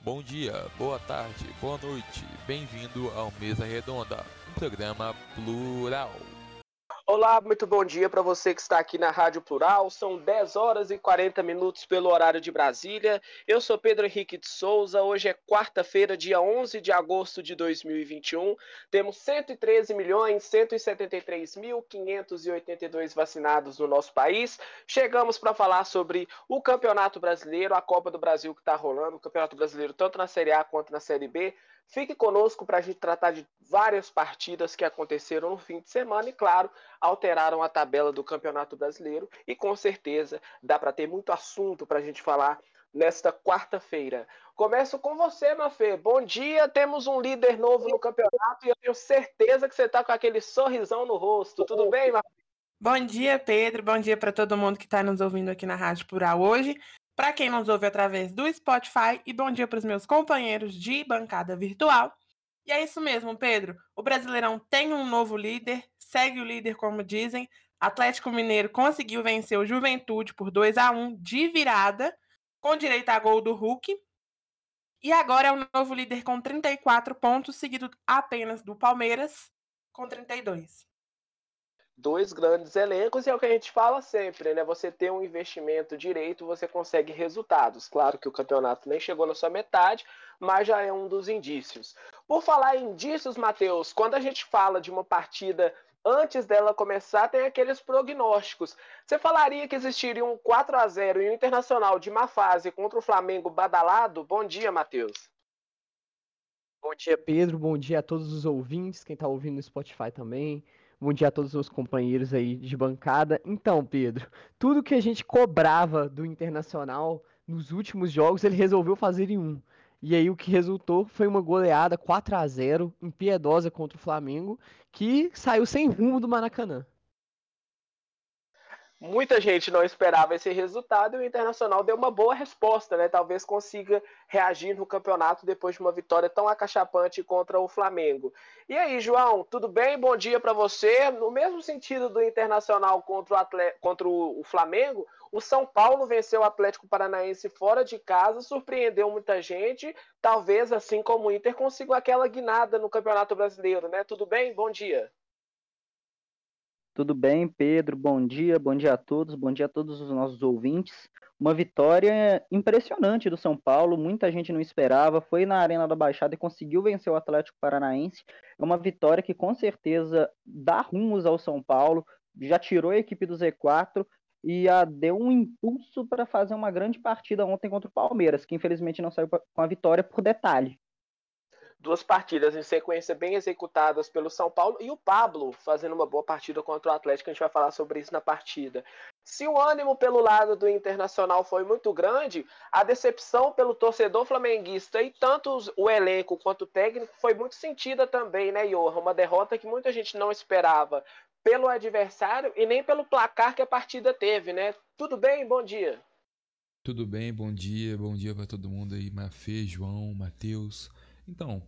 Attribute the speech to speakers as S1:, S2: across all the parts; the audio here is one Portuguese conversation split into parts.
S1: Bom dia, boa tarde, boa noite. Bem-vindo ao Mesa Redonda, um programa plural.
S2: Olá, muito bom dia para você que está aqui na Rádio Plural. São 10 horas e 40 minutos pelo horário de Brasília. Eu sou Pedro Henrique de Souza. Hoje é quarta-feira, dia 11 de agosto de 2021. Temos 113.173.582 vacinados no nosso país. Chegamos para falar sobre o Campeonato Brasileiro, a Copa do Brasil que está rolando, o Campeonato Brasileiro tanto na Série A quanto na Série B. Fique conosco para a gente tratar de várias partidas que aconteceram no fim de semana e, claro, alteraram a tabela do Campeonato Brasileiro e com certeza dá para ter muito assunto para a gente falar nesta quarta-feira. Começo com você, Mafê. Bom dia, temos um líder novo no campeonato e eu tenho certeza que você está com aquele sorrisão no rosto. Tudo bem, Mafê?
S3: Bom dia, Pedro. Bom dia para todo mundo que está nos ouvindo aqui na Rádio Plural hoje. Para quem nos ouve através do Spotify e bom dia para os meus companheiros de bancada virtual. E é isso mesmo, Pedro. O Brasileirão tem um novo líder, segue o líder, como dizem. Atlético Mineiro conseguiu vencer o Juventude por 2-1 de virada, com direito a gol do Hulk. E agora é o novo líder com 34 pontos, seguido apenas do Palmeiras, com 32.
S2: Dois grandes elencos e é o que a gente fala sempre, né? Você ter um investimento direito, você consegue resultados. Claro que o campeonato nem chegou na sua metade, mas já é um dos indícios. Por falar em indícios, Matheus, quando a gente fala de uma partida antes dela começar, tem aqueles prognósticos. Você falaria que existiria um 4-0 e um Internacional de má fase contra o Flamengo badalado? Bom dia, Matheus.
S4: Bom dia, Pedro. Bom dia a todos os ouvintes, quem está ouvindo no Spotify também. Bom dia a todos os meus companheiros aí de bancada. Então, Pedro, tudo que a gente cobrava do Internacional nos últimos jogos, ele resolveu fazer em um. E aí o que resultou foi uma goleada 4-0, impiedosa contra o Flamengo, que saiu sem rumo do Maracanã.
S2: Muita gente não esperava esse resultado e o Internacional deu uma boa resposta, né? Talvez consiga reagir no campeonato depois de uma vitória tão acachapante contra o Flamengo. E aí, João, tudo bem? Bom dia para você. No mesmo sentido do Internacional contra o Flamengo, o São Paulo venceu o Atlético Paranaense fora de casa, surpreendeu muita gente. Talvez, assim como o Inter, consiga aquela guinada no Campeonato Brasileiro, né? Tudo bem? Bom dia.
S5: Tudo bem, Pedro? Bom dia a todos, bom dia a todos os nossos ouvintes. Uma vitória impressionante do São Paulo, muita gente não esperava, foi na Arena da Baixada e conseguiu vencer o Atlético Paranaense. É uma vitória que com certeza dá rumos ao São Paulo, já tirou a equipe do Z4 e deu um impulso para fazer uma grande partida ontem contra o Palmeiras, que infelizmente não saiu com a vitória por detalhe.
S2: Duas partidas em sequência bem executadas pelo São Paulo e o Pablo fazendo uma boa partida contra o Atlético. A gente vai falar sobre isso na partida. Se o ânimo pelo lado do Internacional foi muito grande, a decepção pelo torcedor flamenguista e tanto o elenco quanto o técnico foi muito sentida também, né, Johan? Uma derrota que muita gente não esperava pelo adversário e nem pelo placar que a partida teve, né? Tudo bem? Bom dia.
S1: Tudo bem, bom dia para todo mundo aí, Mafê, João, Matheus. Então,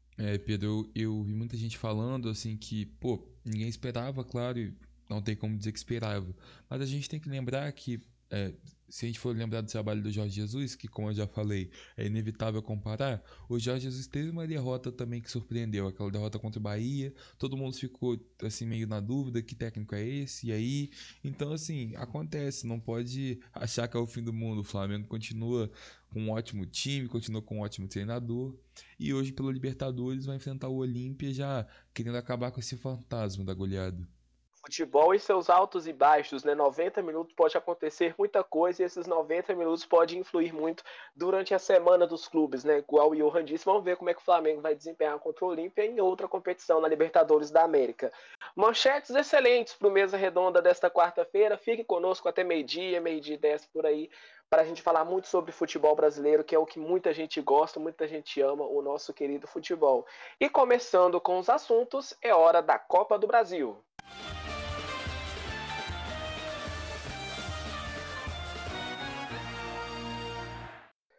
S1: Pedro, eu vi muita gente falando assim que, pô, ninguém esperava, claro, e não tem como dizer que esperava. Mas a gente tem que lembrar que, se a gente for lembrar do trabalho do Jorge Jesus, que como eu já falei, é inevitável comparar, o Jorge Jesus teve uma derrota também que surpreendeu, aquela derrota contra o Bahia, todo mundo ficou assim meio na dúvida, que técnico é esse, e aí? Então assim, acontece, não pode achar que é o fim do mundo, o Flamengo continua com um ótimo time, continua com um ótimo treinador, e hoje pela Libertadores vai enfrentar o Olímpia já querendo acabar com esse fantasma da goleada.
S2: Futebol e seus altos e baixos, né? 90 minutos pode acontecer muita coisa e esses 90 minutos podem influir muito durante a semana dos clubes, né? Igual o Johan disse, vamos ver como é que o Flamengo vai desempenhar contra o Olímpia em outra competição na Libertadores da América. Manchetes excelentes para o Mesa Redonda desta quarta-feira. Fique conosco até meio-dia e 10 por aí, para a gente falar muito sobre futebol brasileiro, que é o que muita gente gosta, muita gente ama, o nosso querido futebol. E começando com os assuntos, é hora da Copa do Brasil.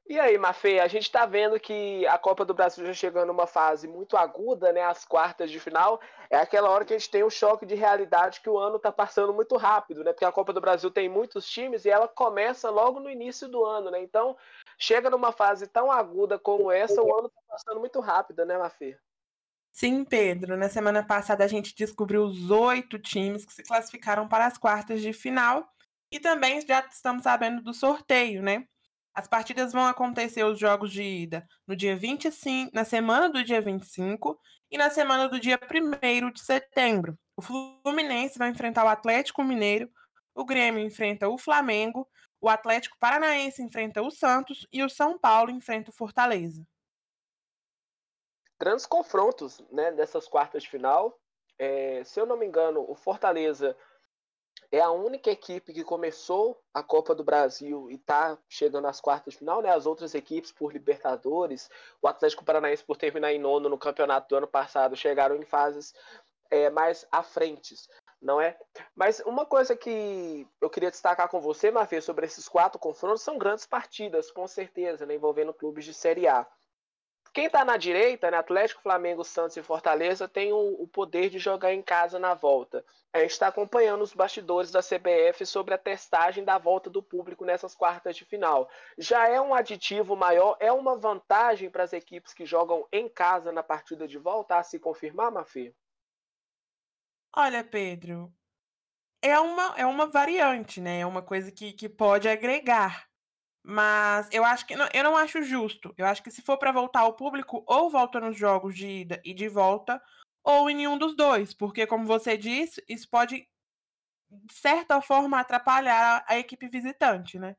S2: E aí, Mafê, a gente está vendo que a Copa do Brasil já chegando numa fase muito aguda, né? As quartas de final. É aquela hora que a gente tem um choque de realidade que o ano está passando muito rápido, né? Porque a Copa do Brasil tem muitos times e ela começa logo no início do ano, né? Então, chega numa fase tão aguda como essa, o ano está passando muito rápido, né, Mafê?
S3: Sim, Pedro. Na semana passada a gente descobriu os 8 times que se classificaram para as quartas de final e também já estamos sabendo do sorteio, né? As partidas vão acontecer os jogos de ida no dia 25, na semana do dia 25 e na semana do dia 1º de setembro. O Fluminense vai enfrentar o Atlético Mineiro, o Grêmio enfrenta o Flamengo, o Atlético Paranaense enfrenta o Santos e o São Paulo enfrenta o Fortaleza.
S2: Grandes confrontos, né, dessas quartas de final. Se eu não me engano, o Fortaleza é a única equipe que começou a Copa do Brasil e está chegando às quartas de final, né? As outras equipes por Libertadores, o Atlético Paranaense por terminar em nono no campeonato do ano passado, chegaram em fases mais à frente, não é? Mas uma coisa que eu queria destacar com você, Mafê, sobre esses 4 confrontos, são grandes partidas, com certeza, né, envolvendo clubes de Série A. Quem está na direita, né, Atlético, Flamengo, Santos e Fortaleza, tem o poder de jogar em casa na volta. A gente está acompanhando os bastidores da CBF sobre a testagem da volta do público nessas quartas de final. Já é um aditivo maior, é uma vantagem para as equipes que jogam em casa na partida de volta a se confirmar, Mafê?
S3: Olha, Pedro, é uma variante, né? É uma coisa que pode agregar. Mas eu acho que eu não acho justo. Eu acho que se for para voltar ao público, ou volta nos jogos de ida e de volta, ou em nenhum dos dois, porque como você disse, isso pode de certa forma atrapalhar a equipe visitante, né?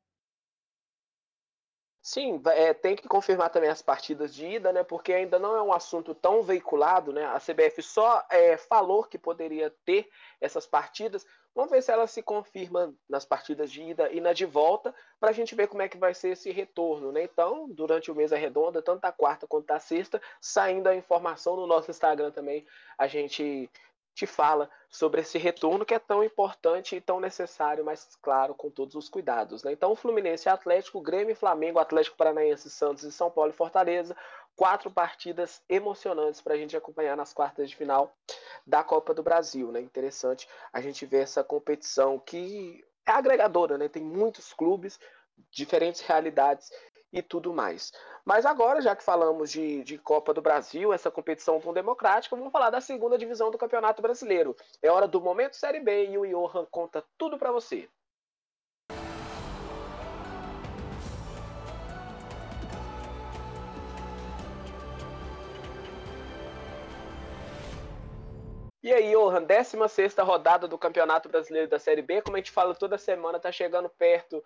S2: Sim, tem que confirmar também as partidas de ida, né? Porque ainda não é um assunto tão veiculado, né? A CBF só falou que poderia ter essas partidas. Vamos ver se ela se confirma nas partidas de ida e na de volta, para a gente ver como é que vai ser esse retorno, né? Então, durante o mês redonda, tanto a quarta quanto a sexta, saindo a informação no nosso Instagram também, a gente te fala sobre esse retorno que é tão importante e tão necessário, mas claro, com todos os cuidados, né? Então, Fluminense, Atlético, Grêmio, Flamengo, Atlético Paranaense, Santos e São Paulo e Fortaleza, 4 partidas emocionantes para a gente acompanhar nas quartas de final da Copa do Brasil, né? Interessante a gente ver essa competição que é agregadora, né? Tem muitos clubes, diferentes realidades e tudo mais. Mas agora, já que falamos de Copa do Brasil, essa competição tão democrática, vamos falar da segunda divisão do Campeonato Brasileiro. É hora do Momento Série B e o Johan conta tudo para você. E aí, Johan, 16ª rodada do Campeonato Brasileiro da Série B, como a gente fala toda semana, tá chegando perto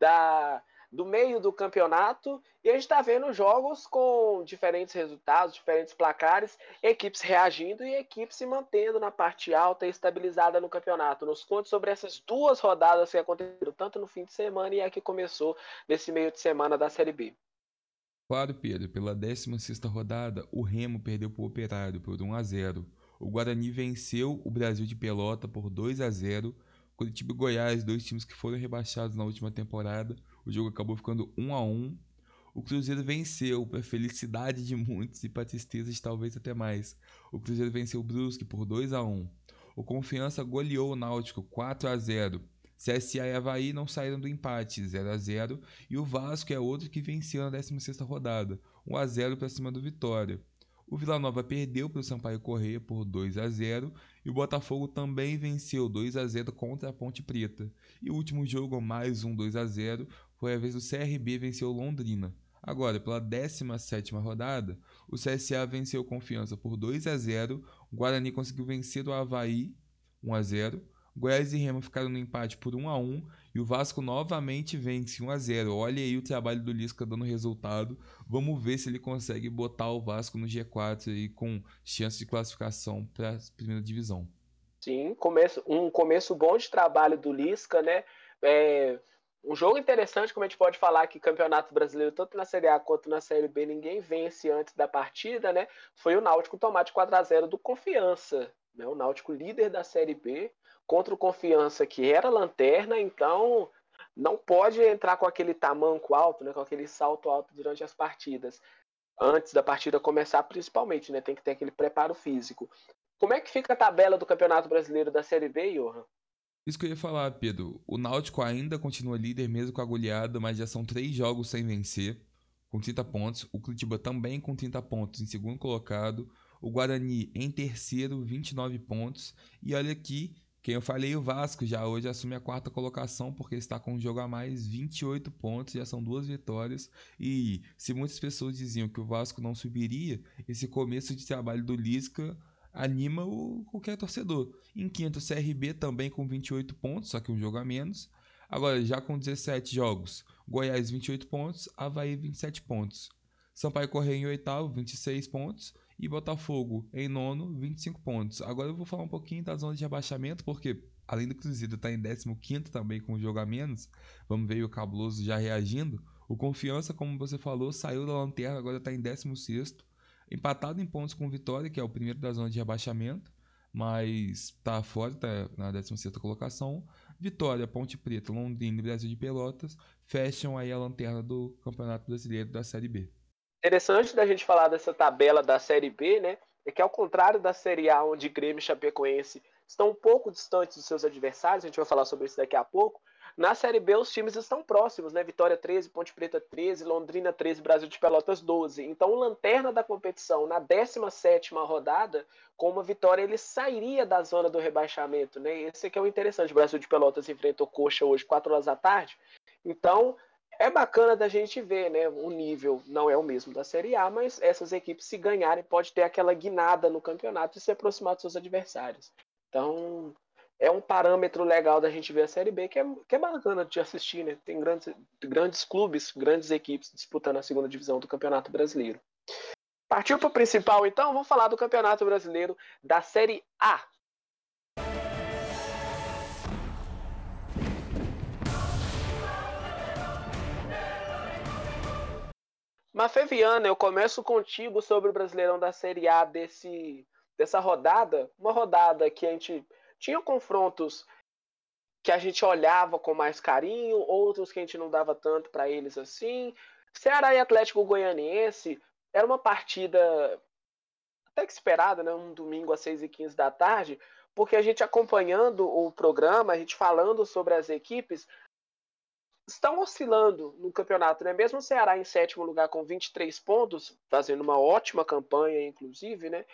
S2: do meio do campeonato e a gente está vendo jogos com diferentes resultados, diferentes placares, equipes reagindo e equipes se mantendo na parte alta e estabilizada no campeonato. Nos conte sobre essas 2 rodadas que aconteceram tanto no fim de semana e a que começou nesse meio de semana da Série B.
S1: Claro, Pedro, pela 16ª rodada, o Remo perdeu para o Operário por 1-0. O Guarani venceu o Brasil de Pelota por 2-0. Curitiba e Goiás, 2 times que foram rebaixados na última temporada. O jogo acabou ficando 1-1. O Cruzeiro venceu, para felicidade de muitos e para tristeza de talvez até mais. O Cruzeiro venceu o Brusque por 2-1. O Confiança goleou o Náutico 4-0. CSA e Avaí não saíram do empate, 0-0, e o Vasco é outro que venceu na 16ª rodada, 1-0 para cima do Vitória. O Vila Nova perdeu para o Sampaio Corrêa por 2-0 e o Botafogo também venceu 2-0 contra a Ponte Preta. E o último jogo, mais um 2-0, foi a vez do CRB vencer o Londrina. Agora, pela 17ª rodada, o CSA venceu o Confiança por 2-0, o Guarani conseguiu vencer o Avaí 1-0, Goiás e Remo ficaram no empate por 1-1 e o Vasco novamente vence 1-0. Olha aí o trabalho do Lisca dando resultado. Vamos ver se ele consegue botar o Vasco no G4 aí com chance de classificação para a primeira divisão.
S2: Sim, um começo bom de trabalho do Lisca, né? Um jogo interessante, como a gente pode falar que Campeonato Brasileiro, tanto na Série A quanto na Série B, ninguém vence antes da partida, né? Foi o Náutico tomar de 4-0 do Confiança, né? O Náutico líder da Série B contra o Confiança, que era lanterna, então não pode entrar com aquele tamanco alto, né, com aquele salto alto durante as partidas. Antes da partida começar, principalmente, né, tem que ter aquele preparo físico. Como é que fica a tabela do Campeonato Brasileiro da Série B, Johan?
S1: Isso que eu ia falar, Pedro. O Náutico ainda continua líder mesmo com a goleada, mas já são 3 jogos sem vencer, com 30 pontos. O Curitiba também com 30 pontos em segundo colocado. O Guarani em terceiro, 29 pontos. E olha aqui, quem eu falei, o Vasco já hoje assume a quarta colocação, porque está com um jogo a mais, 28 pontos, já são 2 vitórias. E se muitas pessoas diziam que o Vasco não subiria, esse começo de trabalho do Lisca anima qualquer torcedor. Em quinto, o CRB também com 28 pontos, só que um jogo a menos. Agora, já com 17 jogos, Goiás 28 pontos, Avaí 27 pontos. Sampaio Corrêa em oitavo, 26 pontos. E Botafogo em nono, 25 pontos. Agora eu vou falar um pouquinho da zona de rebaixamento, porque além do Cruzeiro estar em 15º também com um jogo a menos, vamos ver o Cabuloso já reagindo. O Confiança, como você falou, saiu da lanterna, agora está em 16º. Empatado em pontos com o Vitória, que é o primeiro da zona de rebaixamento, mas está fora, está na 16ª colocação. Vitória, Ponte Preta, Londrina e Brasil de Pelotas fecham aí a lanterna do Campeonato Brasileiro da Série B.
S2: Interessante da gente falar dessa tabela da Série B, né? É que ao contrário da Série A, onde Grêmio e Chapecoense estão um pouco distantes dos seus adversários, a gente vai falar sobre isso daqui a pouco, na Série B os times estão próximos, né? Vitória 13, Ponte Preta 13, Londrina 13, Brasil de Pelotas 12. Então o lanterna da competição, na 17ª rodada, com uma vitória ele sairia da zona do rebaixamento, né? Esse aqui é o interessante, o Brasil de Pelotas enfrentou Coxa hoje 4 horas da tarde. Então é bacana da gente ver, né? O nível não é o mesmo da Série A, mas essas equipes, se ganharem, pode ter aquela guinada no campeonato e se aproximar dos seus adversários. Então, é um parâmetro legal da gente ver a Série B, que é bacana de assistir, né? Tem grandes clubes, grandes equipes disputando a segunda divisão do Campeonato Brasileiro. Partiu para o principal, então? Vamos falar do Campeonato Brasileiro da Série A. Mafê Viana, eu começo contigo sobre o Brasileirão da Série A dessa rodada. Uma rodada que a gente tinha confrontos que a gente olhava com mais carinho, outros que a gente não dava tanto para eles assim. Ceará e Atlético Goianiense era uma partida até que esperada, né? Um domingo às 6h15 da tarde, porque a gente acompanhando o programa, a gente falando sobre as equipes, estão oscilando no campeonato, né? Mesmo o Ceará em 7º lugar com 23 pontos, fazendo uma ótima campanha, inclusive, né?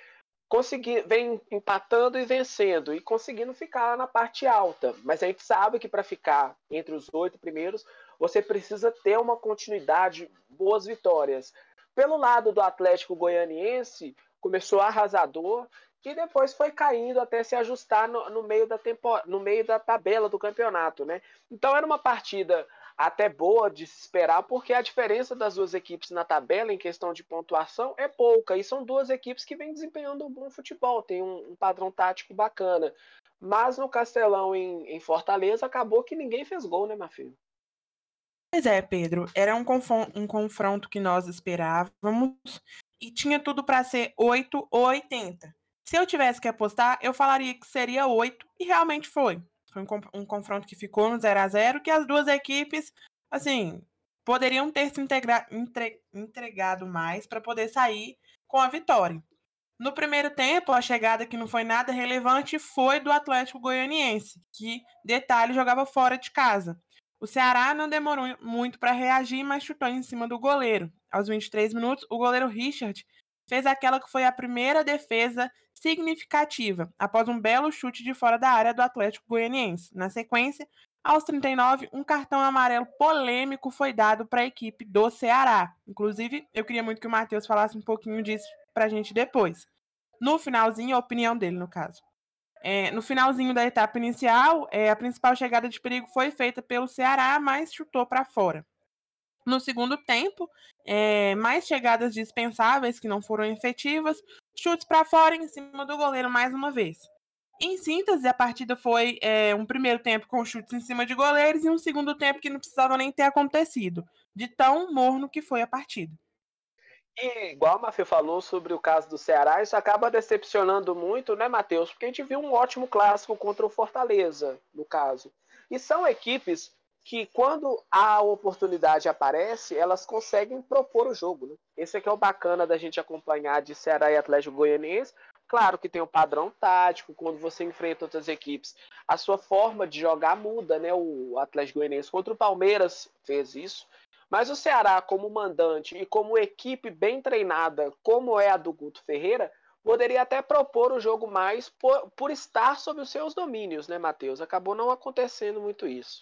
S2: Vem empatando e vencendo e conseguindo ficar na parte alta. Mas a gente sabe que para ficar entre os 8 primeiros, você precisa ter uma continuidade, boas vitórias. Pelo lado do Atlético Goianiense, começou arrasador e depois foi caindo até se ajustar no meio da tabela do campeonato, né? Então era uma partida até boa de se esperar, porque a diferença das duas equipes na tabela em questão de pontuação é pouca, e são duas equipes que vêm desempenhando um bom futebol, tem um padrão tático bacana. Mas no Castelão, em Fortaleza, acabou que ninguém fez gol, né, Mafio?
S3: Pois é, Pedro, era um confronto que nós esperávamos e tinha tudo para ser 8 ou 80. Se eu tivesse que apostar, eu falaria que seria 8 e realmente foi. Foi um confronto que ficou no 0-0, que as duas equipes, assim, poderiam ter se entregado mais para poder sair com a vitória. No primeiro tempo, a chegada que não foi nada relevante foi do Atlético Goianiense, que, detalhe, jogava fora de casa. O Ceará não demorou muito para reagir, mas chutou em cima do goleiro. Aos 23 minutos, o goleiro Richard fez aquela que foi a primeira defesa significativa, após um belo chute de fora da área do Atlético Goianiense. Na sequência, aos 39, um cartão amarelo polêmico foi dado para a equipe do Ceará. Inclusive, eu queria muito que o Matheus falasse um pouquinho disso para a gente depois. No finalzinho, a opinião dele, no caso. No finalzinho da etapa inicial, a principal chegada de perigo foi feita pelo Ceará, mas chutou para fora. No segundo tempo, mais chegadas dispensáveis que não foram efetivas, chutes para fora em cima do goleiro mais uma vez. Em síntese, a partida foi um primeiro tempo com chutes em cima de goleiros e um segundo tempo que não precisava nem ter acontecido, de tão morno que foi a partida.
S2: E igual a Mafê falou sobre o caso do Ceará, isso acaba decepcionando muito, né, Matheus? Porque a gente viu um ótimo clássico contra o Fortaleza, no caso. E são equipes que quando a oportunidade aparece, elas conseguem propor o jogo, né? Esse aqui é o bacana da gente acompanhar de Ceará e Atlético Goianiense. Claro que tem um padrão tático, quando você enfrenta outras equipes, a sua forma de jogar muda, né? O Atlético Goianiense contra o Palmeiras fez isso. Mas o Ceará, como mandante e como equipe bem treinada, como é a do Guto Ferreira, poderia até propor o jogo mais por estar sob os seus domínios, né, Matheus? Acabou não acontecendo muito isso.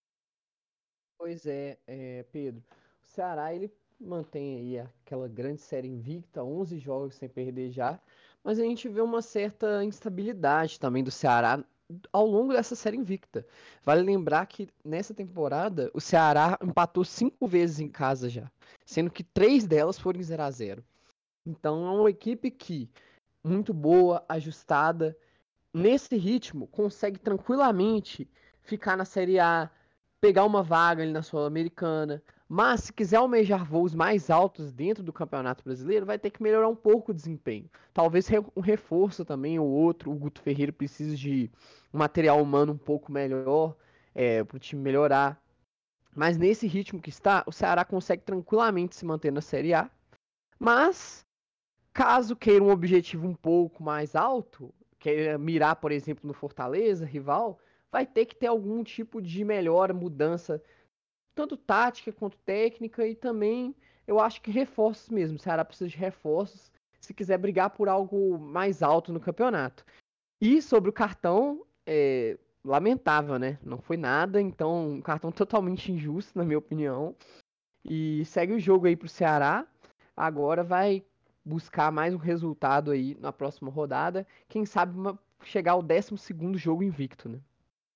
S4: Pois é, Pedro. O Ceará, ele mantém aí aquela grande série invicta, 11 jogos sem perder já, mas a gente vê uma certa instabilidade também do Ceará ao longo dessa série invicta. Vale lembrar que nessa temporada o Ceará empatou 5 vezes em casa já, sendo que 3 delas foram em 0-0. Então é uma equipe que, muito boa, ajustada, nesse ritmo, consegue tranquilamente ficar na Série A, pegar uma vaga ali na Sul-Americana. Mas se quiser almejar voos mais altos dentro do Campeonato Brasileiro, vai ter que melhorar um pouco o desempenho. Talvez um reforço também ou outro. O Guto Ferreira precisa de um material humano um pouco melhor para o time melhorar. Mas nesse ritmo que está, o Ceará consegue tranquilamente se manter na Série A. Mas caso queira um objetivo um pouco mais alto, queira mirar, por exemplo, no Fortaleza, rival, vai ter que ter algum tipo de melhora, mudança, tanto tática quanto técnica, e também eu acho que reforços mesmo. O Ceará precisa de reforços se quiser brigar por algo mais alto no campeonato. E sobre o cartão, lamentável, né? Não foi nada, então um cartão totalmente injusto, na minha opinião. E segue o jogo aí pro Ceará. Agora vai buscar mais um resultado aí na próxima rodada. Quem sabe chegar ao 12º jogo invicto, né?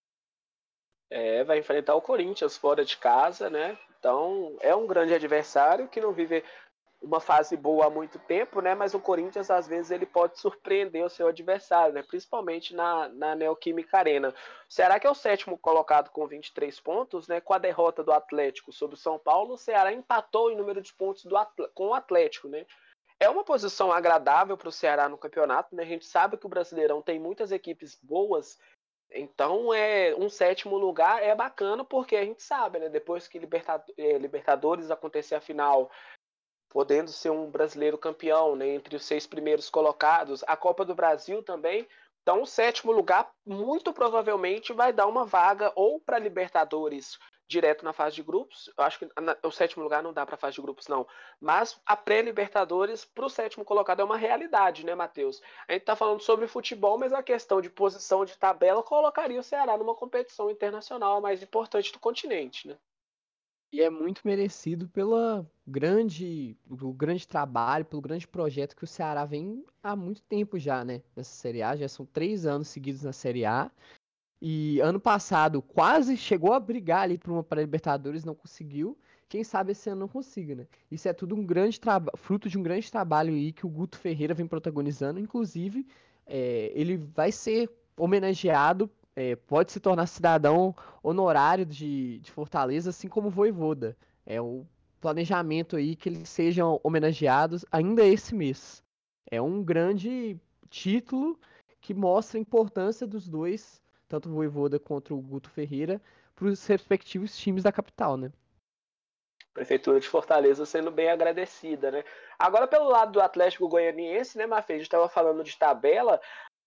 S2: Vai enfrentar o Corinthians fora de casa, né? Então é um grande adversário que não vive uma fase boa há muito tempo, né? Mas o Corinthians às vezes ele pode surpreender o seu adversário, né? Principalmente na Neoquímica Arena. Será que é o sétimo colocado com 23 pontos, né? Com a derrota do Atlético sobre o São Paulo, o Ceará empatou em número de pontos com o Atlético, né? É uma posição agradável para o Ceará no campeonato, né? A gente sabe que o Brasileirão tem muitas equipes boas, então um sétimo lugar é bacana porque a gente sabe, né? Depois que Libertadores acontecer a final, podendo ser um brasileiro campeão, né, entre os 6 primeiros colocados, a Copa do Brasil também. Então, o sétimo lugar muito provavelmente vai dar uma vaga ou para Libertadores direto na fase de grupos. Eu acho que o sétimo lugar não dá para a fase de grupos, não. Mas a pré-Libertadores para o sétimo colocado é uma realidade, né, Matheus? A gente está falando sobre futebol, mas a questão de posição de tabela colocaria o Ceará numa competição internacional a mais importante do continente, né?
S4: E é muito merecido pelo grande trabalho, pelo grande projeto que o Ceará vem há muito tempo já, né? Nessa Série A. Já são 3 anos seguidos na Série A. E ano passado quase chegou a brigar ali por uma pré-Libertadores, não conseguiu. Quem sabe esse ano não consiga, né? Isso é tudo um grande fruto de um grande trabalho aí que o Guto Ferreira vem protagonizando. Inclusive, ele vai ser homenageado, pode se tornar cidadão honorário de Fortaleza, assim como o Vojvoda. É o planejamento aí que eles sejam homenageados ainda esse mês. É um grande título que mostra a importância dos dois, tanto o Vojvoda quanto o Guto Ferreira, para os respectivos times da capital, né?
S2: Prefeitura de Fortaleza sendo bem agradecida, né? Agora, pelo lado do Atlético Goianiense, né, Mafê? A gente estava falando de tabela.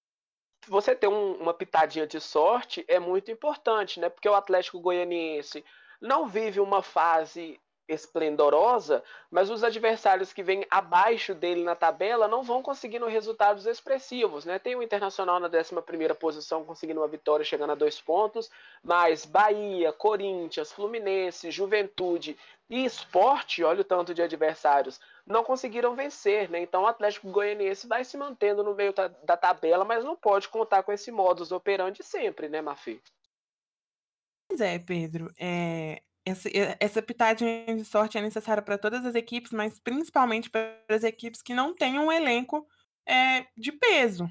S2: Você ter uma pitadinha de sorte é muito importante, né? Porque o Atlético Goianiense não vive uma fase esplendorosa, mas os adversários que vêm abaixo dele na tabela não vão conseguindo resultados expressivos, né? Tem o Internacional na 11ª posição conseguindo uma vitória chegando a 2 pontos, mas Bahia, Corinthians, Fluminense, Juventude e Sport, olha o tanto de adversários, não conseguiram vencer, né? Então o Atlético Goianiense vai se mantendo no meio da tabela, mas não pode contar com esse modus operandi sempre, né, Mafê?
S3: Pois é, Pedro. Essa pitadinha de sorte é necessária para todas as equipes, mas principalmente para as equipes que não têm um elenco de peso,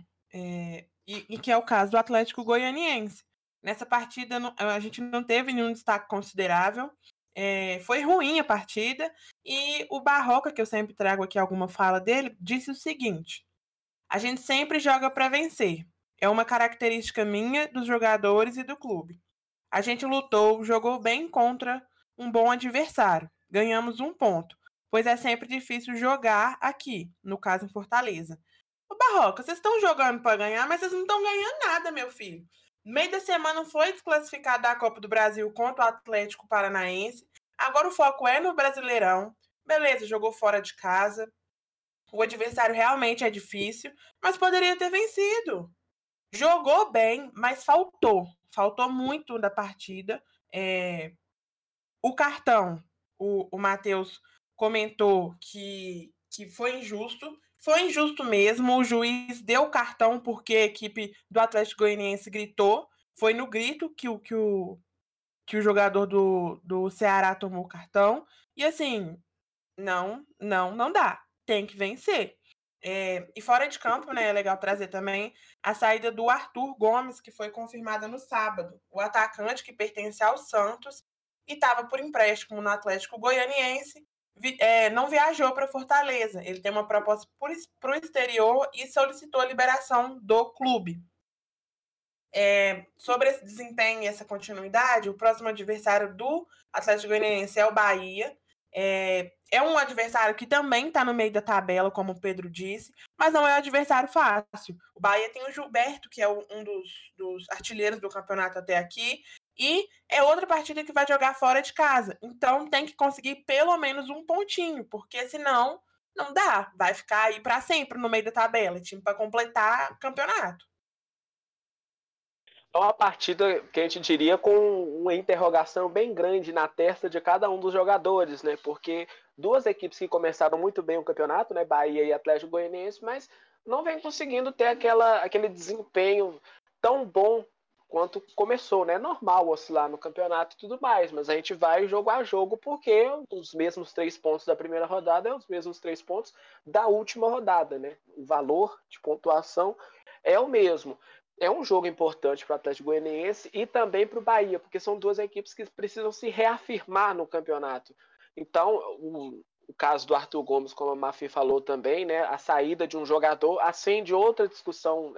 S3: e que é o caso do Atlético Goianiense. Nessa partida, a gente não teve nenhum destaque considerável. Foi ruim a partida, e o Barroca, que eu sempre trago aqui alguma fala dele, disse o seguinte: a gente sempre joga para vencer. É uma característica minha, dos jogadores e do clube. A gente lutou, jogou bem contra um bom adversário. Ganhamos 1 ponto, pois é sempre difícil jogar aqui, no caso em Fortaleza. Ô, Barroca, vocês estão jogando para ganhar, mas vocês não estão ganhando nada, meu filho. No meio da semana foi desclassificado da Copa do Brasil contra o Atlético Paranaense. Agora o foco é no Brasileirão. Beleza, jogou fora de casa. O adversário realmente é difícil, mas poderia ter vencido. Jogou bem, mas faltou. Faltou muito da partida. O cartão, o Matheus comentou que foi injusto. Foi injusto mesmo. O juiz deu o cartão porque a equipe do Atlético Goianiense gritou. Foi no grito que o jogador do Ceará tomou o cartão. E assim, não dá. Tem que vencer. E fora de campo, né, é legal trazer também a saída do Arthur Gomes, que foi confirmada no sábado. O atacante que pertence ao Santos e estava por empréstimo no Atlético Goianiense, não viajou para Fortaleza. Ele tem uma proposta para o exterior e solicitou a liberação do clube. Sobre esse desempenho e essa continuidade, o próximo adversário do Atlético Goianiense é o Bahia. É um adversário que também está no meio da tabela, como o Pedro disse, mas não é um adversário fácil. O Bahia tem o Gilberto, que é um dos artilheiros do campeonato até aqui, e é outra partida que vai jogar fora de casa. Então tem que conseguir pelo menos 1 pontinho, porque senão não dá. Vai ficar aí para sempre no meio da tabela, time para completar o campeonato.
S2: É uma partida que a gente diria com uma interrogação bem grande na testa de cada um dos jogadores, né? Porque duas equipes que começaram muito bem o campeonato, né? Bahia e Atlético Goianiense, mas não vem conseguindo ter aquele desempenho tão bom quanto começou, né? É normal oscilar no campeonato e tudo mais, mas a gente vai jogo a jogo porque os mesmos 3 pontos da primeira rodada é os mesmos 3 pontos da última rodada, né? O valor de pontuação é o mesmo. É um jogo importante para o Atlético Goianiense e também para o Bahia, porque são duas equipes que precisam se reafirmar no campeonato. Então, o caso do Arthur Gomes, como a Mafi falou também, né, a saída de um jogador acende outra discussão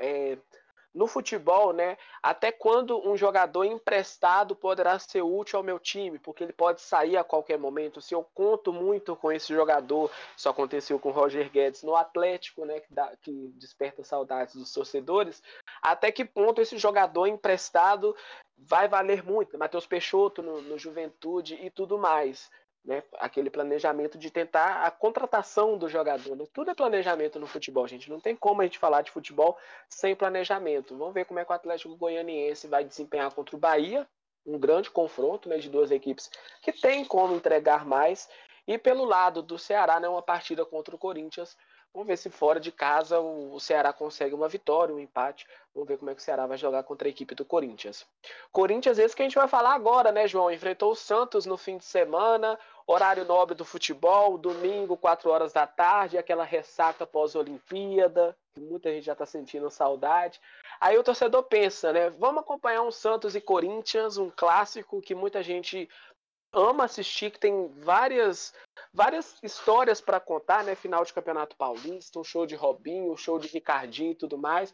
S2: no futebol, né? Até quando um jogador emprestado poderá ser útil ao meu time, porque ele pode sair a qualquer momento. Se eu conto muito com esse jogador, isso aconteceu com o Roger Guedes no Atlético, né? Que desperta saudades dos torcedores. Até que ponto esse jogador emprestado vai valer muito? Matheus Peixoto no Juventude e tudo mais. Né? Aquele planejamento de tentar a contratação do jogador. Né? Tudo é planejamento no futebol, gente. Não tem como a gente falar de futebol sem planejamento. Vamos ver como é que o Atlético Goianiense vai desempenhar contra o Bahia. Um grande confronto, né, de duas equipes que tem como entregar mais. E pelo lado do Ceará, né, uma partida contra o Corinthians. Vamos ver se fora de casa o Ceará consegue uma vitória, um empate. Vamos ver como é que o Ceará vai jogar contra a equipe do Corinthians. Corinthians, esse que a gente vai falar agora, né, João? Enfrentou o Santos no fim de semana. Horário nobre do futebol, domingo, 4 horas da tarde, aquela ressaca pós-Olimpíada, que muita gente já está sentindo saudade. Aí o torcedor pensa, né? Vamos acompanhar um Santos e Corinthians, um clássico que muita gente ama assistir, que tem várias histórias para contar, né? Final de Campeonato Paulista, um show de Robinho, um show de Ricardinho e tudo mais.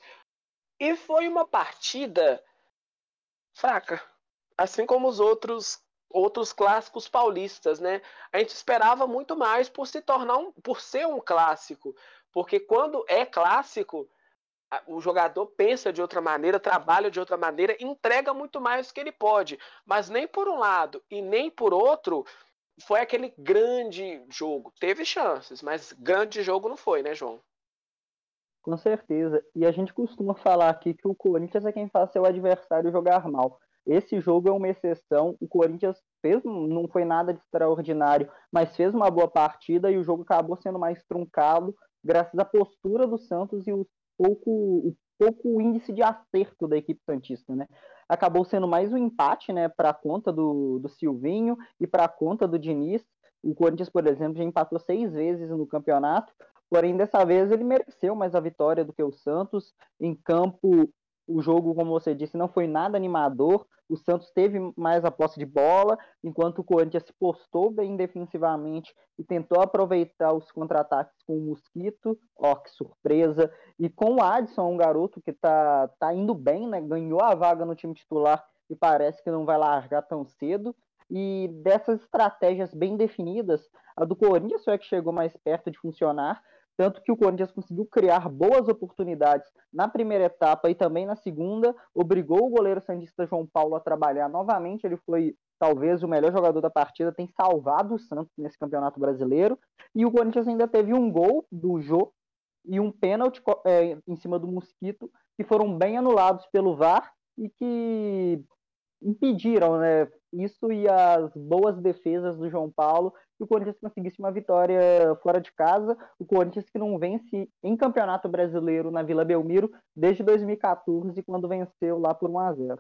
S2: E foi uma partida fraca, assim como os outros clássicos paulistas, né? A gente esperava muito mais por ser um clássico, porque quando é clássico, o jogador pensa de outra maneira, trabalha de outra maneira, entrega muito mais do que ele pode, mas nem por um lado e nem por outro foi aquele grande jogo. Teve chances, mas grande jogo não foi, né, João?
S5: Com certeza. E a gente costuma falar aqui que o Corinthians é quem faz seu adversário jogar mal. Esse jogo é uma exceção. O Corinthians não foi nada de extraordinário, mas fez uma boa partida e o jogo acabou sendo mais truncado graças à postura do Santos e o pouco índice de acerto da equipe santista, né? Acabou sendo mais um empate, né, para a conta do Silvinho e para a conta do Diniz. O Corinthians, por exemplo, já empatou 6 vezes no campeonato. Porém, dessa vez ele mereceu mais a vitória do que o Santos. Em campo, o jogo, como você disse, não foi nada animador. O Santos teve mais a posse de bola, enquanto o Corinthians se postou bem defensivamente e tentou aproveitar os contra-ataques com o Mosquito. Ó, que surpresa! E com o Adson, um garoto que tá indo bem, né? Ganhou a vaga no time titular e parece que não vai largar tão cedo. E dessas estratégias bem definidas, a do Corinthians foi a que chegou mais perto de funcionar, tanto que o Corinthians conseguiu criar boas oportunidades na primeira etapa e também na segunda, obrigou o goleiro santista João Paulo a trabalhar novamente, ele foi talvez o melhor jogador da partida, tem salvado o Santos nesse Campeonato Brasileiro, e o Corinthians ainda teve um gol do Jô e um pênalti em cima do Mosquito, que foram bem anulados pelo VAR e que impediram, né, isso e as boas defesas do João Paulo, que o Corinthians conseguisse uma vitória fora de casa. O Corinthians que não vence em Campeonato Brasileiro na Vila Belmiro desde 2014, quando venceu lá por 1-0.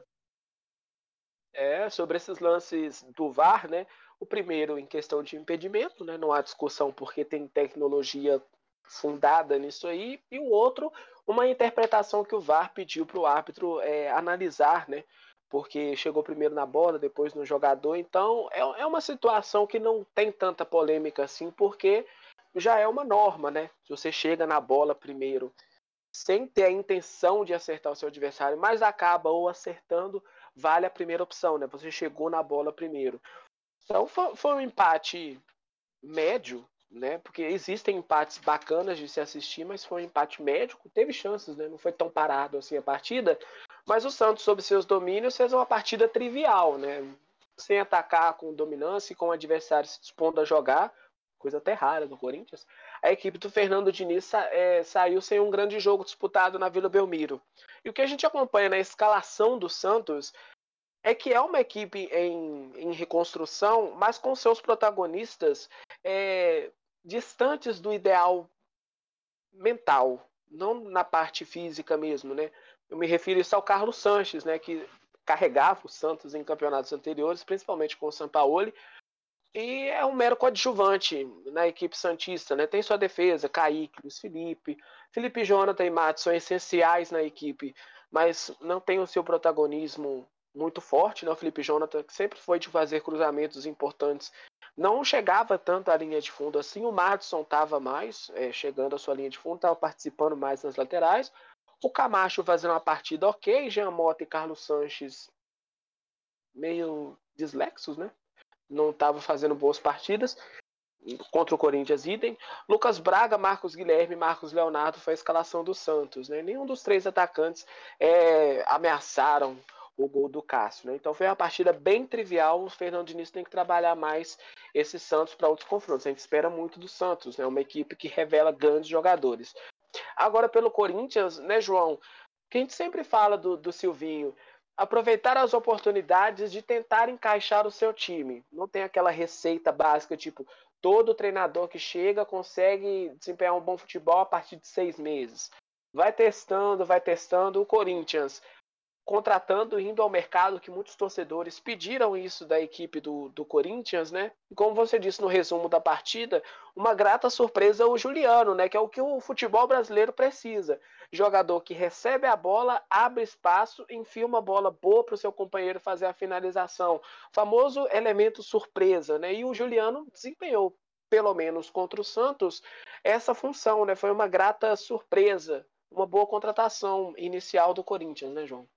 S2: Sobre esses lances do VAR, né? O primeiro em questão de impedimento, né? Não há discussão porque tem tecnologia fundada nisso aí, e o outro, uma interpretação que o VAR pediu para o árbitro analisar, né? Porque chegou primeiro na bola, depois no jogador, então é uma situação que não tem tanta polêmica assim, porque já é uma norma, né? Se você chega na bola primeiro sem ter a intenção de acertar o seu adversário, mas acaba ou acertando, vale a primeira opção, né? Você chegou na bola primeiro. Então foi um empate médio, né? Porque existem empates bacanas de se assistir, mas foi um empate médio, teve chances, né? Não foi tão parado assim a partida, mas o Santos, sob seus domínios, fez uma partida trivial, né? Sem atacar com dominância e com o adversário se dispondo a jogar, coisa até rara no Corinthians. A equipe do Fernando Diniz saiu sem um grande jogo disputado na Vila Belmiro. E o que a gente acompanha na escalação do Santos é que é uma equipe em reconstrução, mas com seus protagonistas distantes do ideal mental, não na parte física mesmo, né? Eu me refiro isso ao Carlos Sanches, né, que carregava o Santos em campeonatos anteriores, principalmente com o Sampaoli, e é um mero coadjuvante na equipe santista, né? Tem sua defesa, Kaique, Luiz Felipe Jonathan e Matos são essenciais na equipe, mas não tem o seu protagonismo muito forte, né? O Felipe Jonathan, que sempre foi de fazer cruzamentos importantes, não chegava tanto à linha de fundo assim. O Madison estava mais chegando à sua linha de fundo, estava participando mais nas laterais. O Camacho fazendo uma partida ok, Jean Mota e Carlos Sanches meio dislexos, né? Não estava fazendo boas partidas. Contra o Corinthians, idem. Lucas Braga, Marcos Guilherme e Marcos Leonardo foi a escalação do Santos, né? Nenhum dos três atacantes ameaçaram o gol do Cássio, né? Então foi uma partida bem trivial. O Fernando Diniz tem que trabalhar mais esse Santos para outros confrontos. A gente espera muito do Santos, né? Uma equipe que revela grandes jogadores. Agora pelo Corinthians, né, João? Que a gente sempre fala do Silvinho, aproveitar as oportunidades de tentar encaixar o seu time. Não tem aquela receita básica, tipo, todo treinador que chega consegue desempenhar um bom futebol a partir de 6 meses. Vai testando, vai testando. O Corinthians contratando, indo ao mercado, que muitos torcedores pediram isso da equipe do Corinthians, né? E como você disse no resumo da partida, uma grata surpresa o Juliano, né? Que é o que o futebol brasileiro precisa. Jogador que recebe a bola, abre espaço, enfia uma bola boa para o seu companheiro fazer a finalização. Famoso elemento surpresa, né? E o Juliano desempenhou, pelo menos contra o Santos, essa função, né? Foi uma grata surpresa, uma boa contratação inicial do Corinthians, né, João?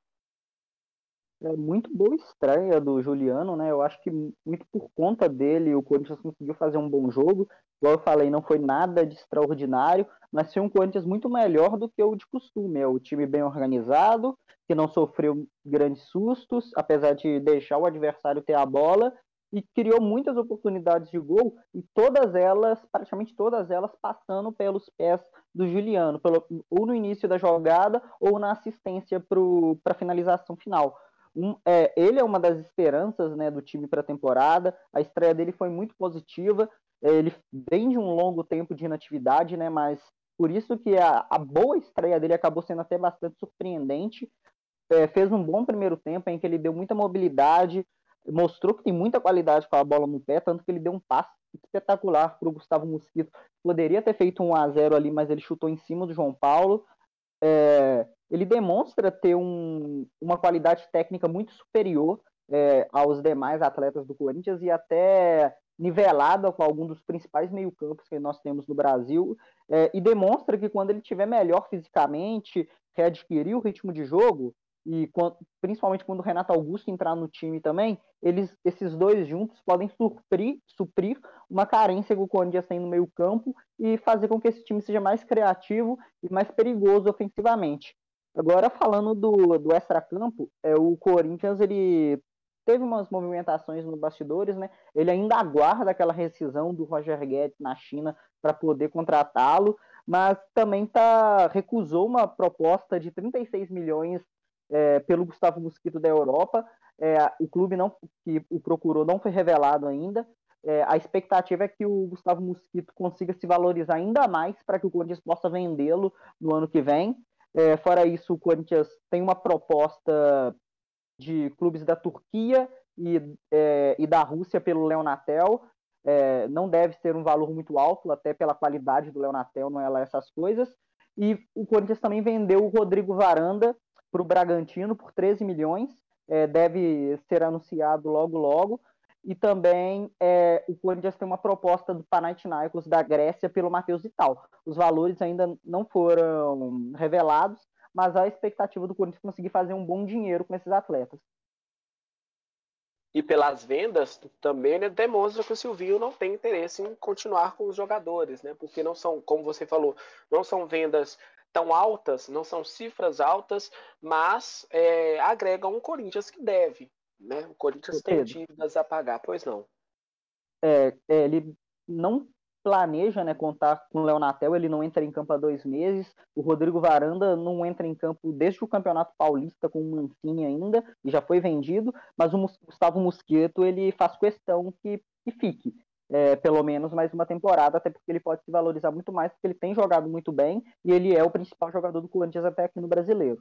S5: Muito boa estreia do Juliano, né? Eu acho que muito por conta dele o Corinthians conseguiu fazer um bom jogo. Igual eu falei, não foi nada de extraordinário, mas foi um Corinthians muito melhor do que o de costume. É o time bem organizado, que não sofreu grandes sustos, apesar de deixar o adversário ter a bola, e criou muitas oportunidades de gol, e todas elas, praticamente todas elas, passando pelos pés do Juliano, ou no início da jogada, ou na assistência para a finalização final. Ele é uma das esperanças, né, do time para a temporada. A estreia dele foi muito positiva. Ele vem de um longo tempo de inatividade, né, mas por isso que a boa estreia dele acabou sendo até bastante surpreendente. Fez um bom primeiro tempo em que ele deu muita mobilidade, mostrou que tem muita qualidade com a bola no pé, tanto que ele deu um passe espetacular para o Gustavo Mosquito. Poderia ter feito 1-0 ali, mas ele chutou em cima do João Paulo. Ele demonstra ter uma qualidade técnica muito superior aos demais atletas do Corinthians e até nivelada com algum dos principais meio-campos que nós temos no Brasil, e demonstra que quando ele estiver melhor fisicamente, readquirir o ritmo de jogo, e principalmente quando o Renato Augusto entrar no time também, esses dois juntos podem suprir uma carência que o Corinthians tem no meio campo e fazer com que esse time seja mais criativo e mais perigoso ofensivamente. Agora, falando do extracampo, o Corinthians ele teve umas movimentações nos bastidores, né? Ele ainda aguarda aquela rescisão do Roger Guedes na China para poder contratá-lo, mas também recusou uma proposta de 36 milhões pelo Gustavo Mosquito da Europa. O clube que o procurou não foi revelado ainda. A expectativa é que o Gustavo Mosquito consiga se valorizar ainda mais para que o Corinthians possa vendê-lo no ano que vem. Fora isso, o Corinthians tem uma proposta de clubes da Turquia e da Rússia pelo Leonatel. Não deve ser um valor muito alto, até pela qualidade do Leonatel, não é lá essas coisas. E o Corinthians também vendeu o Rodrigo Varanda para o Bragantino por 13 milhões. Deve ser anunciado logo, logo. E também o Corinthians tem uma proposta do Panathinaikos da Grécia pelo Matheus Vital. Os valores ainda não foram revelados, mas há a expectativa do Corinthians conseguir fazer um bom dinheiro com esses atletas.
S2: E pelas vendas, também ele demonstra que o Silvinho não tem interesse em continuar com os jogadores, né? Porque não são, como você falou, não são vendas tão altas, não são cifras altas, mas agregam um Corinthians que deve, né? O Corinthians tem
S5: Pedro,
S2: dívidas a pagar, pois não.
S5: ele não planeja, né, contar com o Leonatel, ele não entra em campo há 2 meses. O Rodrigo Varanda não entra em campo desde o Campeonato Paulista com o Mancini ainda, e já foi vendido, mas o Gustavo Mosquito ele faz questão que fique. Pelo menos mais uma temporada, até porque ele pode se valorizar muito mais, porque ele tem jogado muito bem e ele é o principal jogador do Corinthians até aqui no Brasileiro.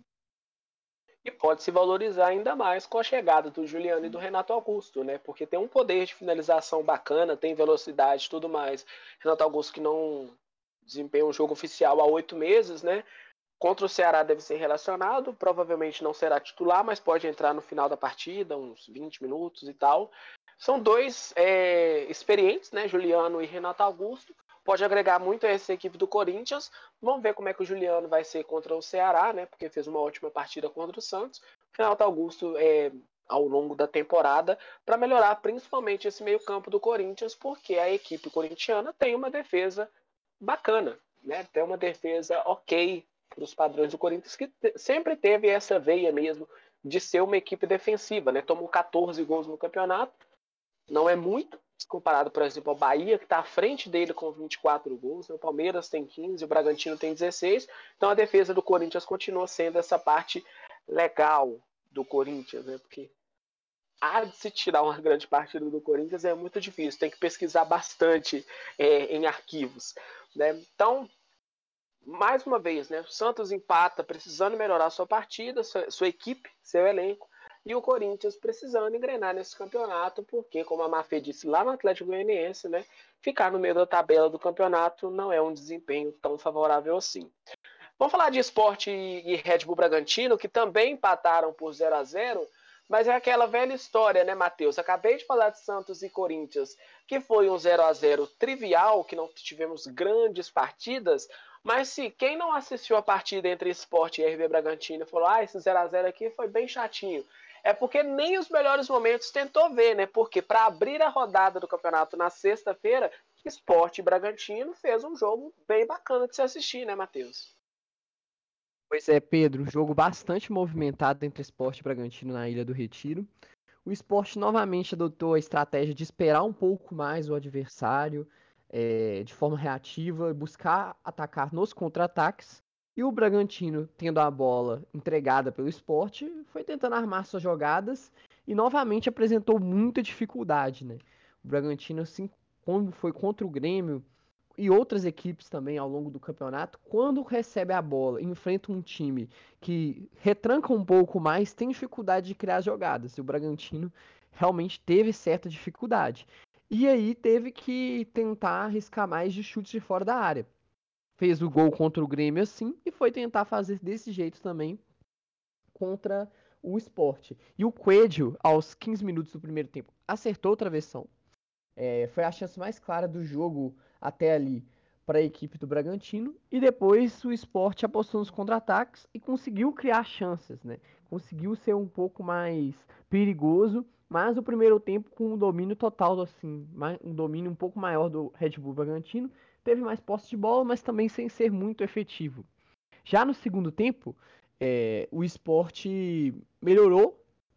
S2: E pode se valorizar ainda mais com a chegada do Juliano e do Renato Augusto, né? Porque tem um poder de finalização bacana, tem velocidade e tudo mais. Renato Augusto que não desempenha um jogo oficial há 8 meses, né? Contra o Ceará deve ser relacionado, provavelmente não será titular, mas pode entrar no final da partida, uns 20 minutos e tal. São dois experientes, né? Juliano e Renato Augusto. Pode agregar muito a essa equipe do Corinthians. Vamos ver como é que o Juliano vai ser contra o Ceará, né? Porque fez uma ótima partida contra o Santos. Renato Augusto ao longo da temporada para melhorar principalmente esse meio-campo do Corinthians, porque a equipe corintiana tem uma defesa bacana, né? Tem uma defesa ok para os padrões do Corinthians, que sempre teve essa veia mesmo de ser uma equipe defensiva, né? Tomou 14 gols no campeonato, não é muito, comparado, por exemplo, ao Bahia, que está à frente dele com 24 gols, o Palmeiras tem 15, o Bragantino tem 16, então a defesa do Corinthians continua sendo essa parte legal do Corinthians, né? Porque há de se tirar uma grande partida do Corinthians é muito difícil, tem que pesquisar bastante em arquivos, né? Então, mais uma vez, né? O Santos empata, precisando melhorar sua partida, sua equipe, seu elenco, e o Corinthians precisando engrenar nesse campeonato, porque, como a Mafê disse lá no Atlético Goianiense, né? Ficar no meio da tabela do campeonato não é um desempenho tão favorável assim. Vamos falar de Sport e Red Bull Bragantino, que também empataram por 0-0, mas é aquela velha história, né, Matheus? Acabei de falar de Santos e Corinthians, que foi um 0-0 trivial, que não tivemos grandes partidas, mas se quem não assistiu a partida entre Sport e RB Bragantino falou, esse 0-0 aqui foi bem chatinho, é porque nem os melhores momentos tentou ver, né? Porque para abrir a rodada do campeonato na sexta-feira, Sport e Bragantino fez um jogo bem bacana de se assistir, né, Matheus?
S4: Pois é, Pedro, jogo bastante movimentado entre Sport e Bragantino na Ilha do Retiro. O Sport novamente adotou a estratégia de esperar um pouco mais o adversário de forma reativa e buscar atacar nos contra-ataques. E o Bragantino, tendo a bola entregada pelo Sport, foi tentando armar suas jogadas e novamente apresentou muita dificuldade, né? O Bragantino, assim como foi contra o Grêmio, e outras equipes também ao longo do campeonato, quando recebe a bola e enfrenta um time que retranca um pouco mais, tem dificuldade de criar jogadas. E o Bragantino realmente teve certa dificuldade. E aí teve que tentar arriscar mais de chutes de fora da área. Fez o gol contra o Grêmio assim e foi tentar fazer desse jeito também contra o Sport. E o Coelho, aos 15 minutos do primeiro tempo, acertou o travessão. Foi a chance mais clara do jogo até ali. para a equipe do Bragantino, e depois o Sport apostou nos contra-ataques e conseguiu criar chances, né? Conseguiu ser um pouco mais perigoso, mas o primeiro tempo com um domínio total, assim, um domínio um pouco maior do Red Bull Bragantino, teve mais posse de bola, mas também sem ser muito efetivo. Já no segundo tempo, o Sport melhorou,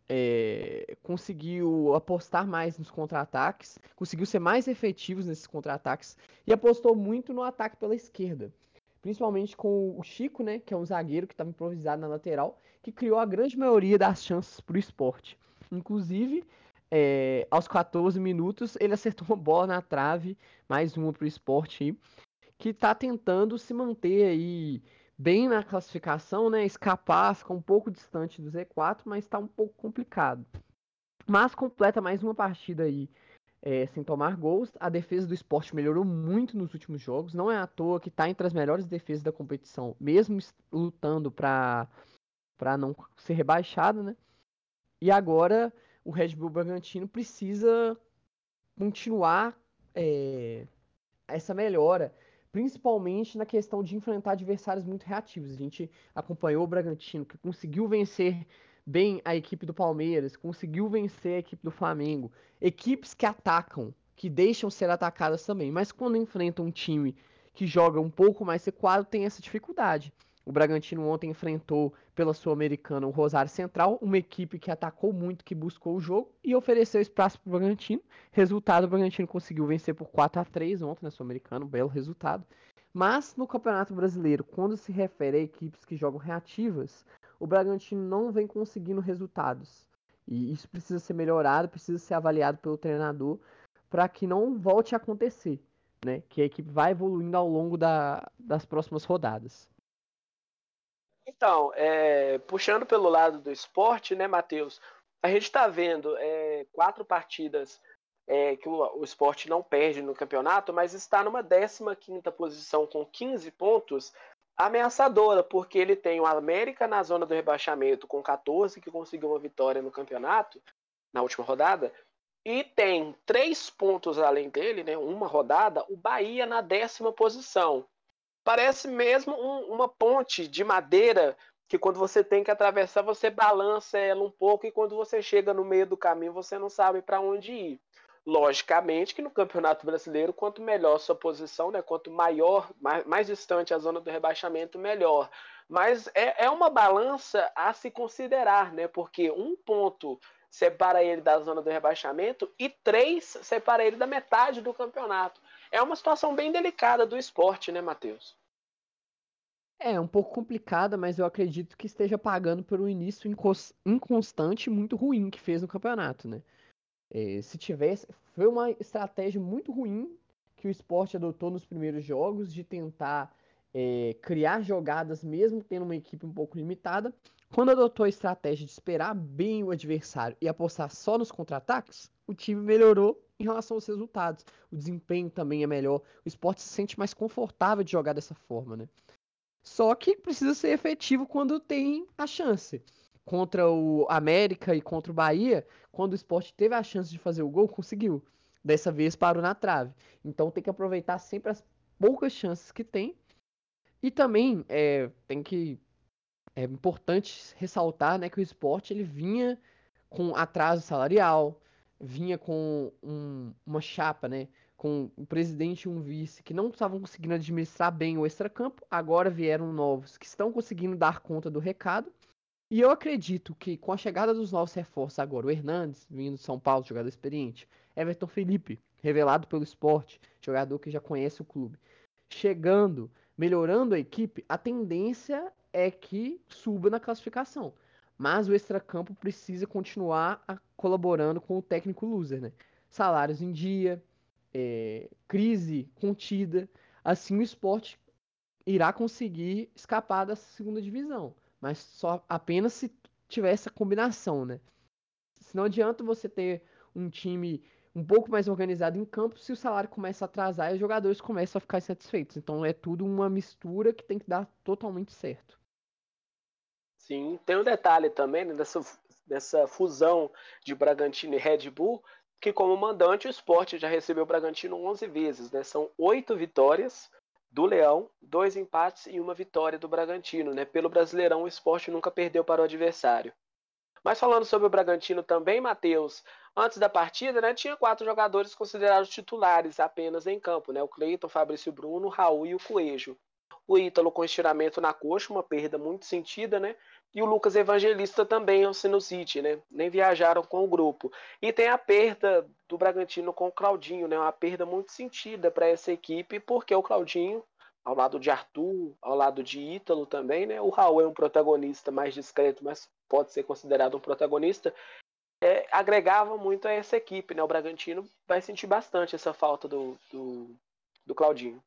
S4: conseguiu apostar mais nos contra-ataques, conseguiu ser mais efetivos nesses contra-ataques e apostou muito no ataque pela esquerda. Principalmente com o Chico, né, que é um zagueiro que estava improvisado na lateral, que criou a grande maioria das chances para o Sport. Inclusive, aos 14 minutos, ele acertou uma bola na trave, mais uma para o Sport aí, que está tentando se manter aí bem na classificação, né? Escapar, ficar um pouco distante do Z4, mas está um pouco complicado. Mas completa mais uma partida aí sem tomar gols. A defesa do Sport melhorou muito nos últimos jogos. Não é à toa que está entre as melhores defesas da competição, mesmo lutando para não ser rebaixado, né? E agora o Red Bull Bragantino precisa continuar essa melhora, principalmente na questão de enfrentar adversários muito reativos. A gente acompanhou o Bragantino, que conseguiu vencer bem a equipe do Palmeiras, conseguiu vencer a equipe do Flamengo. Equipes que atacam, que deixam ser atacadas também, mas quando enfrentam um time que joga um pouco mais recuado, tem essa dificuldade. O Bragantino ontem enfrentou pela Sul-Americana o Rosário Central, uma equipe que atacou muito, que buscou o jogo e ofereceu espaço para o Bragantino. Resultado, o Bragantino conseguiu vencer por 4-3 ontem na Sul-Americana, um belo resultado. Mas no Campeonato Brasileiro, quando se refere a equipes que jogam reativas, o Bragantino não vem conseguindo resultados. E isso precisa ser melhorado, precisa ser avaliado pelo treinador para que não volte a acontecer, né? Que a equipe vai evoluindo ao longo das próximas rodadas.
S2: Então, puxando pelo lado do esporte, né, Matheus? A gente está vendo 4 partidas que o esporte não perde no campeonato, mas está numa 15ª posição com 15 pontos, ameaçadora, porque ele tem o América na zona do rebaixamento com 14, que conseguiu uma vitória no campeonato, na última rodada, e tem 3 pontos além dele, né, uma rodada, o Bahia na 10ª posição. Parece mesmo uma ponte de madeira que quando você tem que atravessar, você balança ela um pouco e quando você chega no meio do caminho, você não sabe para onde ir. Logicamente que no Campeonato Brasileiro, quanto melhor sua posição, né, quanto maior, mais distante a zona do rebaixamento, melhor. Mas é uma balança a se considerar, né, porque 1 ponto separa ele da zona do rebaixamento e 3 separa ele da metade do campeonato. É uma situação bem delicada do esporte, né, Matheus?
S4: É um pouco complicada, mas eu acredito que esteja pagando por um início inconstante e muito ruim que fez no campeonato, né? Se tivesse, foi uma estratégia muito ruim que o Sport adotou nos primeiros jogos de tentar criar jogadas mesmo tendo uma equipe um pouco limitada. Quando adotou a estratégia de esperar bem o adversário e apostar só nos contra-ataques, o time melhorou em relação aos resultados. O desempenho também é melhor. O Sport se sente mais confortável de jogar dessa forma, né? Só que precisa ser efetivo quando tem a chance. Contra o América e contra o Bahia, quando o Sport teve a chance de fazer o gol, conseguiu. Dessa vez parou na trave. Então tem que aproveitar sempre as poucas chances que tem. E também é importante ressaltar, né, que o Sport ele vinha com atraso salarial, vinha com uma chapa, né, com um presidente e um vice que não estavam conseguindo administrar bem o extracampo, agora vieram novos que estão conseguindo dar conta do recado. E eu acredito que com a chegada dos novos reforços agora, o Hernandes, vindo de São Paulo, jogador experiente, Everton Felipe, revelado pelo Sport, jogador que já conhece o clube, chegando, melhorando a equipe, a tendência é que suba na classificação. Mas o extracampo precisa continuar colaborando com o técnico loser, né? Salários em dia, crise contida. Assim o Sport irá conseguir escapar da segunda divisão. Mas só apenas se tiver essa combinação, né? Se não adianta você ter um time um pouco mais organizado em campo se o salário começa a atrasar e os jogadores começam a ficar insatisfeitos. Então é tudo uma mistura que tem que dar totalmente certo.
S2: Sim, tem um detalhe também, né, dessa fusão de Bragantino e Red Bull, que como mandante o Sport já recebeu o Bragantino 11 vezes, né? São 8 vitórias do Leão, 2 empates e 1 vitória do Bragantino, né? Pelo Brasileirão, o Sport nunca perdeu para o adversário. Mas falando sobre o Bragantino também, Matheus, antes da partida, né, tinha 4 jogadores considerados titulares apenas em campo, né? O Cleiton, Fabrício Bruno, o Raul e o Coelho. O Ítalo com estiramento na coxa, uma perda muito sentida, né? E o Lucas Evangelista também é um sinusite, né? Nem viajaram com o grupo. E tem a perda do Bragantino com o Claudinho, né? Uma perda muito sentida para essa equipe, porque o Claudinho, ao lado de Arthur, ao lado de Ítalo também, né? O Raul é um protagonista mais discreto, mas pode ser considerado um protagonista. Agregava muito a essa equipe, né? O Bragantino vai sentir bastante essa falta do Claudinho.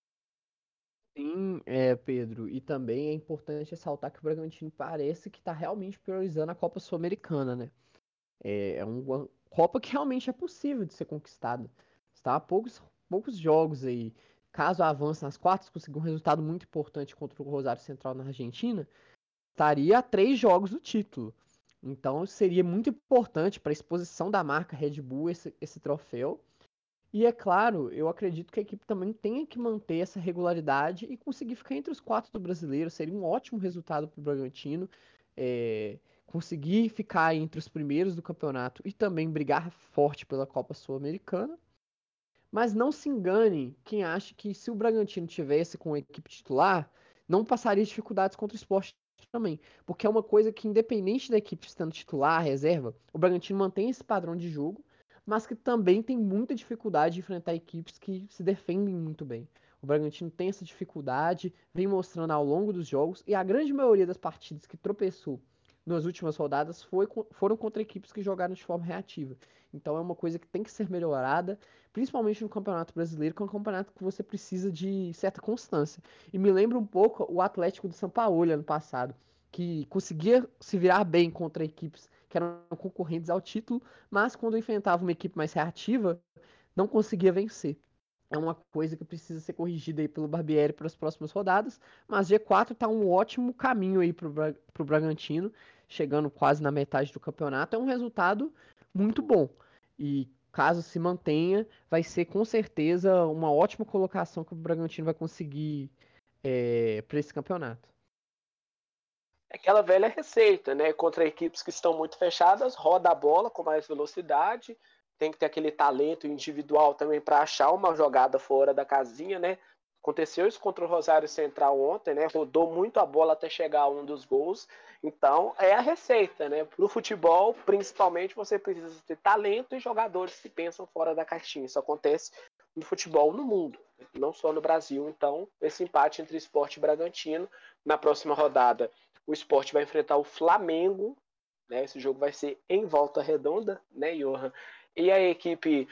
S4: Sim, Pedro, e também é importante ressaltar que o Bragantino parece que está realmente priorizando a Copa Sul-Americana, né? É uma Copa que realmente é possível de ser conquistada. Está a poucos jogos aí. Caso avance nas quartas, conseguir um resultado muito importante contra o Rosário Central na Argentina, estaria a 3 jogos do título. Então seria muito importante para a exposição da marca Red Bull esse troféu. E é claro, eu acredito que a equipe também tenha que manter essa regularidade e conseguir ficar entre os 4 do brasileiro. Seria um ótimo resultado para o Bragantino. Conseguir ficar entre os primeiros do campeonato e também brigar forte pela Copa Sul-Americana. Mas não se engane quem acha que se o Bragantino tivesse com a equipe titular, não passaria dificuldades contra o Sport também. Porque é uma coisa que, independente da equipe estando titular, reserva, o Bragantino mantém esse padrão de jogo, mas que também tem muita dificuldade de enfrentar equipes que se defendem muito bem. O Bragantino tem essa dificuldade, vem mostrando ao longo dos jogos, e a grande maioria das partidas que tropeçou nas últimas rodadas foram contra equipes que jogaram de forma reativa. Então é uma coisa que tem que ser melhorada, principalmente no Campeonato Brasileiro, que é um campeonato que você precisa de certa constância. E me lembra um pouco o Atlético de São Paulo ano passado, que conseguia se virar bem contra equipes que eram concorrentes ao título, mas quando enfrentava uma equipe mais reativa, não conseguia vencer. É uma coisa que precisa ser corrigida aí pelo Barbieri para as próximas rodadas, mas G4 está um ótimo caminho aí para o Bragantino, chegando quase na metade do campeonato. É um resultado muito bom. E caso se mantenha, vai ser com certeza uma ótima colocação que o Bragantino vai conseguir para esse campeonato.
S2: É aquela velha receita, né? Contra equipes que estão muito fechadas, roda a bola com mais velocidade, tem que ter aquele talento individual também para achar uma jogada fora da casinha, né? Aconteceu isso contra o Rosário Central ontem, né? Rodou muito a bola até chegar a um dos gols. Então, é a receita, né? Para o futebol, principalmente, você precisa ter talento e jogadores que pensam fora da caixinha. Isso acontece no futebol no mundo, não só no Brasil. Então, esse empate entre Sport e Bragantino, na próxima rodada, o Sport vai enfrentar o Flamengo, né? Esse jogo vai ser em Volta Redonda, né, Johan? E a equipe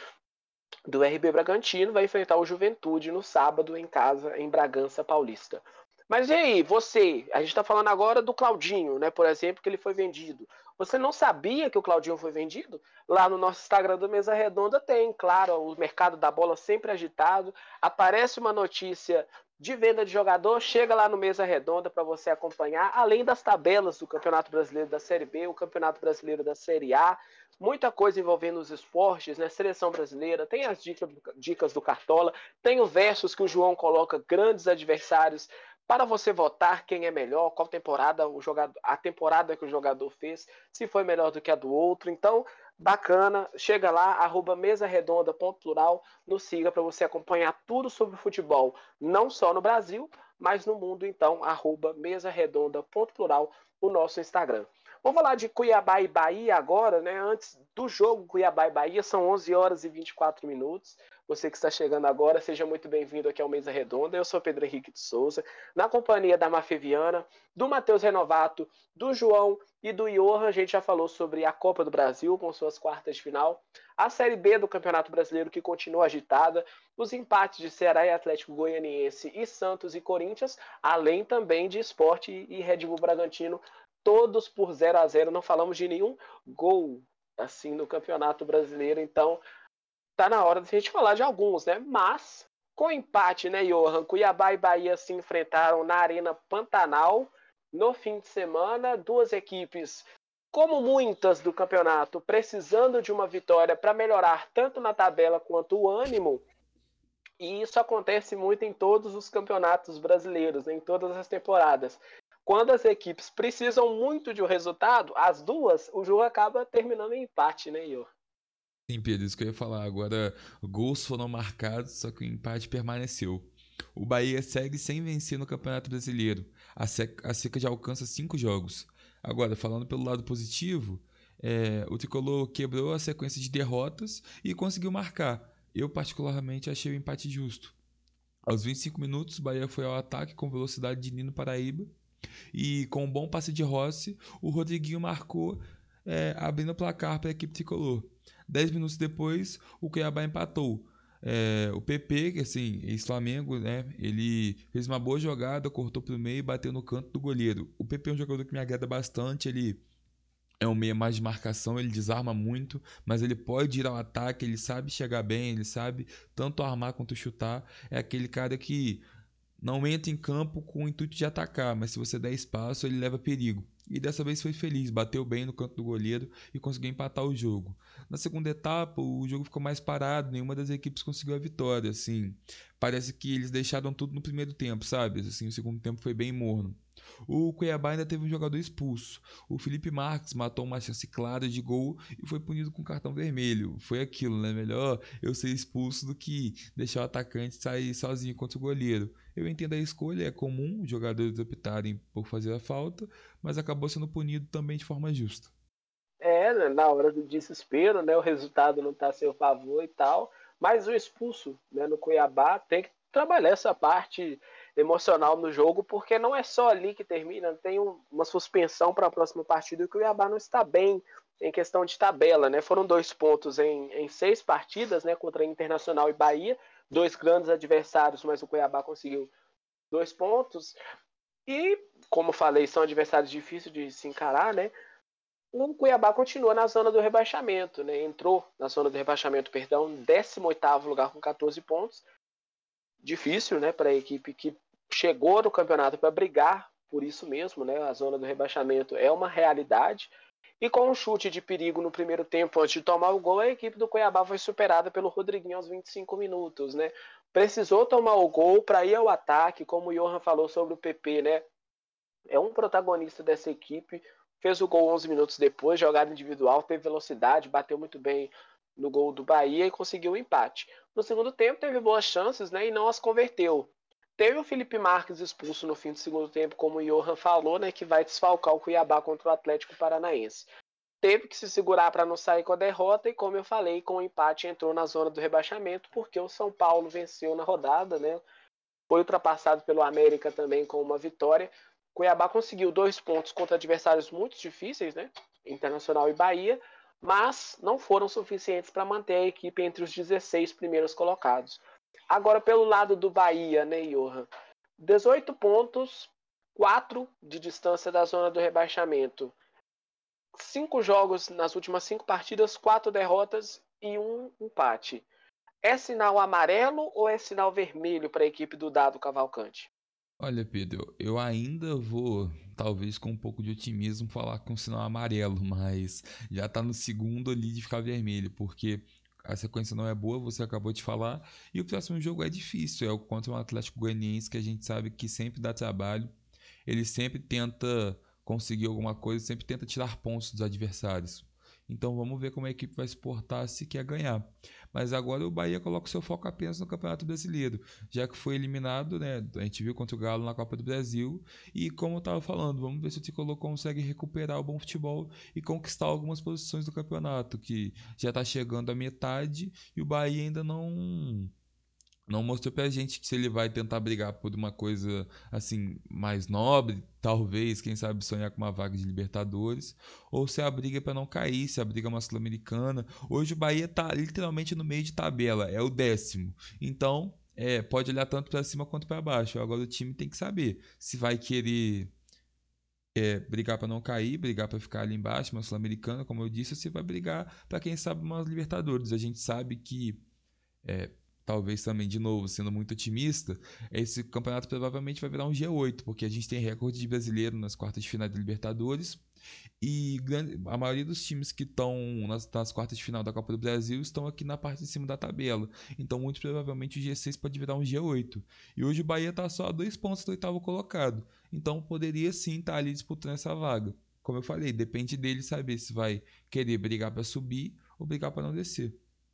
S2: do RB Bragantino vai enfrentar o Juventude no sábado em casa, em Bragança Paulista. Mas e aí, você? A gente está falando agora do Claudinho, né? Por exemplo, que ele foi vendido. Você não sabia que o Claudinho foi vendido? Lá no nosso Instagram do Mesa Redonda tem, claro, o mercado da bola sempre agitado. Aparece uma notícia de venda de jogador, chega lá no Mesa Redonda para você acompanhar, além das tabelas do Campeonato Brasileiro da Série B, o Campeonato Brasileiro da Série A, muita coisa envolvendo os esportes, né? Seleção brasileira, tem as dicas do Cartola, tem o versus que o João coloca grandes adversários para você votar quem é melhor, qual temporada a temporada que o jogador fez, se foi melhor do que a do outro. Então, bacana, chega lá, @mesaredonda.plural, nos siga para você acompanhar tudo sobre futebol, não só no Brasil, mas no mundo. Então, @mesaredonda.plural, o nosso Instagram. Vamos falar de Cuiabá e Bahia agora, né? Antes do jogo Cuiabá e Bahia, são 11 horas e 24 minutos. Você que está chegando agora, seja muito bem-vindo aqui ao Mesa Redonda. Eu sou Pedro Henrique de Souza, na companhia da Mafê Viana, do Matheus Renovato, do João e do Johan. A gente já falou sobre a Copa do Brasil com suas quartas de final, a Série B do Campeonato Brasileiro que continua agitada, os empates de Ceará e Atlético Goianiense e Santos e Corinthians, além também de Sport e Red Bull Bragantino, todos por 0-0. Não falamos de nenhum gol assim no Campeonato Brasileiro, então tá na hora de a gente falar de alguns, né? Mas, com empate, né, Johan? Cuiabá e Bahia se enfrentaram na Arena Pantanal no fim de semana. Duas equipes, como muitas do campeonato, precisando de uma vitória para melhorar tanto na tabela quanto o ânimo. E isso acontece muito em todos os campeonatos brasileiros, em todas as temporadas. Quando as equipes precisam muito de um resultado, as duas, o jogo acaba terminando em empate, né, Ior?
S1: Sim, Pedro, isso que eu ia falar. Agora, gols foram marcados, só que o empate permaneceu. O Bahia segue sem vencer no Campeonato Brasileiro. A seca já alcança 5 jogos. Agora, falando pelo lado positivo, o Tricolor quebrou a sequência de derrotas e conseguiu marcar. Eu, particularmente, achei o empate justo. Aos 25 minutos, o Bahia foi ao ataque com velocidade de Nino Paraíba. E com um bom passe de Rossi, o Rodriguinho marcou, abrindo o placar para a equipe tricolor. 10 minutos depois, o Cuiabá empatou. O PP, que assim, ex-Flamengo, né? Ele fez uma boa jogada, cortou para o meio e bateu no canto do goleiro. O PP é um jogador que me agrada bastante, ele é um meia mais de marcação, ele desarma muito, mas ele pode ir ao ataque, ele sabe chegar bem, ele sabe tanto armar quanto chutar. É aquele cara que não entra em campo com o intuito de atacar, mas se você der espaço, ele leva perigo. E dessa vez foi feliz, bateu bem no canto do goleiro e conseguiu empatar o jogo. Na segunda etapa, o jogo ficou mais parado, nenhuma das equipes conseguiu a vitória, assim. Parece que eles deixaram tudo no primeiro tempo, sabe? Assim, o segundo tempo foi bem morno. O Cuiabá ainda teve um jogador expulso. O Felipe Marques matou uma chance clara de gol e foi punido com cartão vermelho. Foi aquilo, né? Melhor eu ser expulso do que deixar o atacante sair sozinho contra o goleiro. Eu entendo a escolha, é comum os jogadores optarem por fazer a falta, mas acabou sendo punido também de forma justa.
S2: Na hora do desespero, né? O resultado não está a seu favor e tal. Mas o expulso, né, no Cuiabá tem que trabalhar essa parte emocional no jogo, porque não é só ali que termina, tem uma suspensão para a próxima partida e o Cuiabá não está bem em questão de tabela, né? Foram 2 pontos em 6 partidas, né, contra Internacional e Bahia, 2 grandes adversários, mas o Cuiabá conseguiu 2 pontos. E, como falei, são adversários difíceis de se encarar, né? O Cuiabá continua na zona do rebaixamento, né? Entrou na zona do rebaixamento, perdão, 18º lugar com 14 pontos. Difícil, né, para a equipe que chegou no campeonato para brigar por isso mesmo, né? A zona do rebaixamento é uma realidade. E com um chute de perigo no primeiro tempo, antes de tomar o gol, a equipe do Cuiabá foi superada pelo Rodriguinho aos 25 minutos, né? Precisou tomar o gol para ir ao ataque, como o Johan falou sobre o PP, né? É um protagonista dessa equipe. Fez o gol 11 minutos depois, jogada individual, teve velocidade, bateu muito bem no gol do Bahia e conseguiu o empate. No segundo tempo teve boas chances, né, e não as converteu. Teve o Felipe Marques expulso no fim do segundo tempo, como o Johan falou, né, que vai desfalcar o Cuiabá contra o Atlético Paranaense. Teve que se segurar para não sair com a derrota e, como eu falei, com o empate entrou na zona do rebaixamento, porque o São Paulo venceu na rodada, né? Foi ultrapassado pelo América também com uma vitória. Cuiabá conseguiu 2 pontos contra adversários muito difíceis, né? Internacional e Bahia, mas não foram suficientes para manter a equipe entre os 16 primeiros colocados. Agora, pelo lado do Bahia, né, Johan? 18 pontos, 4 de distância da zona do rebaixamento. 5 jogos nas últimas 5 partidas, 4 derrotas e 1 empate. É sinal amarelo ou é sinal vermelho para a equipe do Dado Cavalcante?
S1: Olha, Pedro, eu ainda vou, talvez com um pouco de otimismo, falar com o sinal amarelo, mas já tá no segundo ali de ficar vermelho, porque a sequência não é boa, você acabou de falar, e o próximo jogo é difícil, é o contra o Atlético Goianiense, que a gente sabe que sempre dá trabalho, ele sempre tenta conseguir alguma coisa, sempre tenta tirar pontos dos adversários. Então vamos ver como a equipe vai se portar se quer ganhar. Mas agora o Bahia coloca o seu foco apenas no Campeonato Brasileiro, já que foi eliminado, né? A gente viu contra o Galo na Copa do Brasil. E como eu estava falando, vamos ver se o Tricolor consegue recuperar o bom futebol e conquistar algumas posições do campeonato, que já está chegando à metade e o Bahia ainda não mostrou pra gente que se ele vai tentar brigar por uma coisa assim mais nobre, talvez, quem sabe sonhar com uma vaga de Libertadores, ou se a briga é pra não cair, se a briga é uma Sul-Americana. Hoje o Bahia tá literalmente no meio de tabela, é o 10º. Então, pode olhar tanto pra cima quanto pra baixo. Agora o time tem que saber se vai querer brigar pra não cair, brigar pra ficar ali embaixo, uma Sul-Americana, como eu disse, ou se vai brigar pra quem sabe uma Libertadores. A gente sabe que talvez também, de novo, sendo muito otimista, esse campeonato provavelmente vai virar um G8, porque a gente tem recorde de brasileiro nas quartas de final da Libertadores, e a maioria dos times que estão nas quartas de final da Copa do Brasil estão aqui na parte de cima da tabela. Então, muito provavelmente, o G6 pode virar um G8. E hoje o Bahia está só a 2 pontos do oitavo colocado. Então, poderia sim estar ali disputando essa vaga. Como eu falei, depende dele saber se vai querer brigar para subir ou brigar para não descer.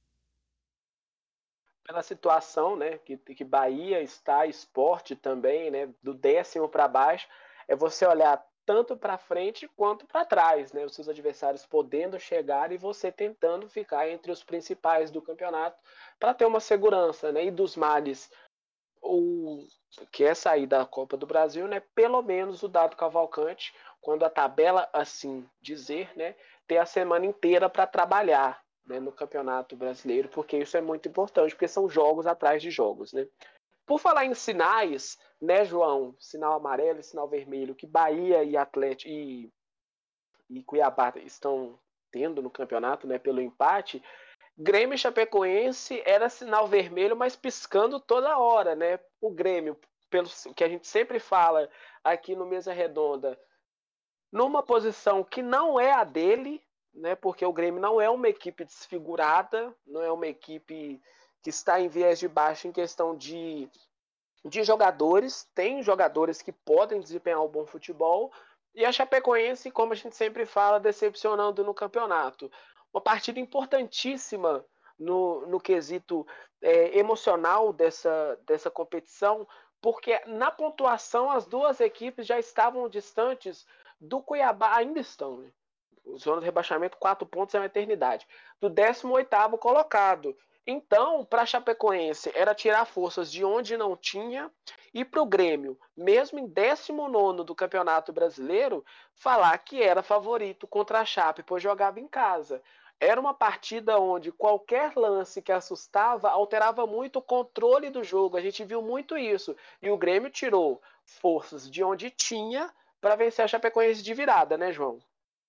S2: Pela situação, né, que Bahia está, Sport também, né, do 10º para baixo, é você olhar tanto para frente quanto para trás, né, os seus adversários podendo chegar e você tentando ficar entre os principais do campeonato para ter uma segurança, né, e dos males, o que é sair da Copa do Brasil, né, pelo menos o Dado Cavalcante, quando a tabela assim dizer, né, ter a semana inteira para trabalhar, né, no Campeonato Brasileiro, porque isso é muito importante, porque são jogos atrás de jogos, né? Por falar em sinais, né, João, sinal amarelo e sinal vermelho, que Bahia e Atlético e Cuiabá estão tendo no campeonato, né, pelo empate, Grêmio e Chapecoense era sinal vermelho, mas piscando toda hora, né? O Grêmio, pelo que a gente sempre fala aqui no Mesa Redonda, numa posição que não é a dele, né? Porque o Grêmio não é uma equipe desfigurada, não é uma equipe que está em viés de baixo em questão de jogadores. Tem jogadores que podem desempenhar um bom futebol. E a Chapecoense, como a gente sempre fala, decepcionando no campeonato. Uma partida importantíssima no quesito emocional dessa competição, porque na pontuação as duas equipes já estavam distantes do Cuiabá, ainda estão, né? Zona de rebaixamento, 4 pontos é uma eternidade. Do 18º colocado. Então, para a Chapecoense, era tirar forças de onde não tinha, e para o Grêmio, mesmo em 19º do Campeonato Brasileiro, falar que era favorito contra a Chape, pois jogava em casa. Era uma partida onde qualquer lance que assustava alterava muito o controle do jogo. A gente viu muito isso. E o Grêmio tirou forças de onde tinha para vencer a Chapecoense de virada, né, João?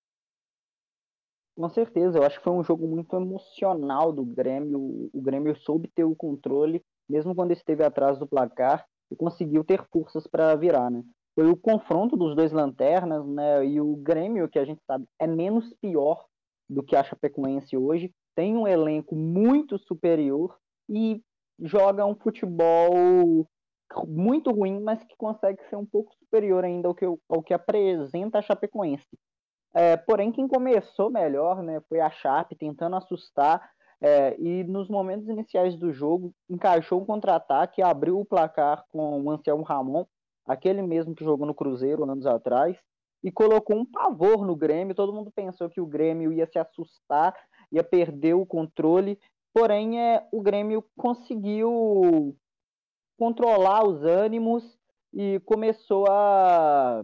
S5: Com certeza, eu acho que foi um jogo muito emocional do Grêmio. O Grêmio soube ter o controle, mesmo quando esteve atrás do placar, e conseguiu ter forças para virar, né? Foi o confronto dos dois lanternas, né? E o Grêmio, que a gente sabe, é menos pior do que a Chapecoense hoje, tem um elenco muito superior e joga um futebol muito ruim, mas que consegue ser um pouco superior ainda ao que apresenta a Chapecoense. Porém, quem começou melhor, né, foi a Chape, tentando assustar, e nos momentos iniciais do jogo encaixou um contra-ataque, abriu o placar com o Anselmo Ramon, aquele mesmo que jogou no Cruzeiro anos atrás, e colocou um pavor no Grêmio. Todo mundo pensou que o Grêmio ia se assustar, ia perder o controle, porém o Grêmio conseguiu controlar os ânimos e começou a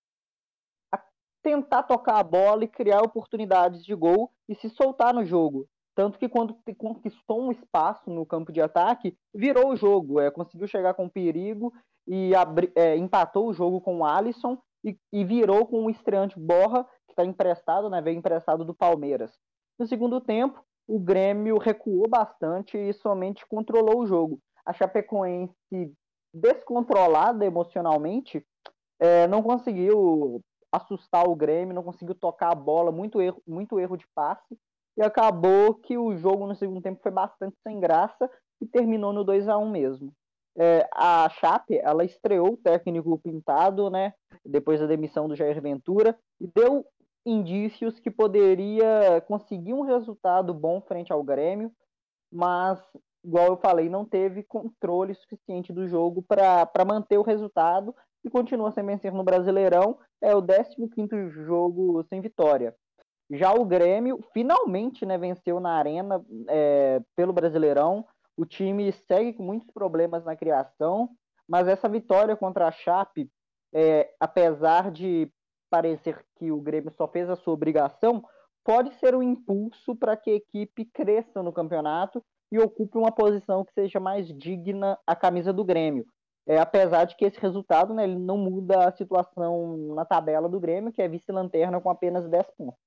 S5: tentar tocar a bola e criar oportunidades de gol e se soltar no jogo. Tanto que quando conquistou um espaço no campo de ataque, virou o jogo, conseguiu chegar com perigo e empatou o jogo com o Alisson e virou com o estreante Borra, que está emprestado, né, veio emprestado do Palmeiras. No segundo tempo, o Grêmio recuou bastante e somente controlou o jogo. A Chapecoense, descontrolada emocionalmente, não conseguiu assustar o Grêmio, não conseguiu tocar a bola, muito erro de passe, e acabou que o jogo no segundo tempo foi bastante sem graça e terminou no 2-1 mesmo. A Chape, ela estreou o técnico Pintado, né, depois da demissão do Jair Ventura, e deu indícios que poderia conseguir um resultado bom frente ao Grêmio, mas, igual eu falei, não teve controle suficiente do jogo para manter o resultado e continua sem vencer no Brasileirão. É o 15º jogo sem vitória. Já o Grêmio finalmente, né, venceu na Arena pelo Brasileirão. O time segue com muitos problemas na criação, mas essa vitória contra a Chape, apesar de parecer que o Grêmio só fez a sua obrigação, pode ser um impulso para que a equipe cresça no campeonato e ocupe uma posição que seja mais digna à camisa do Grêmio. Apesar de que esse resultado, né, ele não muda a situação na tabela do Grêmio, que é vice-lanterna com apenas 10 pontos.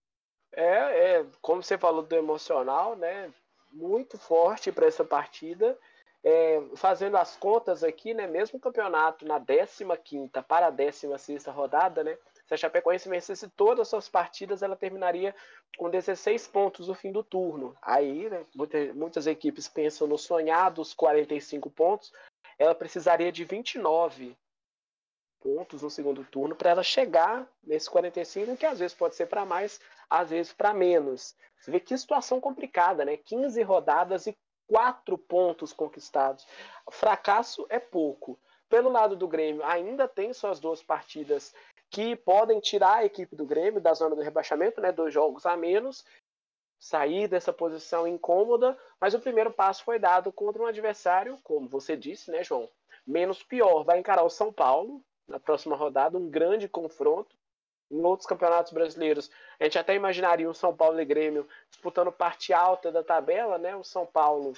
S2: Como você falou do emocional, né? Muito forte para essa partida. fazendo as contas aqui, né, mesmo o campeonato na 15ª para a 16ª rodada, né, se a Chapecoense vencesse todas as suas partidas, ela terminaria com 16 pontos no fim do turno. Aí, né, muitas equipes pensam nos sonhados 45 pontos, ela precisaria de 29 pontos no segundo turno para ela chegar nesse 45, que às vezes pode ser para mais, às vezes para menos. Você vê que situação complicada, né? 15 rodadas e 4 pontos conquistados. Fracasso é pouco. Pelo lado do Grêmio, ainda tem suas 2 partidas que podem tirar a equipe do Grêmio da zona do rebaixamento, né? 2 jogos a menos, sair dessa posição incômoda, mas o primeiro passo foi dado contra um adversário, como você disse, né, João? Menos pior, vai encarar o São Paulo na próxima rodada, um grande confronto. Em outros campeonatos brasileiros, a gente até imaginaria o São Paulo e Grêmio disputando parte alta da tabela, né? O São Paulo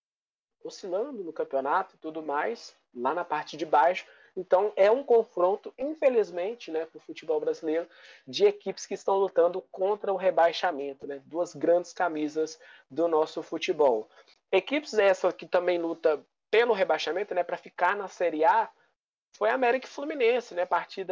S2: oscilando no campeonato e tudo mais, lá na parte de baixo. Então é um confronto, infelizmente, né, para o futebol brasileiro, de equipes que estão lutando contra o rebaixamento, né? 2 grandes camisas do nosso futebol. Equipes essas que também lutam pelo rebaixamento, né, para ficar na Série A, foi América e Fluminense, né? Partida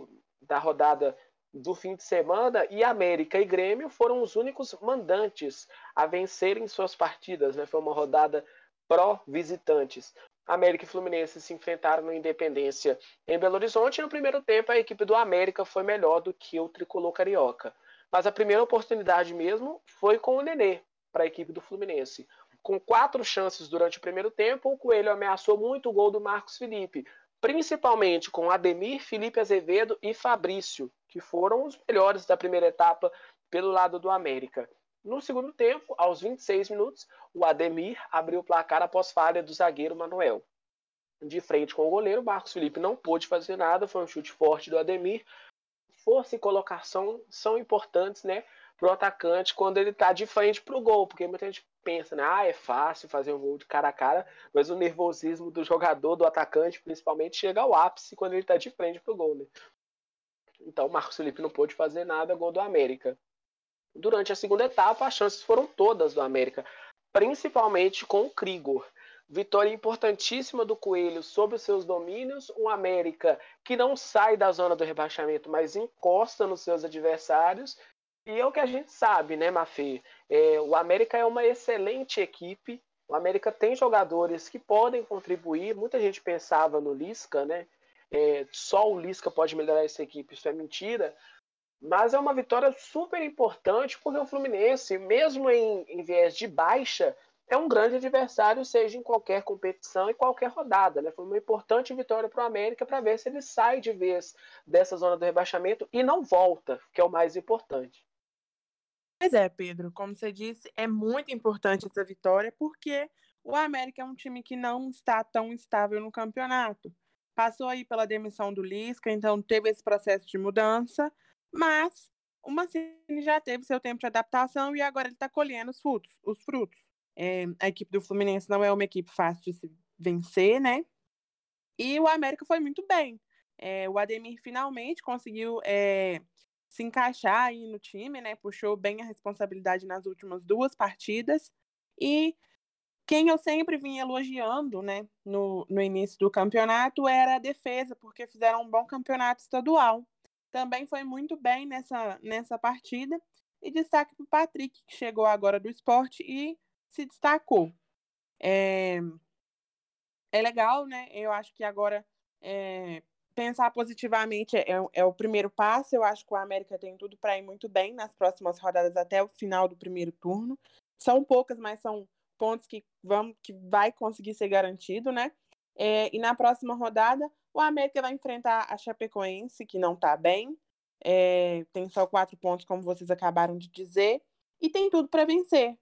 S2: da rodada do fim de semana, e América e Grêmio foram os únicos mandantes a vencerem suas partidas, né? Foi uma rodada pró-visitantes. América e Fluminense se enfrentaram no Independência em Belo Horizonte, e no primeiro tempo a equipe do América foi melhor do que o tricolor carioca. Mas a primeira oportunidade mesmo foi com o Nenê, para a equipe do Fluminense. Com 4 chances durante o primeiro tempo, o Coelho ameaçou muito o gol do Marcos Felipe, principalmente com Ademir, Felipe Azevedo e Fabrício, que foram os melhores da primeira etapa pelo lado do América. No segundo tempo, aos 26 minutos, o Ademir abriu o placar após falha do zagueiro Manuel. De frente com o goleiro, Marcos Felipe não pôde fazer nada, foi um chute forte do Ademir. Força e colocação são importantes, né, para o atacante quando ele está de frente para o gol, porque muita gente pensa, né, é fácil fazer um gol de cara a cara, mas o nervosismo do jogador, do atacante, principalmente, chega ao ápice quando ele está de frente para o gol, né? Então, o Marcos Felipe não pôde fazer nada, gol do América. Durante a segunda etapa, as chances foram todas do América, principalmente com o Krigor. Vitória importantíssima do Coelho sobre os seus domínios, um América que não sai da zona do rebaixamento, mas encosta nos seus adversários. E é o que a gente sabe, né, Mafê? O América é uma excelente equipe, o América tem jogadores que podem contribuir, muita gente pensava no Lisca, né? Só o Lisca pode melhorar essa equipe, isso é mentira. Mas é uma vitória super importante, porque o Fluminense, mesmo em viés de baixa, é um grande adversário, seja em qualquer competição e qualquer rodada, né? Foi uma importante vitória para o América para ver se ele sai de vez dessa zona do rebaixamento e não volta, que é o mais importante.
S3: Pois é, Pedro, como você disse, é muito importante essa vitória, porque o América é um time que não está tão estável no campeonato. Passou aí pela demissão do Lisca, então teve esse processo de mudança, mas o Mancini já teve seu tempo de adaptação e agora ele está colhendo os frutos. A equipe do Fluminense não é uma equipe fácil de se vencer, né? E o América foi muito bem. O Ademir finalmente conseguiu se encaixar aí no time, né? Puxou bem a responsabilidade nas últimas 2 partidas. E quem eu sempre vim elogiando, né, no início do campeonato era a defesa, porque fizeram um bom campeonato estadual. Também foi muito bem nessa partida. E destaque para o Patrick, que chegou agora do Sport e se destacou. É legal, né? Eu acho que agora pensar positivamente é o primeiro passo. Eu acho que o América tem tudo para ir muito bem nas próximas rodadas até o final do primeiro turno. São poucas, mas são pontos que vai conseguir ser garantido, né? E na próxima rodada, o América vai enfrentar a Chapecoense, que não está bem. Tem só 4 pontos, como vocês acabaram de dizer, e tem tudo para vencer.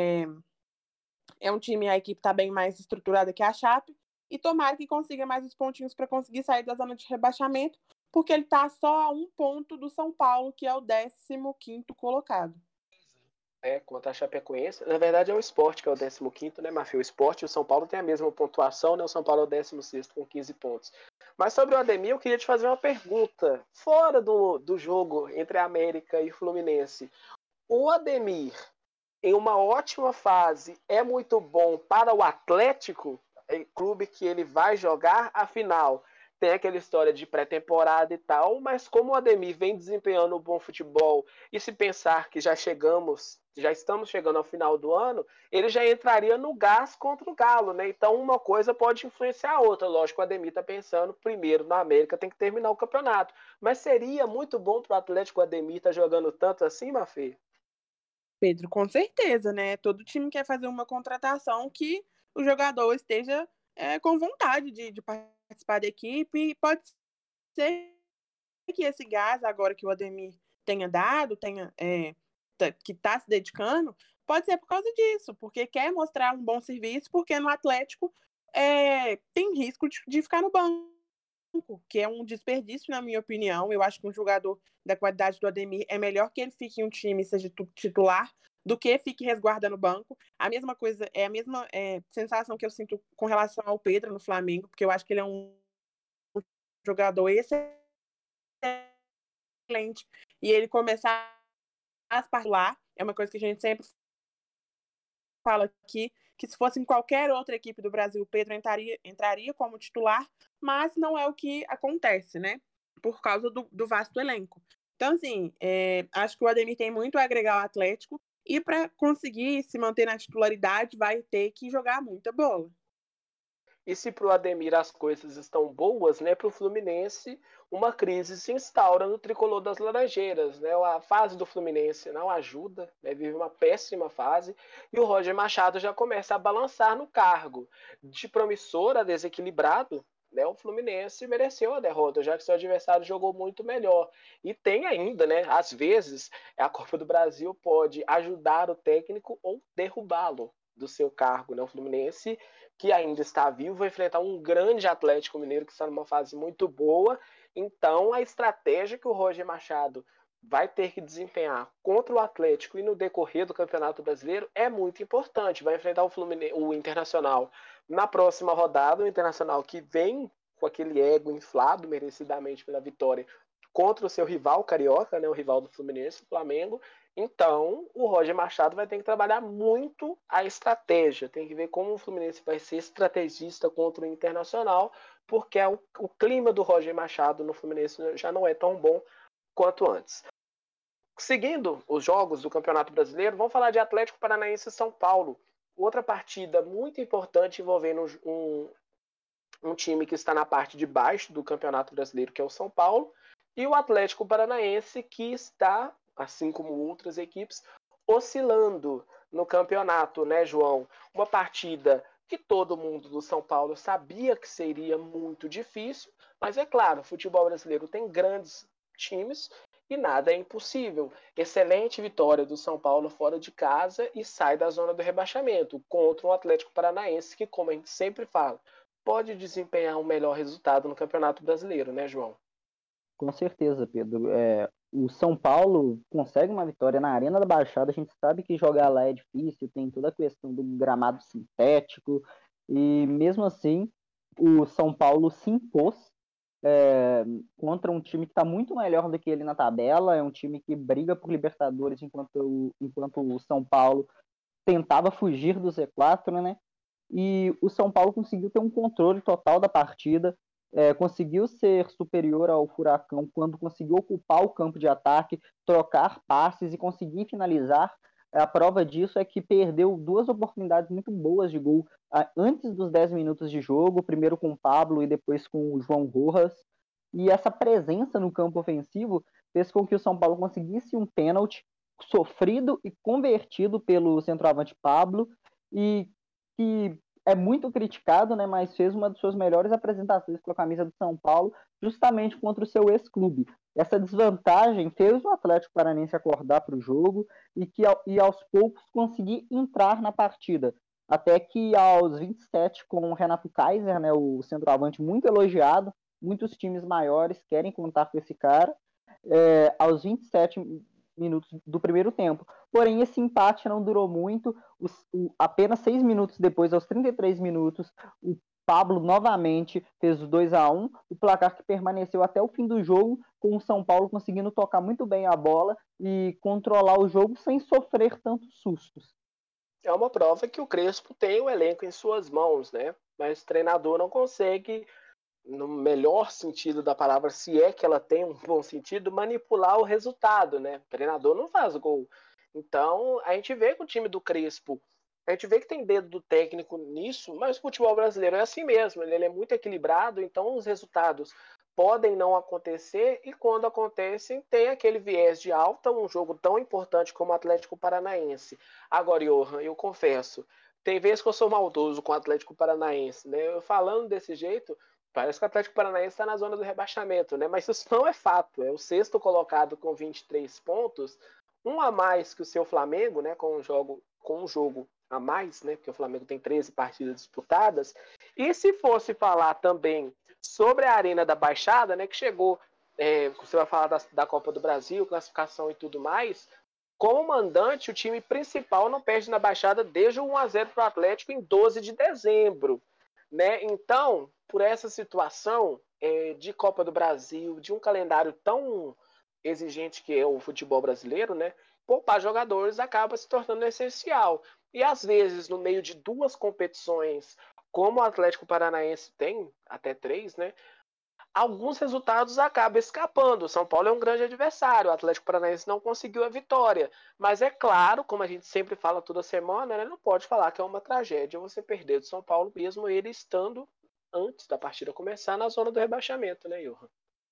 S3: Um time, a equipe está bem mais estruturada que a Chape, e tomara que consiga mais os pontinhos para conseguir sair da zona de rebaixamento, porque ele está só a 1 ponto do São Paulo, que é o 15º colocado.
S2: Contra a Chapecoense, na verdade é o Sport que é o 15º, né, Mafia? O Sport e o São Paulo têm a mesma pontuação, né? O São Paulo é o 16º com 15 pontos. Mas sobre o Ademir, eu queria te fazer uma pergunta. Fora do jogo entre a América e o Fluminense, o Ademir, em uma ótima fase, é muito bom para o Atlético? clube que ele vai jogar a final. Tem aquela história de pré-temporada e tal, mas como o Ademir vem desempenhando um bom futebol, e se pensar que já estamos chegando ao final do ano, ele já entraria no gás contra o Galo, né? Então uma coisa pode influenciar a outra. Lógico, o Ademir está pensando primeiro na América, tem que terminar o campeonato. Mas seria muito bom para o Atlético o Ademir estar jogando tanto assim, Mafê?
S3: Pedro, com certeza, né? Todo time quer fazer uma contratação que o jogador esteja com vontade de participar da equipe. E pode ser que esse gás, agora que o Ademir tenha dado, que está se dedicando, pode ser por causa disso, porque quer mostrar um bom serviço, porque no Atlético tem risco de ficar no banco, que é um desperdício, na minha opinião. Eu acho que um jogador da qualidade do Ademir é melhor que ele fique em um time e seja titular do que fique resguardando o banco. A mesma coisa, a mesma sensação que eu sinto com relação ao Pedro no Flamengo, porque eu acho que ele é um jogador excelente, e ele começar a particular é uma coisa que a gente sempre fala aqui, que se fosse em qualquer outra equipe do Brasil, o Pedro entraria como titular, mas não é o que acontece, né? Por causa do vasto elenco. Então, assim, acho que o Ademir tem muito a agregar ao Atlético, e para conseguir se manter na titularidade, vai ter que jogar muita bola.
S2: E se para o Ademir as coisas estão boas, né, para o Fluminense uma crise se instaura no tricolor das Laranjeiras. Né? A fase do Fluminense não ajuda, né, vive uma péssima fase, e o Roger Machado já começa a balançar no cargo. De promissor a desequilibrado, né, o Fluminense mereceu a derrota, já que seu adversário jogou muito melhor. E tem ainda, né, às vezes, a Copa do Brasil pode ajudar o técnico ou derrubá-lo do seu cargo. Né? O Fluminense, que ainda está vivo, vai enfrentar um grande Atlético Mineiro que está numa fase muito boa. Então, a estratégia que o Roger Machado vai ter que desempenhar contra o Atlético e no decorrer do Campeonato Brasileiro é muito importante. Vai enfrentar o Internacional na próxima rodada, o Internacional que vem com aquele ego inflado merecidamente pela vitória contra o seu rival carioca, né, o rival do Fluminense, o Flamengo. Então, o Roger Machado vai ter que trabalhar muito a estratégia. Tem que ver como o Fluminense vai ser estrategista contra o Internacional, porque o clima do Roger Machado no Fluminense já não é tão bom quanto antes. Seguindo os jogos do Campeonato Brasileiro, vamos falar de Atlético Paranaense e São Paulo. Outra partida muito importante envolvendo um time que está na parte de baixo do Campeonato Brasileiro, que é o São Paulo, e o Atlético Paranaense, que está, assim como outras equipes, oscilando no campeonato, né, João? Uma partida que todo mundo do São Paulo sabia que seria muito difícil, mas é claro, o futebol brasileiro tem grandes times e nada é impossível. Excelente vitória do São Paulo fora de casa e sai da zona do rebaixamento contra um Atlético Paranaense que, como a gente sempre fala, pode desempenhar um melhor resultado no Campeonato Brasileiro, né, João?
S5: Com certeza, Pedro. O São Paulo consegue uma vitória na Arena da Baixada. A gente sabe que jogar lá é difícil, tem toda a questão do gramado sintético, e mesmo assim o São Paulo se impôs contra um time que está muito melhor do que ele na tabela. É um time que briga por Libertadores, enquanto o São Paulo tentava fugir do Z4, né? E o São Paulo conseguiu ter um controle total da partida, conseguiu ser superior ao Furacão quando conseguiu ocupar o campo de ataque, trocar passes e conseguir finalizar. A prova disso é que perdeu duas oportunidades muito boas de gol antes dos 10 minutos de jogo, primeiro com o Pablo e depois com o João Rojas. E essa presença no campo ofensivo fez com que o São Paulo conseguisse um pênalti sofrido e convertido pelo centroavante Pablo, e que é muito criticado, né, mas fez uma das suas melhores apresentações com a camisa do São Paulo, justamente contra o seu ex-clube. Essa desvantagem fez o Atlético Paranaense acordar para o jogo e aos poucos conseguir entrar na partida. Até que aos 27, com o Renato Kaiser, né, o centroavante muito elogiado, muitos times maiores querem contar com esse cara, aos 27 minutos do primeiro tempo. Porém, esse empate não durou muito. Apenas 6 minutos depois, aos 33 minutos, o Pablo novamente fez o 2-1, o placar que permaneceu até o fim do jogo, com o São Paulo conseguindo tocar muito bem a bola e controlar o jogo sem sofrer tantos sustos.
S2: É uma prova que o Crespo tem o elenco em suas mãos, né? mas o treinador não consegue, no melhor sentido da palavra, se é que ela tem um bom sentido, manipular o resultado, né? O treinador não faz gol. Então, a gente vê que o time do Crespo, a gente vê que tem dedo do técnico nisso, mas o futebol brasileiro é assim mesmo, ele é muito equilibrado, então os resultados podem não acontecer e quando acontecem tem aquele viés de alta, um jogo tão importante como o Atlético Paranaense. Agora, Johan, eu confesso, tem vezes que eu sou maldoso com o Atlético Paranaense, né? Eu falando desse jeito, parece que o Atlético Paranaense está na zona do rebaixamento, né? Mas isso não é fato. É o sexto colocado com 23 pontos, um a mais que o seu Flamengo, né? Com um jogo a mais, né? Porque o Flamengo tem 13 partidas disputadas. E se fosse falar também sobre a Arena da Baixada, né? Que chegou, você vai falar da Copa do Brasil, classificação e tudo mais. Como mandante, o time principal não perde na Baixada desde o 1-0 para o Atlético em 12 de dezembro. Né? Então, por essa situação de Copa do Brasil, de um calendário tão exigente que é o futebol brasileiro, né? Poupar jogadores acaba se tornando essencial. E às vezes, no meio de duas competições, como o Atlético Paranaense tem, até três, né? Alguns resultados acabam escapando. O São Paulo é um grande adversário. O Atlético Paranaense não conseguiu a vitória. Mas é claro, como a gente sempre fala toda semana, né, não pode falar que é uma tragédia você perder do São Paulo, mesmo ele estando, antes da partida começar, na zona do rebaixamento, né, Johan?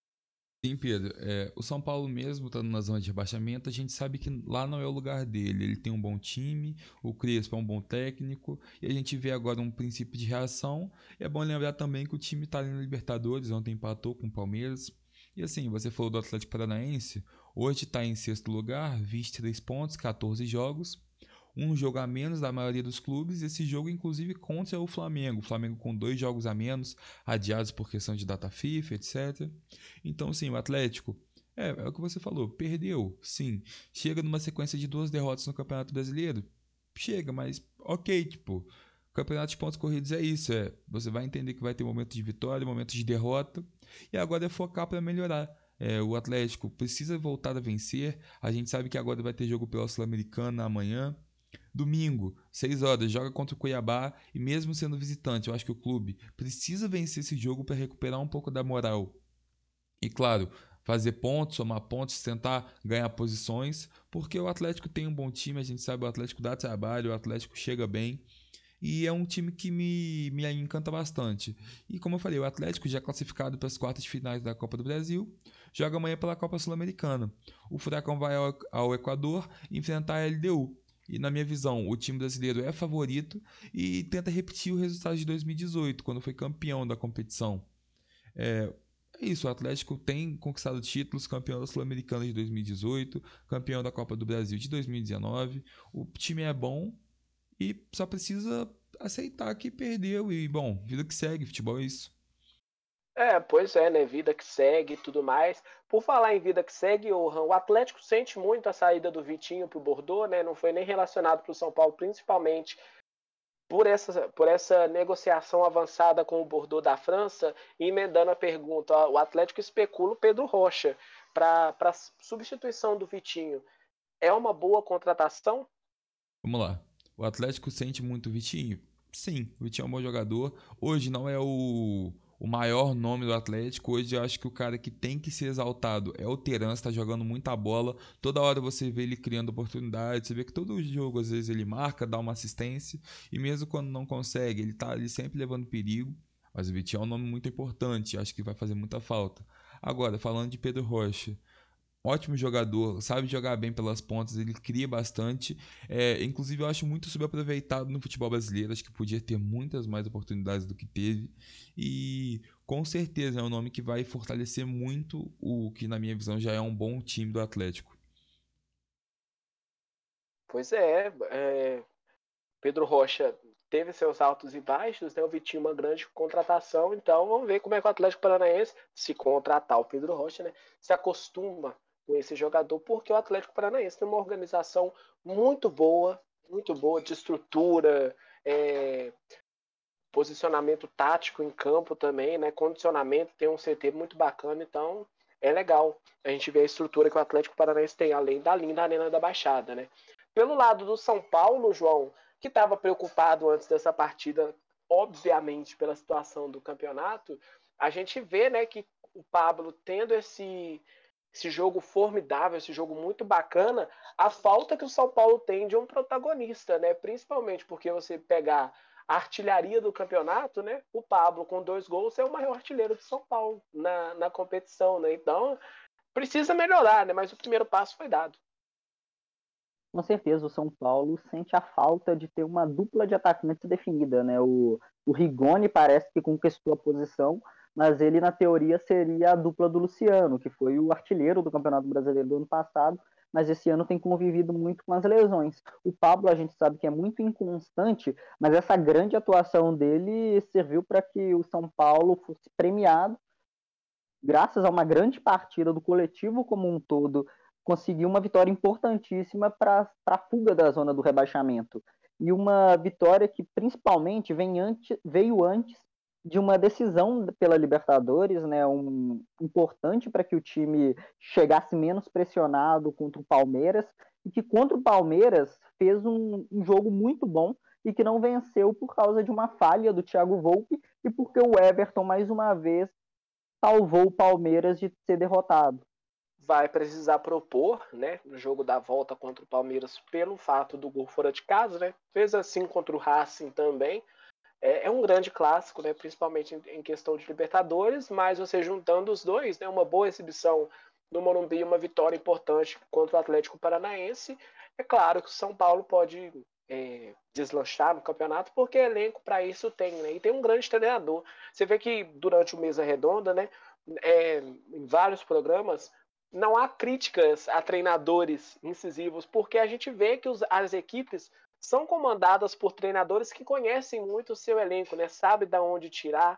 S1: Sim, Pedro. O São Paulo mesmo estando na zona de rebaixamento, a gente sabe que lá não é o lugar dele. Ele tem um bom time, o Crespo é um bom técnico, e a gente vê agora um princípio de reação. E é bom lembrar também que o time está ali na Libertadores, ontem empatou com o Palmeiras. E assim, você falou do Atlético Paranaense, hoje está em sexto lugar, 23 pontos, 14 jogos. Um jogo a menos da maioria dos clubes, esse jogo inclusive contra o Flamengo com 2 jogos a menos, adiados por questão de data FIFA, etc. Então, sim, o Atlético, é o que você falou, perdeu, sim. Chega numa sequência de 2 derrotas no Campeonato Brasileiro, chega, mas ok, tipo, campeonato de pontos corridos é isso, você vai entender que vai ter momentos de vitória, momentos de derrota, e agora é focar para melhorar. O Atlético precisa voltar a vencer, a gente sabe que agora vai ter jogo pela Sul-Americana amanhã, domingo, 6 horas, joga contra o Cuiabá e mesmo sendo visitante, eu acho que o clube precisa vencer esse jogo para recuperar um pouco da moral. E claro, fazer pontos, somar pontos, tentar ganhar posições, porque o Atlético tem um bom time, a gente sabe, o Atlético dá trabalho, o Atlético chega bem. E é um time que me encanta bastante. E como eu falei, o Atlético já é classificado para as quartas de finais da Copa do Brasil, joga amanhã pela Copa Sul-Americana. O Furacão vai ao Equador enfrentar a LDU. E na minha visão, o time brasileiro é favorito e tenta repetir o resultado de 2018, quando foi campeão da competição. É, é isso, o Atlético tem conquistado títulos, campeão da Sul-Americana de 2018, campeão da Copa do Brasil de 2019. O time é bom e só precisa aceitar que perdeu e, bom, vida que segue, futebol é isso.
S2: Pois é, né? Vida que segue e tudo mais. Por falar em vida que segue, Johan, o Atlético sente muito a saída do Vitinho para o Bordeaux, né? Não foi nem relacionado para o São Paulo, principalmente por essa negociação avançada com o Bordeaux da França, e emendando a pergunta, o Atlético especula o Pedro Rocha para substituição do Vitinho. É uma boa contratação?
S1: Vamos lá. O Atlético sente muito o Vitinho? Sim, o Vitinho é um bom jogador. Hoje não é o maior nome do Atlético. Hoje eu acho que o cara que tem que ser exaltado é o Terans, está jogando muita bola. Toda hora você vê ele criando oportunidades. Você vê que todo jogo, às vezes, ele marca, dá uma assistência. E mesmo quando não consegue, ele tá ali sempre levando perigo. Mas o Vitinho é um nome muito importante. Acho que vai fazer muita falta. Agora, falando de Pedro Rocha. Ótimo jogador, sabe jogar bem pelas pontas, ele cria bastante. Inclusive, eu acho muito subaproveitado no futebol brasileiro. Acho que podia ter muitas mais oportunidades do que teve. E com certeza é um nome que vai fortalecer muito o que, na minha visão, já é um bom time do Atlético.
S2: Pois Pedro Rocha teve seus altos e baixos, né? O Vitinho uma grande contratação, então vamos ver como é que o Atlético Paranaense, se contratar o Pedro Rocha, né, se acostuma com esse jogador, porque o Atlético Paranaense tem uma organização muito boa de estrutura, posicionamento tático em campo também, né? Condicionamento, tem um CT muito bacana, então é legal a gente ver a estrutura que o Atlético Paranaense tem, além da linda Arena da Baixada, né? Pelo lado do São Paulo, João, que estava preocupado antes dessa partida obviamente, pela situação do campeonato, a gente vê, né, que o Pablo tendo esse jogo formidável, esse jogo muito bacana, a falta que o São Paulo tem de um protagonista, né? Principalmente porque você pegar a artilharia do campeonato, né? O Pablo, com 2 gols, é o maior artilheiro de São Paulo na competição, né? Então, precisa melhorar, né? Mas o primeiro passo foi dado.
S5: Com certeza, o São Paulo sente a falta de ter uma dupla de atacantes definida, né? O Rigoni parece que conquistou a posição, mas ele, na teoria, seria a dupla do Luciano, que foi o artilheiro do Campeonato Brasileiro do ano passado, mas esse ano tem convivido muito com as lesões. O Pablo, a gente sabe que é muito inconstante, mas essa grande atuação dele serviu para que o São Paulo fosse premiado, graças a uma grande partida do coletivo como um todo, conseguiu uma vitória importantíssima para a fuga da zona do rebaixamento. E uma vitória que principalmente veio antes de uma decisão pela Libertadores, né, importante para que o time chegasse menos pressionado contra o Palmeiras, e que contra o Palmeiras fez um jogo muito bom e que não venceu por causa de uma falha do Thiago Volpe e porque o Everton, mais uma vez, salvou o Palmeiras de ser derrotado.
S2: Vai precisar propor, né, no jogo da volta contra o Palmeiras, pelo fato do gol fora de casa, né? Fez assim contra o Racing também. É um grande clássico, né, principalmente em questão de Libertadores, mas você juntando os dois, né, uma boa exibição no Morumbi, uma vitória importante contra o Atlético Paranaense, é claro que o São Paulo pode deslanchar no campeonato, porque elenco para isso tem, né, e tem um grande treinador. Você vê que durante o Mesa Redonda, né, em vários programas, não há críticas a treinadores incisivos, porque a gente vê que as equipes são comandadas por treinadores que conhecem muito o seu elenco, né? Sabe de onde tirar,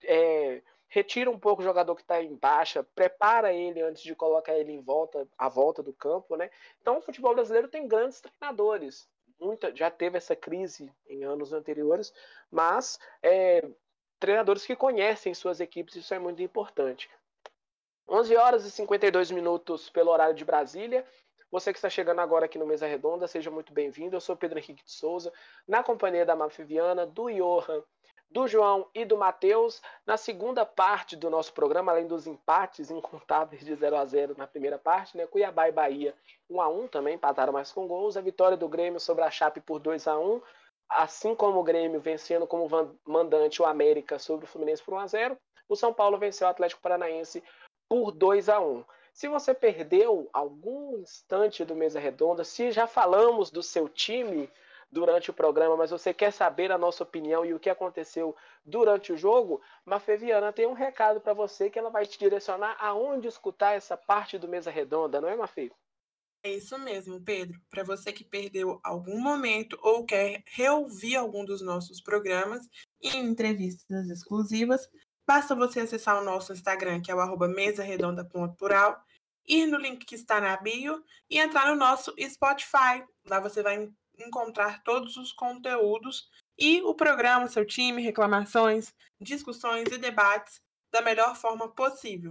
S2: retira um pouco o jogador que está em baixa, prepara ele antes de colocar ele à volta do campo, né? Então o futebol brasileiro tem grandes treinadores. Já teve essa crise em anos anteriores, mas treinadores que conhecem suas equipes, isso é muito importante. 11 horas e 52 minutos pelo horário de Brasília. Você que está chegando agora aqui no Mesa Redonda, seja muito bem-vindo. Eu sou Pedro Henrique de Souza, na companhia da Mafia Viana, do Johan, do João e do Matheus. Na segunda parte do nosso programa, além dos empates incontáveis de 0-0 na primeira parte, né? Cuiabá e Bahia 1-1 também, empataram mais com gols. A vitória do Grêmio sobre a Chape por 2-1. Assim como o Grêmio vencendo como mandante o América sobre o Fluminense por 1-0, o São Paulo venceu o Atlético Paranaense por 2-1. Se você perdeu algum instante do Mesa Redonda, se já falamos do seu time durante o programa, mas você quer saber a nossa opinião e o que aconteceu durante o jogo, Mafê Viana tem um recado para você que ela vai te direcionar aonde escutar essa parte do Mesa Redonda, não é, Mafê?
S3: É isso mesmo, Pedro. Para você que perdeu algum momento ou quer reouvir algum dos nossos programas e entrevistas exclusivas, basta você acessar o nosso Instagram, que é o @mesaredonda.plural, ir no link que está na bio e entrar no nosso Spotify. Lá você vai encontrar todos os conteúdos e o programa, seu time, reclamações, discussões e debates da melhor forma possível.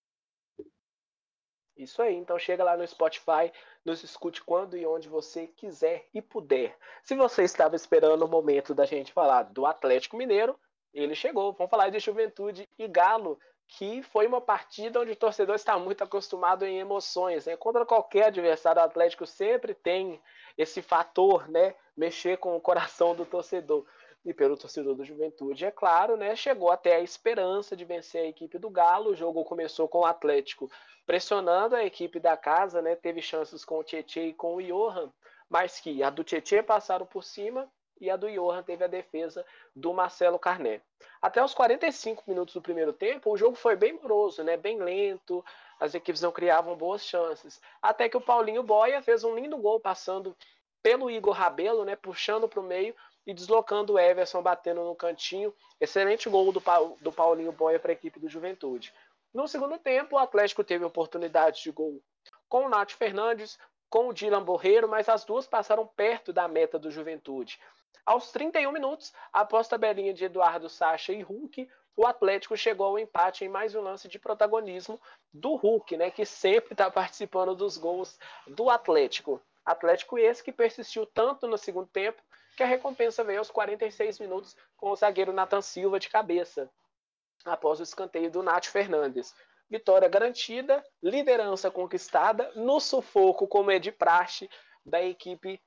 S2: Isso aí, então chega lá no Spotify, nos escute quando e onde você quiser e puder. Se você estava esperando o momento da gente falar do Atlético Mineiro, ele chegou. Vamos falar de Juventude e Galo, que foi uma partida onde o torcedor está muito acostumado em emoções, né? Contra qualquer adversário, o Atlético sempre tem esse fator, né? Mexer com o coração do torcedor. E pelo torcedor do Juventude, é claro, né? Chegou até a esperança de vencer a equipe do Galo. O jogo começou com o Atlético pressionando a equipe da casa, né? Teve chances com o Tietê e com o Johan, mas que a do Tietê passaram por cima e a do Johan teve a defesa do Marcelo Carné. Até os 45 minutos do primeiro tempo, o jogo foi bem moroso, né? Bem lento, as equipes não criavam boas chances. Até que o Paulinho Boia fez um lindo gol passando pelo Igor Rabelo, né? Puxando para o meio e deslocando o Everson, batendo no cantinho. Excelente gol do Paulinho Boia para a equipe do Juventude. No segundo tempo, o Atlético teve oportunidade de gol com o Nath Fernandes, com o Dylan Borreiro, mas as duas passaram perto da meta do Juventude. Aos 31 minutos, após tabelinha de Eduardo Sacha e Hulk, o Atlético chegou ao empate em mais um lance de protagonismo do Hulk, né, que sempre está participando dos gols do Atlético. Atlético esse que persistiu tanto no segundo tempo que a recompensa veio aos 46 minutos com o zagueiro Nathan Silva de cabeça, após o escanteio do Nath Fernandes. Vitória garantida, liderança conquistada, no sufoco, como é de praxe, da equipe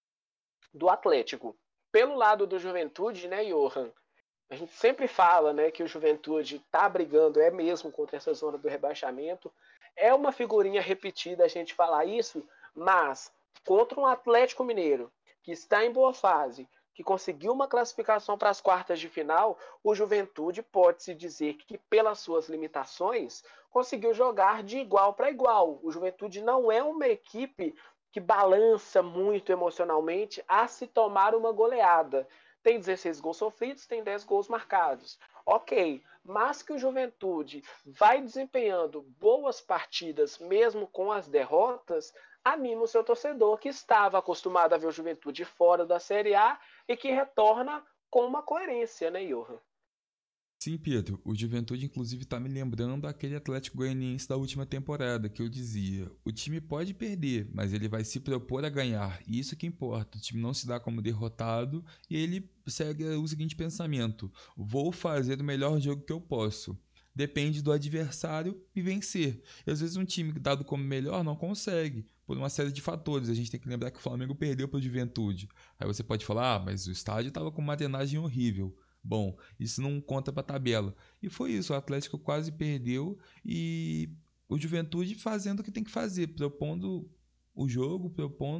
S2: do Atlético. Pelo lado do Juventude, né, Johan? A gente sempre fala, né, que o Juventude está brigando, é mesmo, contra essa zona do rebaixamento. É uma figurinha repetida a gente falar isso, mas contra um Atlético Mineiro que está em boa fase, que conseguiu uma classificação para as quartas de final, o Juventude pode-se dizer que, pelas suas limitações, conseguiu jogar de igual para igual. O Juventude não é uma equipe que balança muito emocionalmente a se tomar uma goleada. Tem 16 gols sofridos, tem 10 gols marcados. Ok, mas que o Juventude vai desempenhando boas partidas mesmo com as derrotas, anima o seu torcedor que estava acostumado a ver o Juventude fora da Série A e que retorna com uma coerência, né, Johan?
S1: Sim, Pedro. O Juventude, inclusive, está me lembrando aquele Atlético Goianiense da última temporada, que eu dizia: o time pode perder, mas ele vai se propor a ganhar. E isso que importa. O time não se dá como derrotado e ele segue o seguinte pensamento: vou fazer o melhor jogo que eu posso. Depende do adversário e vencer. E às vezes um time dado como melhor não consegue, por uma série de fatores. A gente tem que lembrar que o Flamengo perdeu para o Juventude. Aí você pode falar: ah, mas o estádio estava com uma drenagem horrível. Bom, isso não conta para a tabela. E foi isso, o Atlético quase perdeu e o Juventude fazendo o que tem que fazer, propondo o jogo,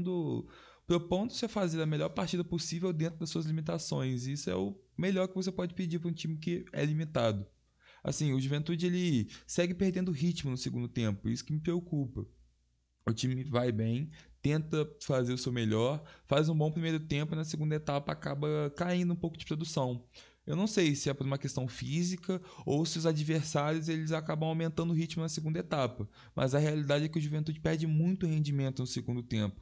S1: propondo-se a fazer a melhor partida possível dentro das suas limitações. Isso é o melhor que você pode pedir para um time que é limitado. Assim, o Juventude ele segue perdendo ritmo no segundo tempo, isso que me preocupa. O time vai bem, tenta fazer o seu melhor, faz um bom primeiro tempo e na segunda etapa acaba caindo um pouco de produção. Eu não sei se é por uma questão física ou se os adversários eles acabam aumentando o ritmo na segunda etapa, mas a realidade é que o Juventude perde muito rendimento no segundo tempo.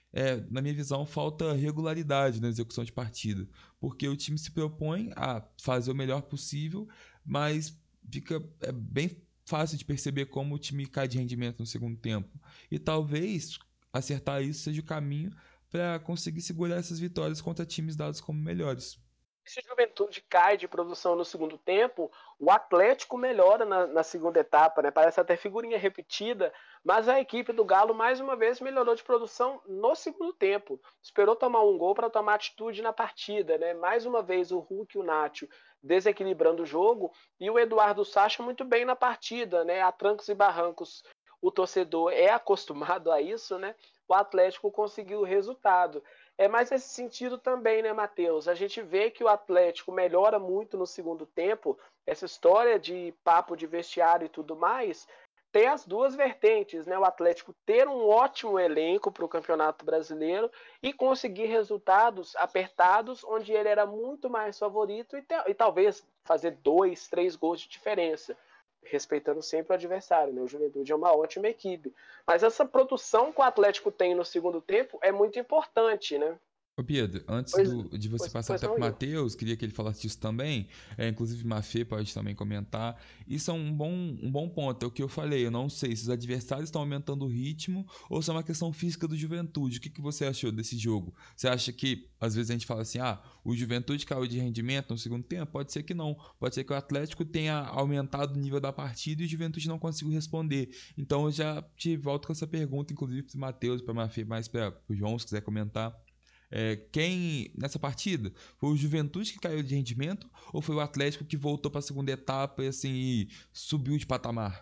S1: Na minha visão, falta regularidade na execução de partida, porque o time se propõe a fazer o melhor possível, mas fica bem fácil de perceber como o time cai de rendimento no segundo tempo. E talvez acertar isso seja o caminho para conseguir segurar essas vitórias contra times dados como melhores.
S2: Se o Juventude cai de produção no segundo tempo, o Atlético melhora na segunda etapa, né? Parece até figurinha repetida, mas a equipe do Galo mais uma vez melhorou de produção no segundo tempo. Esperou tomar um gol para tomar atitude na partida, né? Mais uma vez o Hulk e o Nacho desequilibrando o jogo e o Eduardo Sacha muito bem na partida, né? A trancos e barrancos. O torcedor é acostumado a isso, né? O Atlético conseguiu o resultado. É mais nesse sentido também, né, Matheus? A gente vê que o Atlético melhora muito no segundo tempo. Essa história de papo de vestiário e tudo mais tem as duas vertentes, né? O Atlético ter um ótimo elenco para o Campeonato Brasileiro e conseguir resultados apertados, onde ele era muito mais favorito e talvez fazer 2, 3 gols de diferença, respeitando sempre o adversário, né? O Juventude é uma ótima equipe. Mas essa produção que o Atlético tem no segundo tempo é muito importante, né?
S1: Ô Pedro, antes
S2: Pois,
S1: de você passar
S2: pois
S1: até
S2: não,
S1: para o
S2: eu.
S1: Matheus, queria que ele falasse disso também. Inclusive, Mafê pode também comentar. Isso é um bom ponto. É o que eu falei. Eu não sei se os adversários estão aumentando o ritmo ou se é uma questão física do Juventude. O que você achou desse jogo? Você acha que, às vezes, a gente fala assim: ah, o Juventude caiu de rendimento no segundo tempo? Pode ser que não. Pode ser que o Atlético tenha aumentado o nível da partida e o Juventude não conseguiu responder. Então, eu já te volto com essa pergunta, inclusive, para o Matheus, para a Mafê, mais para o João, se quiser comentar. Quem nessa partida foi o Juventude que caiu de rendimento ou foi o Atlético que voltou para a segunda etapa e assim subiu de patamar?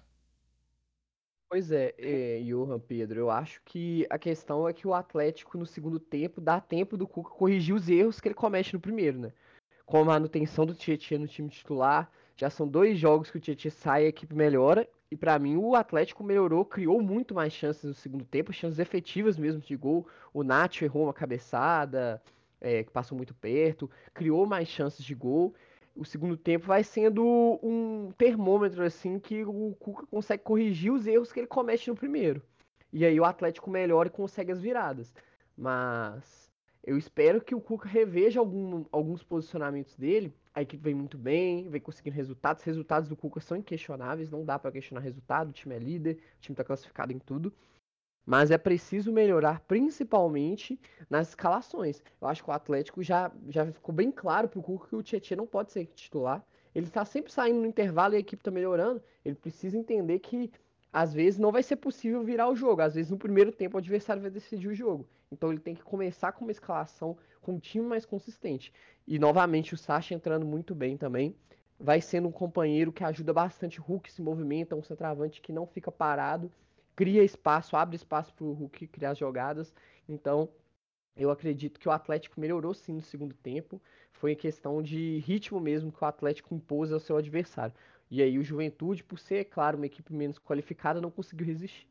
S4: Pois Johan, Pedro, eu acho que a questão é que o Atlético no segundo tempo dá tempo do Cuca corrigir os erros que ele comete no primeiro, né? Com a manutenção do Tietchan no time titular, já são 2 jogos que o Tietchan sai e a equipe melhora. E pra mim o Atlético melhorou, criou muito mais chances no segundo tempo, chances efetivas mesmo de gol. O Nacho errou uma cabeçada, que passou muito perto, criou mais chances de gol. O segundo tempo vai sendo um termômetro assim que o Cuca consegue corrigir os erros que ele comete no primeiro. E aí o Atlético melhora e consegue as viradas. Mas eu espero que o Cuca reveja alguns posicionamentos dele. A equipe vem muito bem, vem conseguindo resultados. Os resultados do Cuca são inquestionáveis, não dá para questionar resultado. O time é líder, o time está classificado em tudo. Mas é preciso melhorar principalmente nas escalações. Eu acho que o Atlético já ficou bem claro pro Cuca que o Tietchan não pode ser titular. Ele tá sempre saindo no intervalo e a equipe tá melhorando. Ele precisa entender que às vezes não vai ser possível virar o jogo. Às vezes no primeiro tempo o adversário vai decidir o jogo. Então ele tem que começar com uma escalação com um time mais consistente. E novamente o Sacha entrando muito bem também. Vai sendo um companheiro que ajuda bastante. O Hulk se movimenta, um centroavante que não fica parado, cria espaço, abre espaço para o Hulk criar jogadas. Então, eu acredito que o Atlético melhorou sim no segundo tempo. Foi questão de ritmo mesmo que o Atlético impôs ao seu adversário. E aí o Juventude, por ser, claro, uma equipe menos qualificada, não conseguiu resistir.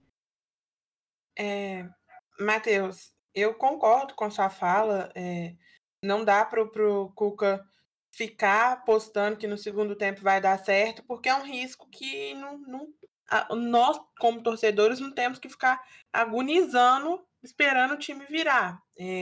S3: Matheus, eu concordo com sua fala. Não dá para o Cuca ficar apostando que no segundo tempo vai dar certo, porque é um risco que nós, como torcedores, não temos que ficar agonizando, esperando o time virar.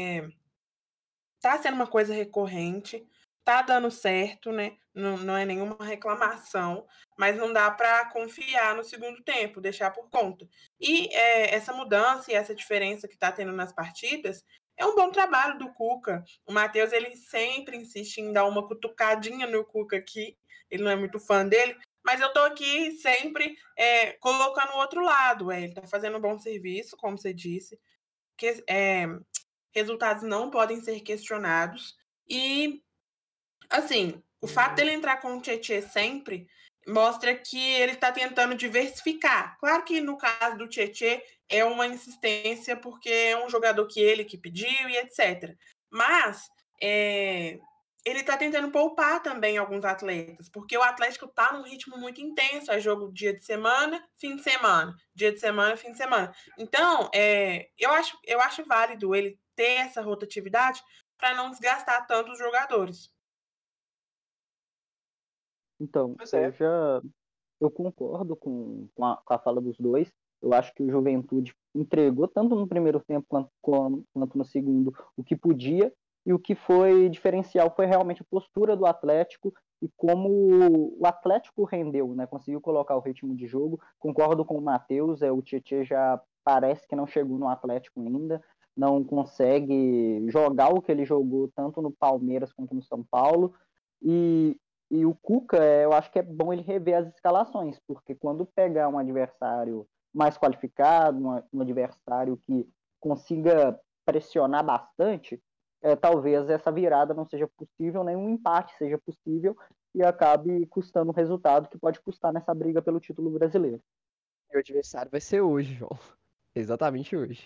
S3: Tá sendo uma coisa recorrente, tá dando certo, né? Não é nenhuma reclamação, mas não dá para confiar no segundo tempo, deixar por conta. E essa mudança e essa diferença que tá tendo nas partidas é um bom trabalho do Cuca. O Matheus, ele sempre insiste em dar uma cutucadinha no Cuca aqui, ele não é muito fã dele, mas eu tô aqui sempre colocando o outro lado. Ele tá fazendo um bom serviço, como você disse, que resultados não podem ser questionados. E, assim, o fato dele entrar com o Tietchan sempre mostra que ele está tentando diversificar. Claro que no caso do Tietchan é uma insistência porque é um jogador que ele que pediu e etc. Mas ele está tentando poupar também alguns atletas, porque o Atlético está num ritmo muito intenso, é jogo dia de semana, fim de semana, dia de semana, fim de semana. Então, eu acho válido ele ter essa rotatividade para não desgastar tanto os jogadores.
S5: Então,
S2: Pois é.
S5: eu concordo com a fala dos dois. Eu acho que o Juventude entregou, tanto no primeiro tempo quanto no segundo, o que podia, e o que foi diferencial foi realmente a postura do Atlético e como o Atlético rendeu, né? Conseguiu colocar o ritmo de jogo. Concordo com o Matheus, o Tietchan já parece que não chegou no Atlético ainda, não consegue jogar o que ele jogou tanto no Palmeiras quanto no São Paulo. E, e o Cuca, eu acho que é bom ele rever as escalações, porque quando pegar um adversário mais qualificado, um adversário que consiga pressionar bastante, talvez essa virada não seja possível, nem um empate seja possível e acabe custando um resultado que pode custar nessa briga pelo título brasileiro.
S4: E o adversário vai ser hoje, João. Exatamente hoje.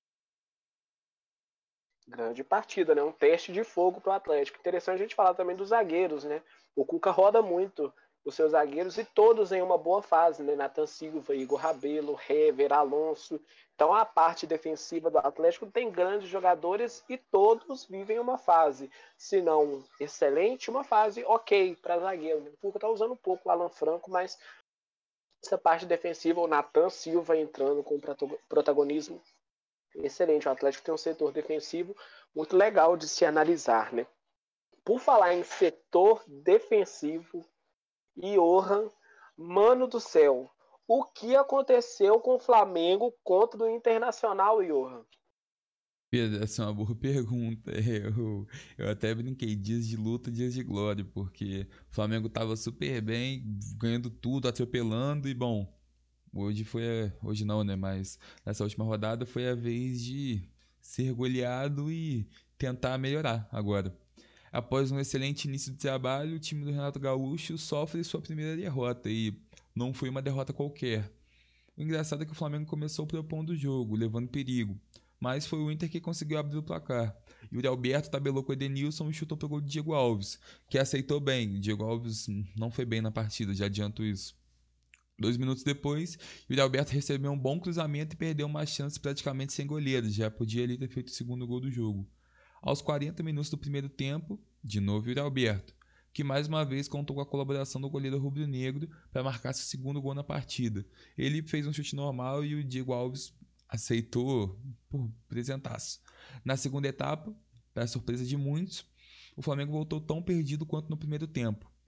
S2: Grande partida, né? Um teste de fogo para o Atlético. Interessante a gente falar também dos zagueiros, né? O Cuca roda muito os seus zagueiros e todos em uma boa fase, né? Nathan Silva, Igor Rabelo, Hever, Alonso. Então a parte defensiva do Atlético tem grandes jogadores e todos vivem uma fase, se não excelente, uma fase ok para zagueiro. O Cuca está usando um pouco o Alan Franco, mas essa parte defensiva, o Nathan Silva entrando com protagonismo excelente. O Atlético tem um setor defensivo muito legal de se analisar, né? Por falar em setor defensivo, Johan, mano do céu, o que aconteceu com o Flamengo contra o Internacional, Johan?
S1: Pedro, essa é uma boa pergunta. Eu até brinquei, dias de luta, dias de glória, porque o Flamengo tava super bem, ganhando tudo, atropelando, e bom, hoje não, né? Mas nessa última rodada foi a vez de ser goleado e tentar melhorar agora. Após um excelente início de trabalho, o time do Renato Gaúcho sofre sua primeira derrota e não foi uma derrota qualquer. O engraçado é que o Flamengo começou propondo o jogo, levando perigo, mas foi o Inter que conseguiu abrir o placar. Yuri Alberto tabelou com o Edenilson e chutou para o gol de Diego Alves, que aceitou bem. Diego Alves não foi bem na partida, já adianto isso. 2 minutos depois, Yuri Alberto recebeu um bom cruzamento e perdeu uma chance praticamente sem goleiro, já podia ali ter feito o segundo gol do jogo. Aos 40 minutos do primeiro tempo, de novo Yuri Alberto, que mais uma vez contou com a colaboração do goleiro rubro-negro para marcar seu segundo gol na partida. Ele fez um chute normal e o Diego Alves aceitou por presentaço. Na segunda etapa, para surpresa de muitos, o Flamengo voltou tão perdido quanto no primeiro tempo.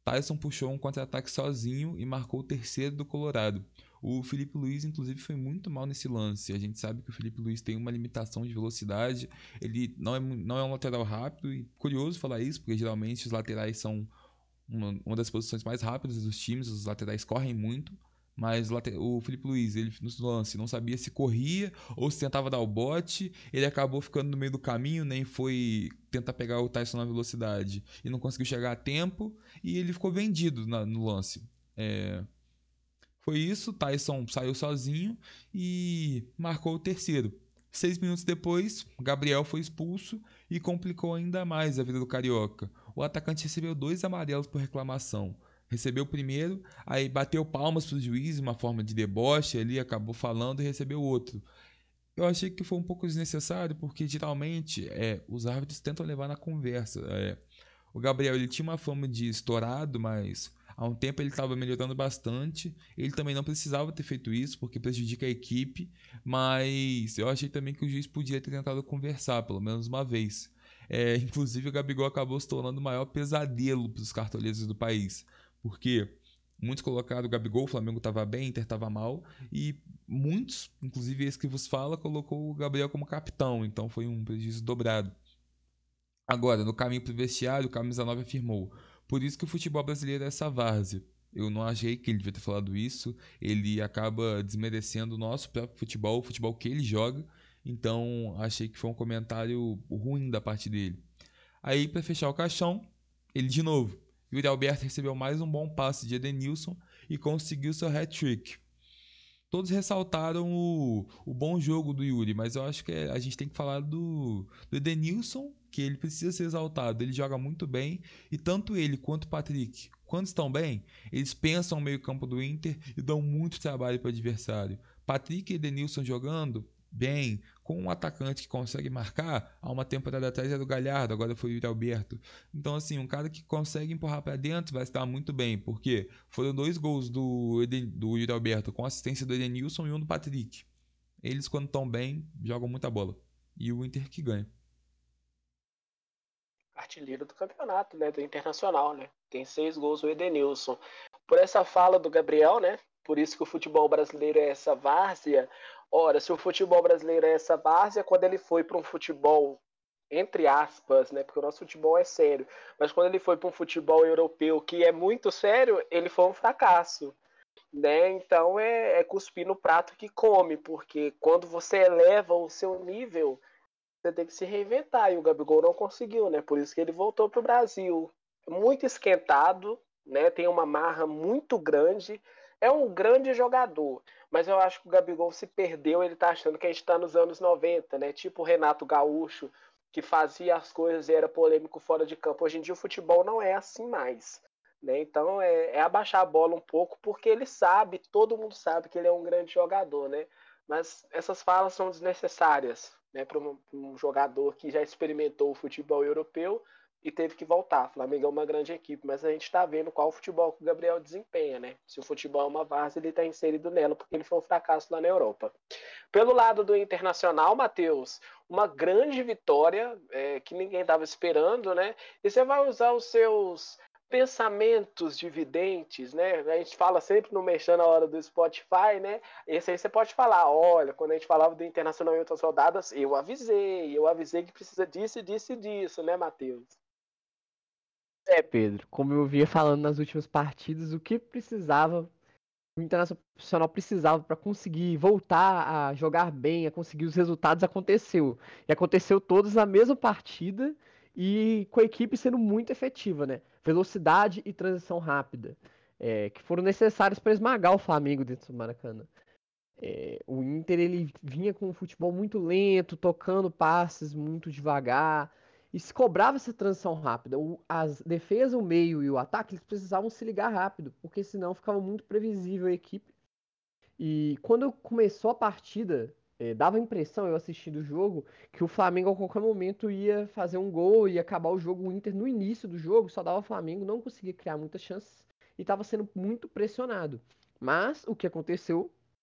S1: Tyson puxou um contra-ataque sozinho e marcou o terceiro do Colorado. O Felipe Luiz, inclusive, foi muito mal nesse lance. A gente sabe que o Felipe Luiz tem uma limitação de velocidade. Ele não é um lateral rápido. E curioso falar isso, porque geralmente os laterais são uma das posições mais rápidas dos times. Os laterais correm muito. Mas o Felipe Luiz, ele no lance, não sabia se corria ou se tentava dar o bote. Ele acabou ficando no meio do caminho, nem foi tentar pegar o Tyson na velocidade e não conseguiu chegar a tempo. E ele ficou vendido no lance. Foi isso, Tyson saiu sozinho e marcou o terceiro. 6 minutos depois, Gabriel foi expulso e complicou ainda mais a vida do Carioca. O atacante recebeu 2 amarelos por reclamação. Recebeu o primeiro, aí bateu palmas para o juiz, uma forma de deboche ali, acabou falando e recebeu outro. Eu achei que foi um pouco desnecessário, porque geralmente os árbitros tentam levar na conversa. O Gabriel ele tinha uma fama de estourado, mas há um tempo ele estava melhorando bastante. Ele também não precisava ter feito isso, porque prejudica a equipe. Mas eu achei também que o juiz podia ter tentado conversar, pelo menos uma vez. Inclusive, o Gabigol acabou se tornando o maior pesadelo para os cartoleiros do país. Porque muitos colocaram o Gabigol, o Flamengo estava bem, o Inter estava mal. E muitos, inclusive esse que vos fala, colocou o Gabriel como capitão. Então foi um prejuízo dobrado. Agora, no caminho para o vestiário, o Camisa 9 afirmou: por isso que o futebol brasileiro é essa várzea. Eu não achei que ele devia ter falado isso. Ele acaba desmerecendo o nosso próprio futebol, o futebol que ele joga. Então, achei que foi um comentário ruim da parte dele. Aí, para fechar o caixão, ele de novo. Yuri Alberto recebeu mais um bom passe de Edenilson e conseguiu seu hat-trick. Todos ressaltaram o bom jogo do Yuri, mas eu acho que a gente tem que falar do Edenilson, que ele precisa ser exaltado. Ele joga muito bem e tanto ele quanto o Patrick, quando estão bem, eles pensam o meio-campo do Inter e dão muito trabalho para o adversário. Patrick e Edenilson jogando bem, com um atacante que consegue marcar, há uma temporada atrás era o Galhardo, agora foi o Yuri Alberto. Então, assim, um cara que consegue empurrar para dentro vai estar muito bem, porque foram 2 gols do Yuri Alberto com assistência do Edenilson e um do Patrick. Eles, quando estão bem, jogam muita bola. E o Inter que ganha.
S2: Artilheiro do campeonato, né? Do Internacional, né? Tem 6 gols o Edenilson. Por essa fala do Gabriel, né? Por isso que o futebol brasileiro é essa várzea. Ora, se o futebol brasileiro é essa várzea, quando ele foi para um futebol, entre aspas, né? Porque o nosso futebol é sério. Mas quando ele foi para um futebol europeu que é muito sério, ele foi um fracasso. Né? Então é cuspir no prato que come, porque quando você eleva o seu nível, você tem que se reinventar. E o Gabigol não conseguiu, né? Por isso que ele voltou para o Brasil. Muito esquentado, né? Tem uma marra muito grande. É um grande jogador. Mas eu acho que o Gabigol se perdeu. Ele tá achando que a gente está nos anos 90, né? Tipo o Renato Gaúcho, que fazia as coisas e era polêmico fora de campo. Hoje em dia o futebol não é assim mais. Né? Então é abaixar a bola um pouco, porque ele sabe, todo mundo sabe que ele é um grande jogador, né? Mas essas falas são desnecessárias, né, para um jogador que já experimentou o futebol europeu e teve que voltar. O Flamengo é uma grande equipe, mas a gente está vendo qual futebol que o Gabriel desempenha, né? Se o futebol é uma várzea, ele está inserido nela porque ele foi um fracasso lá na Europa. Pelo lado do Internacional, Matheus, uma grande vitória que ninguém estava esperando, né? E você vai usar os seus pensamentos dividentes, né? A gente fala sempre no Mexendo na hora do Spotify, né? Esse aí você pode falar, olha, quando a gente falava do Internacional em outras rodadas, eu avisei que precisa disso, disso e disso, né, Matheus?
S4: Pedro, como eu vinha falando nas últimas partidas, o que precisava, o Internacional precisava para conseguir voltar a jogar bem, a conseguir os resultados, aconteceu. E aconteceu todos na mesma partida e com a equipe sendo muito efetiva, né? Velocidade e transição rápida, que foram necessários para esmagar o Flamengo dentro do Maracanã. O Inter ele vinha com um futebol muito lento, tocando passes muito devagar, e se cobrava essa transição rápida. As defesas, o meio e o ataque eles precisavam se ligar rápido, porque senão ficava muito previsível a equipe. E quando começou a partida, dava a impressão, eu assistindo o jogo, que o Flamengo a qualquer momento ia fazer um gol e acabar o jogo. O Inter no início do jogo só dava Flamengo, não conseguia criar muitas chances e estava sendo muito pressionado. Mas o que aconteceu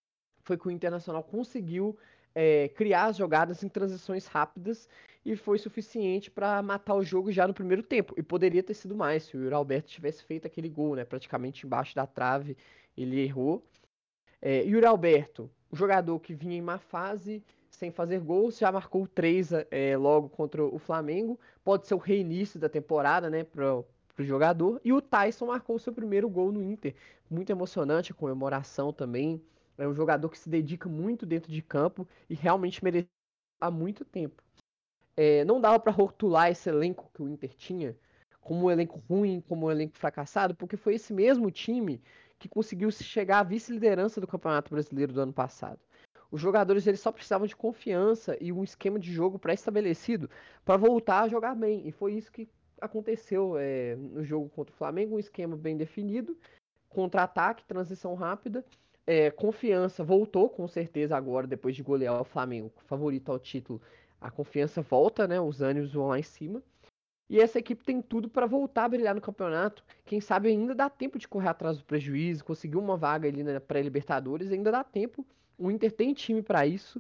S4: foi que o Internacional conseguiu criar as jogadas em transições rápidas e foi suficiente para matar o jogo já no primeiro tempo. E poderia ter sido mais se o Yuri Alberto tivesse feito aquele gol, né? Praticamente embaixo da trave, ele errou. Yuri Alberto, o jogador que vinha em má fase, sem fazer gols, já marcou 3 logo contra o Flamengo. Pode ser o reinício da temporada, né, para o jogador. E o Tyson marcou seu primeiro gol no Inter. Muito emocionante, a comemoração também. É um jogador que se dedica muito dentro de campo e realmente merece há muito tempo. Não dava para rotular esse elenco que o Inter tinha como um elenco ruim, como um elenco fracassado, porque foi esse mesmo time que conseguiu chegar à vice-liderança do Campeonato Brasileiro do ano passado. Os jogadores eles só precisavam de confiança e um esquema de jogo pré-estabelecido para voltar a jogar bem. E foi isso que aconteceu no jogo contra o Flamengo, um esquema bem definido, contra-ataque, transição rápida. Confiança voltou com certeza agora, depois de golear o Flamengo, favorito ao título. A confiança volta, né? Os ânimos vão lá em cima. E essa equipe tem tudo para voltar a brilhar no campeonato. Quem sabe ainda dá tempo de correr atrás do prejuízo, conseguir uma vaga ali na pré-Libertadores, ainda dá tempo. O Inter tem time para isso.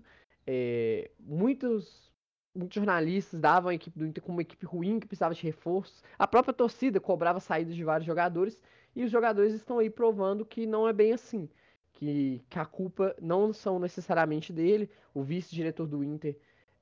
S4: Muitos jornalistas davam a equipe do Inter como uma equipe ruim, que precisava de reforços. A própria torcida cobrava saídas de vários jogadores. E os jogadores estão aí provando que não é bem assim. Que a culpa não são necessariamente dele. O vice-diretor do Inter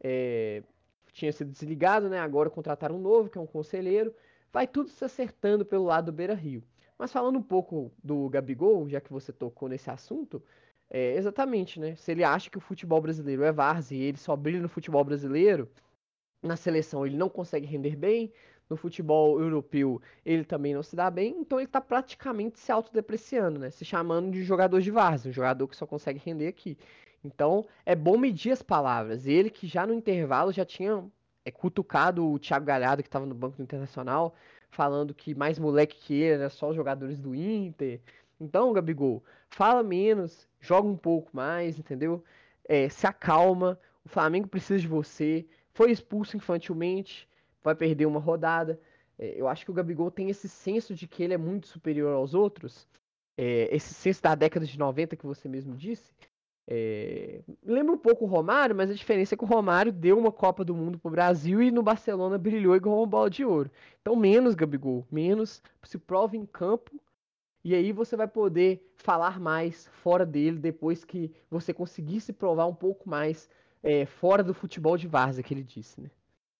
S4: tinha sido desligado, né? Agora contrataram um novo, que é um conselheiro. Vai tudo se acertando pelo lado do Beira-Rio. Mas falando um pouco do Gabigol, já que você tocou nesse assunto, exatamente, né? Se ele acha que o futebol brasileiro é várzea e ele só brilha no futebol brasileiro, na seleção ele não consegue render bem, no futebol europeu ele também não se dá bem, então ele tá praticamente se autodepreciando, né? Se chamando de jogador de várzea, um jogador que só consegue render aqui. Então é bom medir as palavras. Ele que já no intervalo já tinha cutucado o Thiago Galhardo, que estava no banco do Internacional, falando que mais moleque que ele era só os jogadores do Inter. Então, Gabigol, fala menos, joga um pouco mais, entendeu? Se acalma, o Flamengo precisa de você. Foi expulso infantilmente, vai perder uma rodada. Eu acho que o Gabigol tem esse senso de que ele é muito superior aos outros. Esse senso da década de 90 que você mesmo disse. Lembra um pouco o Romário, mas a diferença é que o Romário deu uma Copa do Mundo pro Brasil e no Barcelona brilhou igual uma bola de ouro. Então menos, Gabigol, menos, se prova em campo. E aí você vai poder falar mais fora dele depois que você conseguir se provar um pouco mais fora do futebol de várzea que ele disse, né?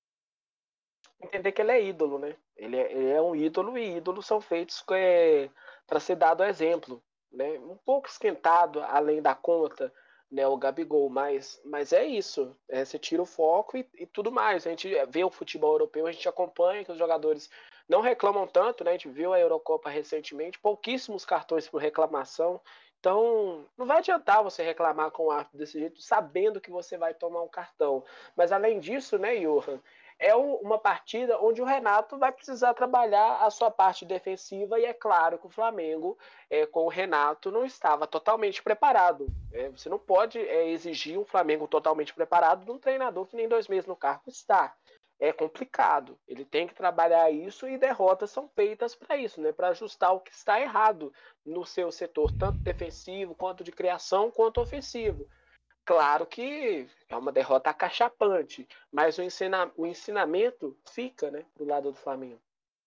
S2: Entender que ele é ídolo, né? Ele é um ídolo e ídolos são feitos para ser dado exemplo, né? Um pouco esquentado, além da conta, né? O Gabigol, mas é isso. Você tira o foco e tudo mais. A gente vê o futebol europeu, a gente acompanha que os jogadores não reclamam tanto, né? A gente viu a Eurocopa recentemente, pouquíssimos cartões por reclamação. Então, não vai adiantar você reclamar com o árbitro desse jeito, sabendo que você vai tomar um cartão. Mas além disso, né, Johan, é uma partida onde o Renato vai precisar trabalhar a sua parte defensiva e é claro que o Flamengo, com o Renato, não estava totalmente preparado. Você não pode exigir um Flamengo totalmente preparado de um treinador que nem 2 meses no cargo está. É complicado. Ele tem que trabalhar isso e derrotas são feitas para isso, né? Para ajustar o que está errado no seu setor, tanto defensivo, quanto de criação, quanto ofensivo. Claro que é uma derrota acachapante, mas o ensinamento fica, né, pro lado do Flamengo.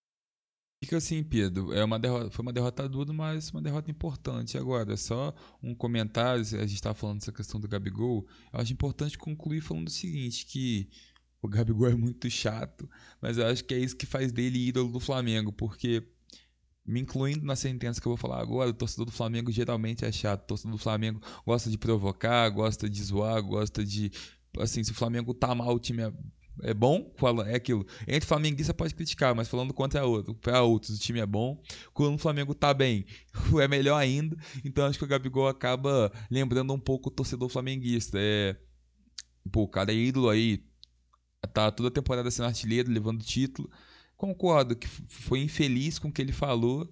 S1: Fica assim, Pedro. Foi uma derrota dura, mas uma derrota importante. Agora, só um comentário, a gente estava falando dessa questão do Gabigol. Eu acho importante concluir falando o seguinte, que o Gabigol é muito chato, mas eu acho que é isso que faz dele ídolo do Flamengo, porque, me incluindo na sentença que eu vou falar agora, o torcedor do Flamengo geralmente é chato. O torcedor do Flamengo gosta de provocar, gosta de zoar, gosta de... Assim, se o Flamengo tá mal, o time é bom, é aquilo. Entre flamenguista pode criticar, mas falando contra outros, o time é bom. Quando o Flamengo tá bem, é melhor ainda. Então acho que o Gabigol acaba lembrando um pouco o torcedor flamenguista. Pô, o cara é ídolo aí, tá toda a temporada sendo artilheiro, levando título. Concordo que foi infeliz com o que ele falou,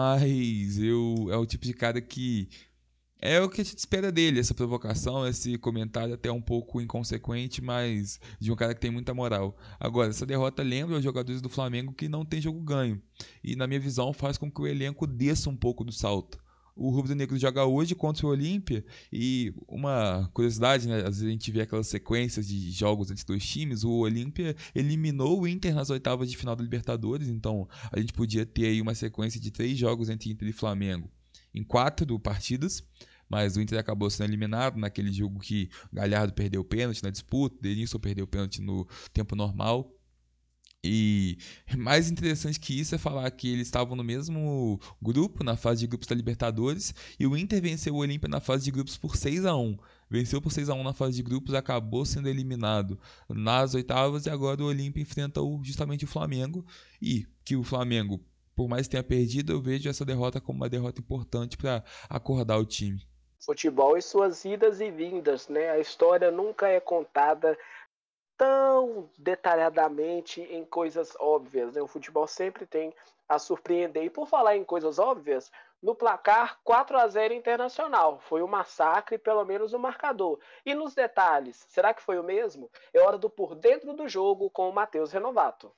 S1: mas é o tipo de cara que é o que a gente espera dele, essa provocação, esse comentário até um pouco inconsequente, mas de um cara que tem muita moral. Agora, essa derrota lembra os jogadores do Flamengo que não tem jogo ganho, e na minha visão faz com que o elenco desça um pouco do salto. o Rubro Negro joga hoje contra o Olímpia, e uma curiosidade, né? Às vezes a gente vê aquelas sequências de jogos entre dois times. O Olímpia eliminou o Inter nas oitavas de final da Libertadores, então a gente podia ter aí uma sequência de 3 jogos entre Inter e Flamengo em 4 partidas, mas o Inter acabou sendo eliminado naquele jogo que o Galhardo perdeu o pênalti na disputa, o Denilson perdeu o pênalti no tempo normal. E mais interessante que isso é falar que eles estavam no mesmo grupo, na fase de grupos da Libertadores, e o Inter venceu o Olímpia na fase de grupos por 6-1. Venceu por 6-1 na fase de grupos, acabou sendo eliminado nas oitavas, e agora o Olímpia enfrenta justamente o Flamengo, e que o Flamengo, por mais que tenha perdido, eu vejo essa derrota como uma derrota importante para acordar o time.
S2: Futebol e suas idas e vindas, né? A história nunca é contada tão detalhadamente em coisas óbvias, né? O futebol sempre tem a surpreender. E por falar em coisas óbvias, no placar 4-0 Internacional. Foi um massacre, pelo menos no marcador. E nos detalhes, será que foi o mesmo? É hora do Por Dentro do Jogo com o Matheus Renovato.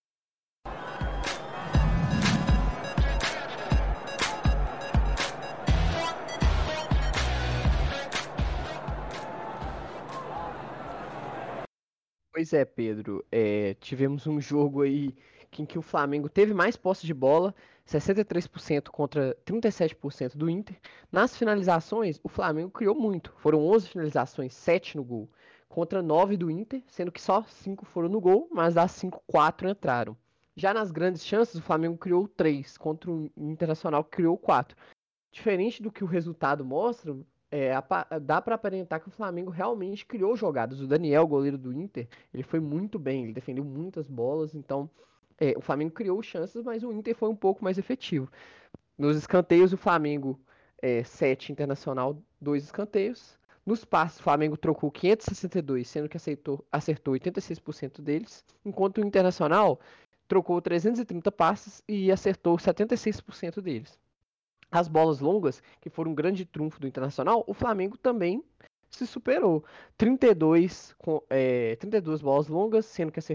S4: Pois é, Pedro. Tivemos um jogo aí em que o Flamengo teve mais posse de bola, 63% contra 37% do Inter. Nas finalizações, o Flamengo criou muito. Foram 11 finalizações, 7 no gol, contra 9 do Inter, sendo que só 5 foram no gol, mas das 5, 4 entraram. Já nas grandes chances, o Flamengo criou 3, contra o Internacional que criou 4. Diferente do que o resultado mostra, dá para aparentar que o Flamengo realmente criou jogadas. O Daniel, goleiro do Inter, ele foi muito bem, ele defendeu muitas bolas, então o Flamengo criou chances, mas o Inter foi um pouco mais efetivo. Nos escanteios, o Flamengo 7, Internacional 2 escanteios. Nos passes, o Flamengo trocou 562, sendo que acertou 86% deles, enquanto o Internacional trocou 330 passes e acertou 76% deles. As bolas longas, que foram um grande trunfo do Internacional, o Flamengo também se superou. 32 bolas longas, sendo que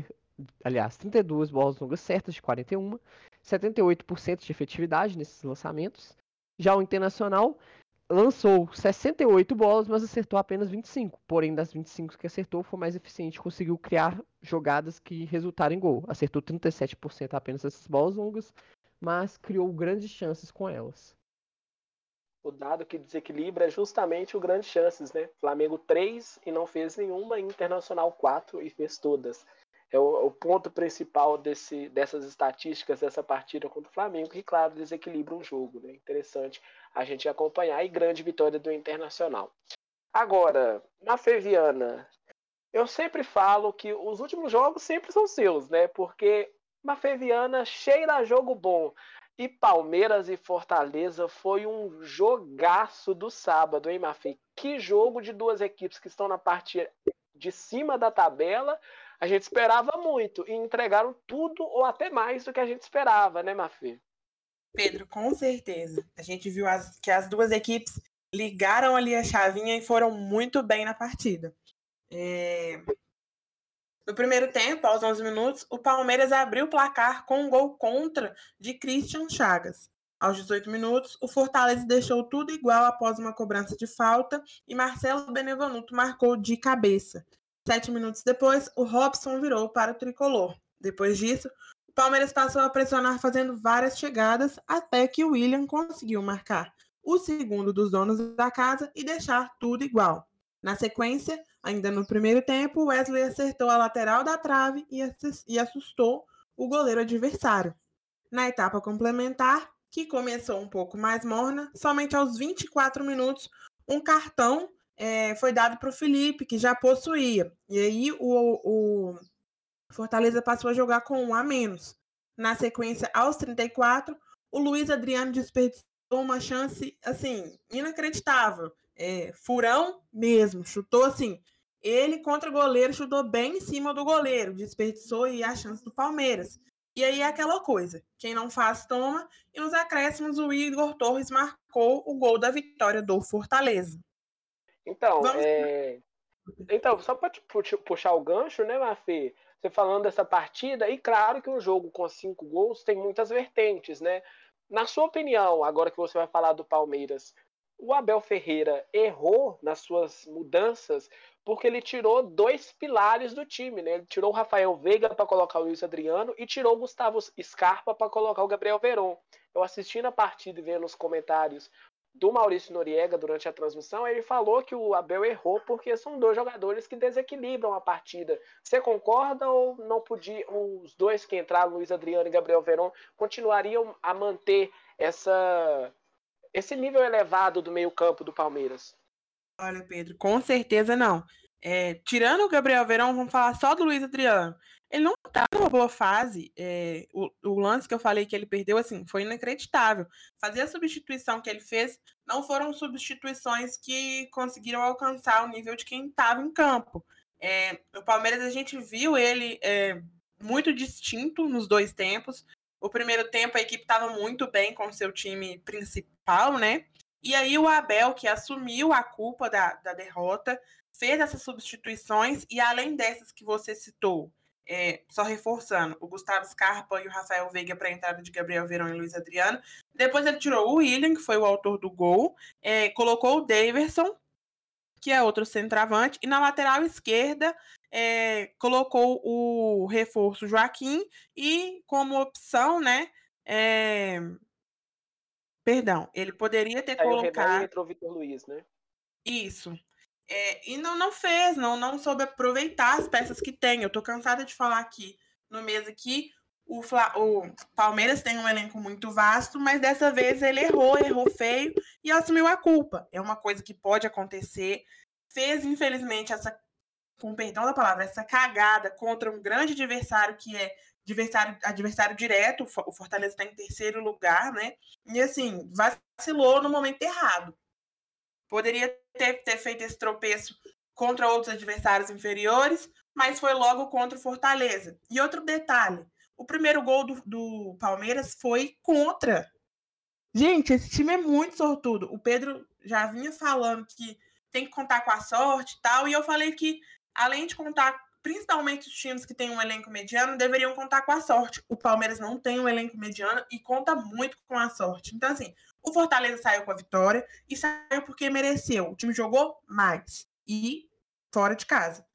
S4: 32 bolas longas certas de 41, 78% de efetividade nesses lançamentos. Já o Internacional lançou 68 bolas, mas acertou apenas 25. Porém, das 25 que acertou, foi mais eficiente, conseguiu criar jogadas que resultaram em gol. Acertou 37% apenas dessas bolas longas, mas criou grandes chances com elas.
S2: O dado que desequilibra é justamente o grandes chances, né? Flamengo 3 e não fez nenhuma, Internacional 4 e fez todas. É o ponto principal dessas estatísticas dessa partida contra o Flamengo, que, claro, desequilibra um jogo, né? Interessante a gente acompanhar, e grande vitória do Internacional. Agora, na Feviana, eu sempre falo que os últimos jogos sempre são seus, né? Porque uma Feviana cheira a jogo bom. E Palmeiras e Fortaleza foi um jogaço do sábado, hein, Mafê? Que jogo de duas equipes que estão na parte de cima da tabela. A gente esperava muito e entregaram tudo ou até mais do que a gente esperava, né, Mafê?
S3: Pedro, com certeza. A gente viu que as duas equipes ligaram ali a chavinha e foram muito bem na partida. No primeiro tempo, aos 11 minutos, o Palmeiras abriu o placar com um gol contra de Christian Chagas. Aos 18 minutos, o Fortaleza deixou tudo igual após uma cobrança de falta e Marcelo Benevenuto marcou de cabeça. 7 minutos depois, o Robson virou para o tricolor. Depois disso, o Palmeiras passou a pressionar fazendo várias chegadas até que o William conseguiu marcar o segundo dos donos da casa e deixar tudo igual. Na sequência, ainda no primeiro tempo, Wesley acertou a lateral da trave e assustou o goleiro adversário. Na etapa complementar, que começou um pouco mais morna, somente aos 24 minutos, um cartão foi dado para o Felipe, que já possuía. E aí o Fortaleza passou a jogar com 1 a menos. Na sequência, aos 34, o Luiz Adriano desperdiçou uma chance, assim, inacreditável. Furão mesmo, chutou assim. Ele contra o goleiro, chutou bem em cima do goleiro, desperdiçou e a chance do Palmeiras. E aí é aquela coisa, quem não faz, toma. E nos acréscimos, o Igor Torres marcou o gol da vitória do Fortaleza.
S2: Então, só para puxar o gancho, né, Mafê? Você falando dessa partida, e claro que um jogo com 5 gols tem muitas vertentes, né? Na sua opinião, agora que você vai falar do Palmeiras, o Abel Ferreira errou nas suas mudanças porque ele tirou 2 pilares do time, né? Ele tirou o Rafael Veiga para colocar o Luiz Adriano e tirou o Gustavo Scarpa para colocar o Gabriel Veron. Eu assisti na partida e vendo os comentários do Maurício Noriega durante a transmissão, ele falou que o Abel errou porque são 2 jogadores que desequilibram a partida. Você concorda ou não podia os 2 que entraram, Luiz Adriano e Gabriel Veron, continuariam a manter esse nível elevado do meio-campo do Palmeiras?
S3: Olha, Pedro, com certeza não. Tirando o Gabriel Veron, vamos falar só do Luiz Adriano. Ele não tá numa boa fase. O lance que eu falei que ele perdeu, assim, foi inacreditável. Fazer a substituição que ele fez não foram substituições que conseguiram alcançar o nível de quem estava em campo. O Palmeiras, a gente viu ele muito distinto nos 2 tempos. O primeiro tempo, a equipe estava muito bem com o seu time principal, né? E aí o Abel, que assumiu a culpa da derrota, fez essas substituições e além dessas que você citou, só reforçando, o Gustavo Scarpa e o Rafael Veiga para a entrada de Gabriel Veron e Luiz Adriano. Depois ele tirou o William, que foi o autor do gol, colocou o Daverson, que é outro centroavante, e na lateral esquerda colocou o reforço Joaquim e como opção, né? Perdão, ele poderia ter
S2: Saiu o Renan e
S3: colocado
S2: entrou o Vitor Luiz, né?
S3: isso. E não fez, não soube aproveitar as peças que tem. Eu tô cansada de falar aqui no mês aqui. O Palmeiras tem um elenco muito vasto, mas dessa vez ele errou feio e assumiu a culpa. É uma coisa que pode acontecer. Fez, infelizmente, com perdão da palavra, essa cagada contra um grande adversário que é adversário direto. O Fortaleza está em terceiro lugar, né? E assim, vacilou no momento errado. Poderia ter feito esse tropeço contra outros adversários inferiores, mas foi logo contra o Fortaleza. E outro detalhe, o primeiro gol do Palmeiras foi contra. Gente, esse time é muito sortudo. O Pedro já vinha falando que tem que contar com a sorte e tal, e eu falei que, além de contar, principalmente os times que têm um elenco mediano, deveriam contar com a sorte. O Palmeiras não tem um elenco mediano e conta muito com a sorte. Então, assim, o Fortaleza saiu com a vitória e saiu porque mereceu. O time jogou mais e fora de casa.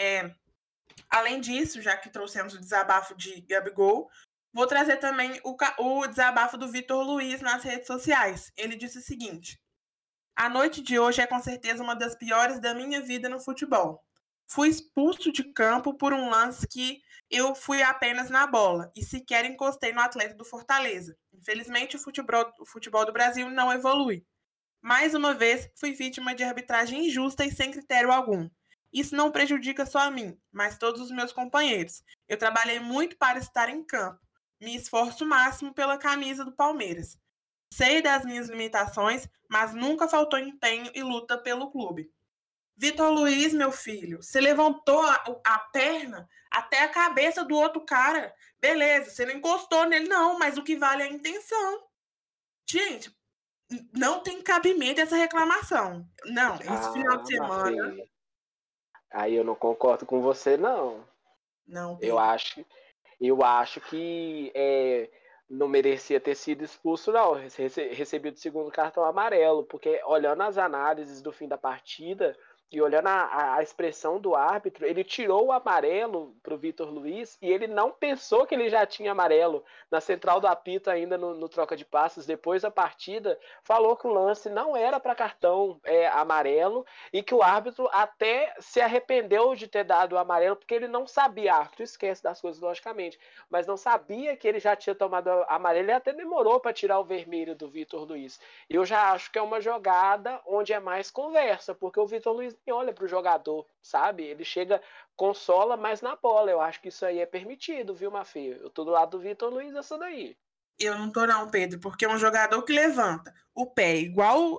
S3: Além disso, já que trouxemos o desabafo de Gabigol, vou trazer também o desabafo do Vitor Luiz nas redes sociais. Ele disse o seguinte: a noite de hoje é com certeza uma das piores da minha vida no futebol. Fui expulso de campo por um lance que eu fui apenas na bola e sequer encostei no atleta do Fortaleza. Infelizmente, o futebol do Brasil não evolui. Mais uma vez, fui vítima de arbitragem injusta e sem critério algum. Isso não prejudica só a mim, mas todos os meus companheiros. Eu trabalhei muito para estar em campo. Me esforço o máximo pela camisa do Palmeiras. Sei das minhas limitações, mas nunca faltou empenho e luta pelo clube. Vitor Luiz, meu filho, você levantou a perna até a cabeça do outro cara. Beleza, você não encostou nele, não, mas o que vale é a intenção. Gente, não tem cabimento essa reclamação. Não, esse final de semana.
S2: Mafê. Aí eu não concordo com você, não.
S3: Não, Pedro.
S2: Eu acho que não merecia ter sido expulso, não. Recebido o segundo cartão amarelo, porque olhando as análises do fim da partida e olhando a expressão do árbitro, ele tirou o amarelo pro Vitor Luiz e ele não pensou que ele já tinha amarelo. Na central do apito, ainda no troca de passes, depois da partida, falou que o lance não era para cartão amarelo e que o árbitro até se arrependeu de ter dado o amarelo, porque ele não sabia, árbitro esquece das coisas, logicamente, mas não sabia que ele já tinha tomado amarelo e até demorou para tirar o vermelho do Vitor Luiz. Eu já acho que é uma jogada onde é mais conversa, porque o Vitor Luiz nem olha pro jogador, sabe? Ele chega, consola, mas na bola. Eu acho que isso aí é permitido, viu, Mafia? Eu tô do lado do Vitor Luiz essa daí.
S3: Eu não tô não, Pedro, porque é um jogador que levanta o pé igual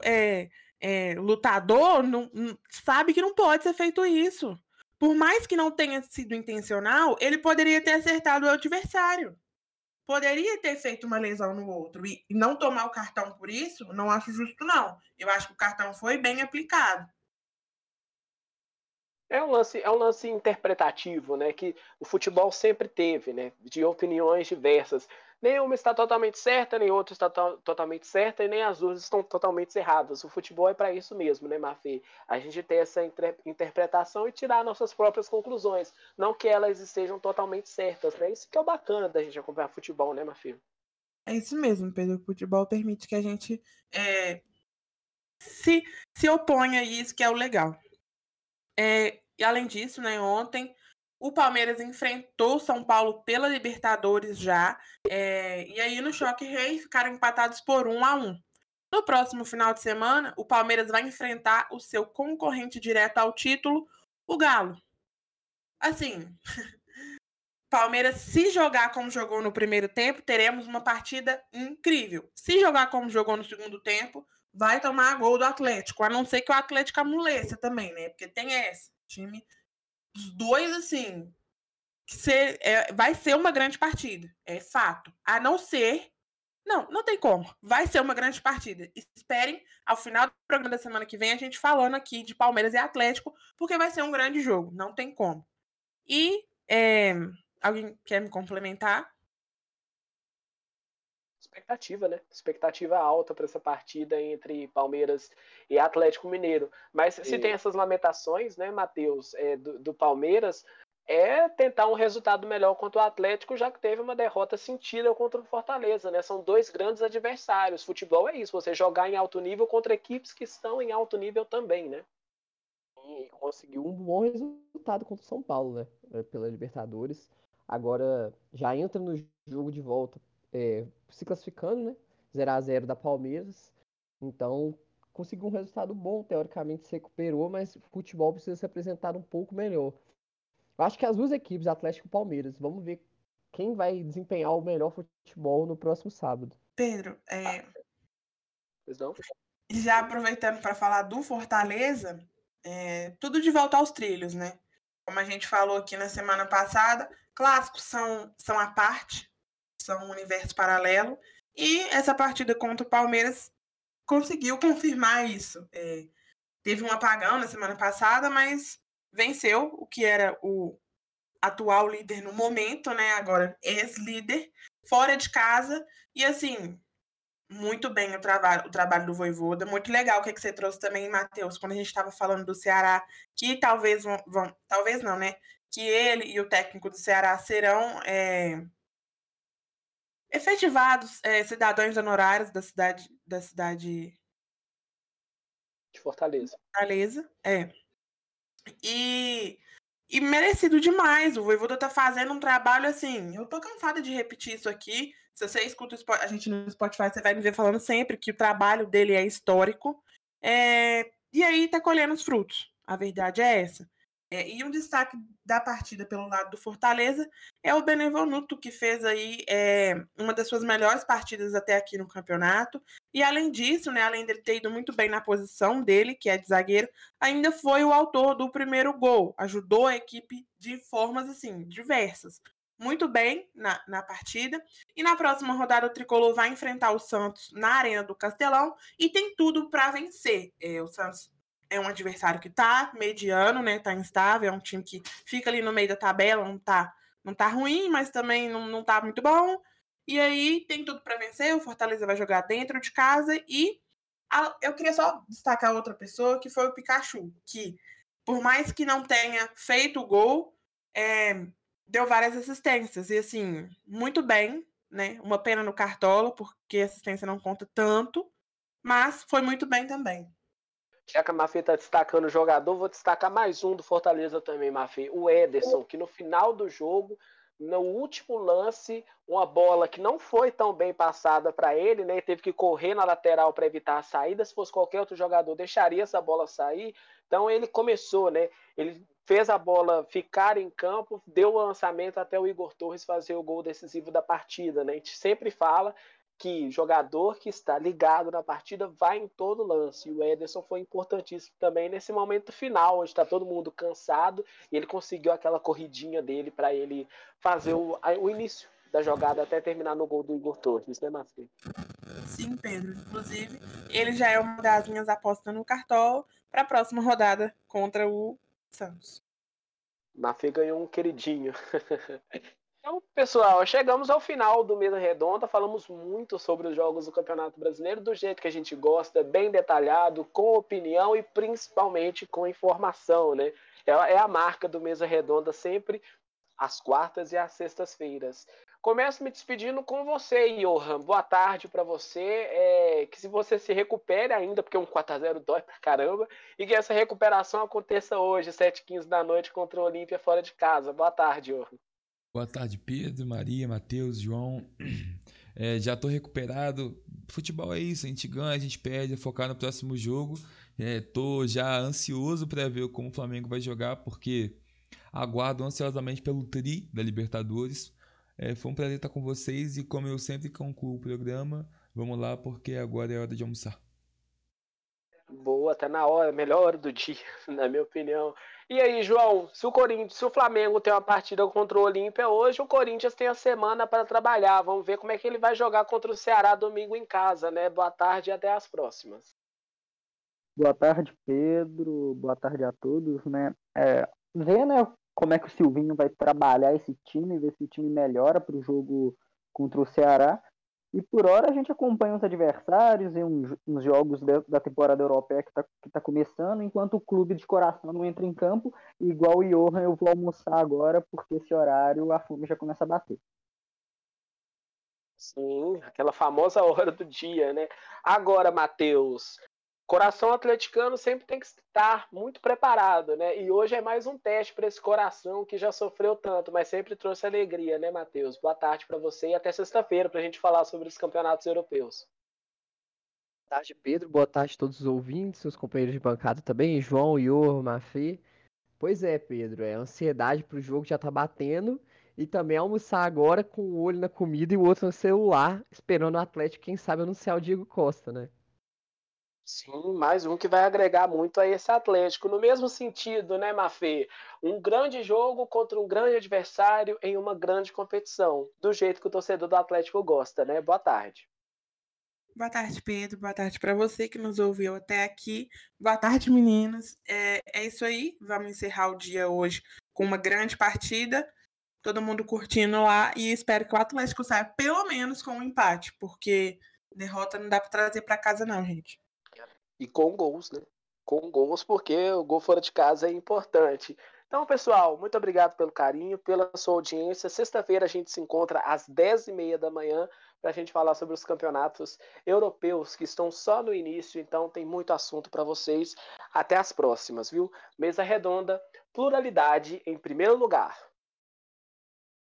S3: lutador, sabe que não pode ser feito isso. Por mais que não tenha sido intencional, ele poderia ter acertado o adversário. Poderia ter feito uma lesão no outro e não tomar o cartão por isso, não acho justo, não. Eu acho que o cartão foi bem aplicado.
S2: É um lance interpretativo, né? Que o futebol sempre teve, né? De opiniões diversas. nenhuma está totalmente certa, nem outra está totalmente certa, e nem as duas estão totalmente erradas. O futebol é para isso mesmo, né, Mafê? A gente ter essa interpretação e tirar nossas próprias conclusões, não que elas estejam totalmente certas, né? Isso que é o bacana da gente acompanhar futebol, né, Mafê?
S3: É isso mesmo, Pedro. O futebol permite que a gente se oponha a isso, que é o legal. E além disso, né, ontem o Palmeiras enfrentou o São Paulo pela Libertadores já. E aí no Choque Rei ficaram empatados por 1-1. No próximo final de semana, o Palmeiras vai enfrentar o seu concorrente direto ao título, o Galo. Assim, Palmeiras, se jogar como jogou no primeiro tempo, teremos uma partida incrível. Se jogar como jogou no segundo tempo, vai tomar gol do Atlético. A não ser que o Atlético amoleça também, né? Porque tem essa. Time, os dois, assim, vai ser uma grande partida. É fato. A não ser. Não tem como. Vai ser uma grande partida. Esperem ao final do programa da semana que vem a gente falando aqui de Palmeiras e Atlético, porque vai ser um grande jogo. Não tem como. E alguém quer me complementar?
S2: Expectativa, né? Expectativa alta para essa partida entre Palmeiras e Atlético Mineiro. Mas se tem essas lamentações, né, Matheus, do Palmeiras, é tentar um resultado melhor contra o Atlético, já que teve uma derrota sentida contra o Fortaleza, né? São dois grandes adversários. Futebol é isso, você jogar em alto nível contra equipes que estão em alto nível também, né?
S4: E conseguiu um bom resultado contra o São Paulo, né? Pela Libertadores. Agora já entra no jogo de volta, se classificando, né? 0-0 da Palmeiras. Então conseguiu um resultado bom, teoricamente se recuperou, mas o futebol precisa se apresentar um pouco melhor. Eu acho que as duas equipes, Atlético e Palmeiras, vamos ver quem vai desempenhar o melhor futebol no próximo sábado.
S3: Pedro,
S2: Pois não?
S3: já aproveitando para falar do Fortaleza, tudo de volta aos trilhos, né? Como a gente falou aqui na semana passada, clássicos são à parte, são um universo paralelo, e essa partida contra o Palmeiras conseguiu confirmar isso. Teve um apagão na semana passada, mas venceu o que era o atual líder no momento, né? Agora ex-líder, fora de casa, e assim, muito bem o trabalho do Vojvoda, muito legal o que você trouxe também, Matheus, quando a gente estava falando do Ceará, que talvez talvez não, né? Que ele e o técnico do Ceará serão efetivados cidadãos honorários da cidade
S2: De Fortaleza.
S3: E merecido demais. O Vojvoda tá fazendo um trabalho assim. Eu tô cansada de repetir isso aqui. Se você escuta a gente no Spotify, você vai me ver falando sempre que o trabalho dele é histórico. E aí tá colhendo os frutos. A verdade é essa. E um destaque da partida pelo lado do Fortaleza é o Benevenuto, que fez aí uma das suas melhores partidas até aqui no campeonato. E além disso, né, além dele ter ido muito bem na posição dele, que é de zagueiro, ainda foi o autor do primeiro gol. Ajudou a equipe de formas assim diversas. Muito bem na partida. E na próxima rodada, o Tricolor vai enfrentar o Santos na Arena do Castelão e tem tudo para vencer. O Santos é um adversário que tá mediano, né? Tá instável, é um time que fica ali no meio da tabela, não tá ruim, mas também não tá muito bom. E aí tem tudo para vencer, o Fortaleza vai jogar dentro de casa e eu queria só destacar outra pessoa, que foi o Pikachu, que por mais que não tenha feito o gol, deu várias assistências. E assim, muito bem, né? Uma pena no Cartola, porque a assistência não conta tanto, mas foi muito bem também.
S2: Já que a Mafê está destacando o jogador, vou destacar mais um do Fortaleza também, Mafê. O Ederson, que no final do jogo, no último lance, uma bola que não foi tão bem passada para ele, né? Ele teve que correr na lateral para evitar a saída. Se fosse qualquer outro jogador, deixaria essa bola sair. Então ele começou, né? Ele fez a bola ficar em campo, deu o lançamento até o Igor Torres fazer o gol decisivo da partida, né? A gente sempre fala que jogador que está ligado na partida vai em todo lance. E o Ederson foi importantíssimo também nesse momento final, onde está todo mundo cansado e ele conseguiu aquela corridinha dele para ele fazer o início da jogada até terminar no gol do Igor Torres, né, Mafê?
S3: Sim, Pedro. Inclusive, ele já é uma das minhas apostas no Cartola para a próxima rodada contra o Santos.
S2: Mafê ganhou um queridinho. Então, pessoal, chegamos ao final do Mesa Redonda. Falamos muito sobre os jogos do Campeonato Brasileiro, do jeito que a gente gosta, bem detalhado, com opinião e principalmente com informação, né? É a marca do Mesa Redonda sempre às quartas e às sextas-feiras. Começo me despedindo com você, Johan. Boa tarde para você. Que se você se recupere ainda, porque um 4-0 dói pra caramba, e que essa recuperação aconteça hoje, 7h15 da noite, contra o Olímpia fora de casa. Boa tarde, Johan.
S1: Boa tarde, Pedro, Maria, Matheus, João. Já tô recuperado. Futebol é isso, a gente ganha, a gente perde, é focar no próximo jogo. Tô já ansioso para ver como o Flamengo vai jogar, porque aguardo ansiosamente pelo tri da Libertadores. Foi um prazer estar com vocês e como eu sempre concluo o programa, vamos lá porque agora é hora de almoçar.
S2: Boa, tá na hora, melhor hora do dia, na minha opinião. E aí, João, se o Flamengo tem uma partida contra o Olímpia hoje, o Corinthians tem a semana para trabalhar. Vamos ver como é que ele vai jogar contra o Ceará domingo em casa, né? Boa tarde e até as próximas.
S5: Boa tarde, Pedro. Boa tarde a todos, né? Ver, né, como é que o Silvinho vai trabalhar esse time, ver se o time melhora para o jogo contra o Ceará. E por hora a gente acompanha os adversários e uns jogos da temporada europeia que tá começando, enquanto o clube de coração não entra em campo. E igual o Johan, eu vou almoçar agora, porque esse horário a fome já começa a bater.
S2: Sim, aquela famosa hora do dia, né? Agora, Matheus, coração atleticano sempre tem que estar muito preparado, né? E hoje é mais um teste para esse coração que já sofreu tanto, mas sempre trouxe alegria, né, Matheus? Boa tarde para você e até sexta-feira para a gente falar sobre os campeonatos europeus.
S4: Boa tarde, Pedro. Boa tarde a todos os ouvintes, seus companheiros de bancada também, João, Ior, Mafê. Pois é, Pedro, a ansiedade pro jogo já tá batendo e também almoçar agora com o olho na comida e o outro no celular, esperando o Atlético, quem sabe, anunciar o Diego Costa, né?
S2: Sim, mais um que vai agregar muito a esse Atlético. No mesmo sentido, né, Mafê? Um grande jogo contra um grande adversário em uma grande competição, do jeito que o torcedor do Atlético gosta, né? Boa tarde.
S3: Boa tarde, Pedro. Boa tarde para você que nos ouviu até aqui. Boa tarde, meninos. É isso aí. Vamos encerrar o dia hoje com uma grande partida. Todo mundo curtindo lá e espero que o Atlético saia pelo menos com um empate, porque derrota não dá para trazer para casa não, gente.
S2: E com gols, né? Com gols, porque o gol fora de casa é importante. Então, pessoal, muito obrigado pelo carinho, pela sua audiência. Sexta-feira a gente se encontra às 10h30 da manhã para a gente falar sobre os campeonatos europeus que estão só no início, então tem muito assunto para vocês. Até as próximas, viu? Mesa Redonda, pluralidade em primeiro lugar.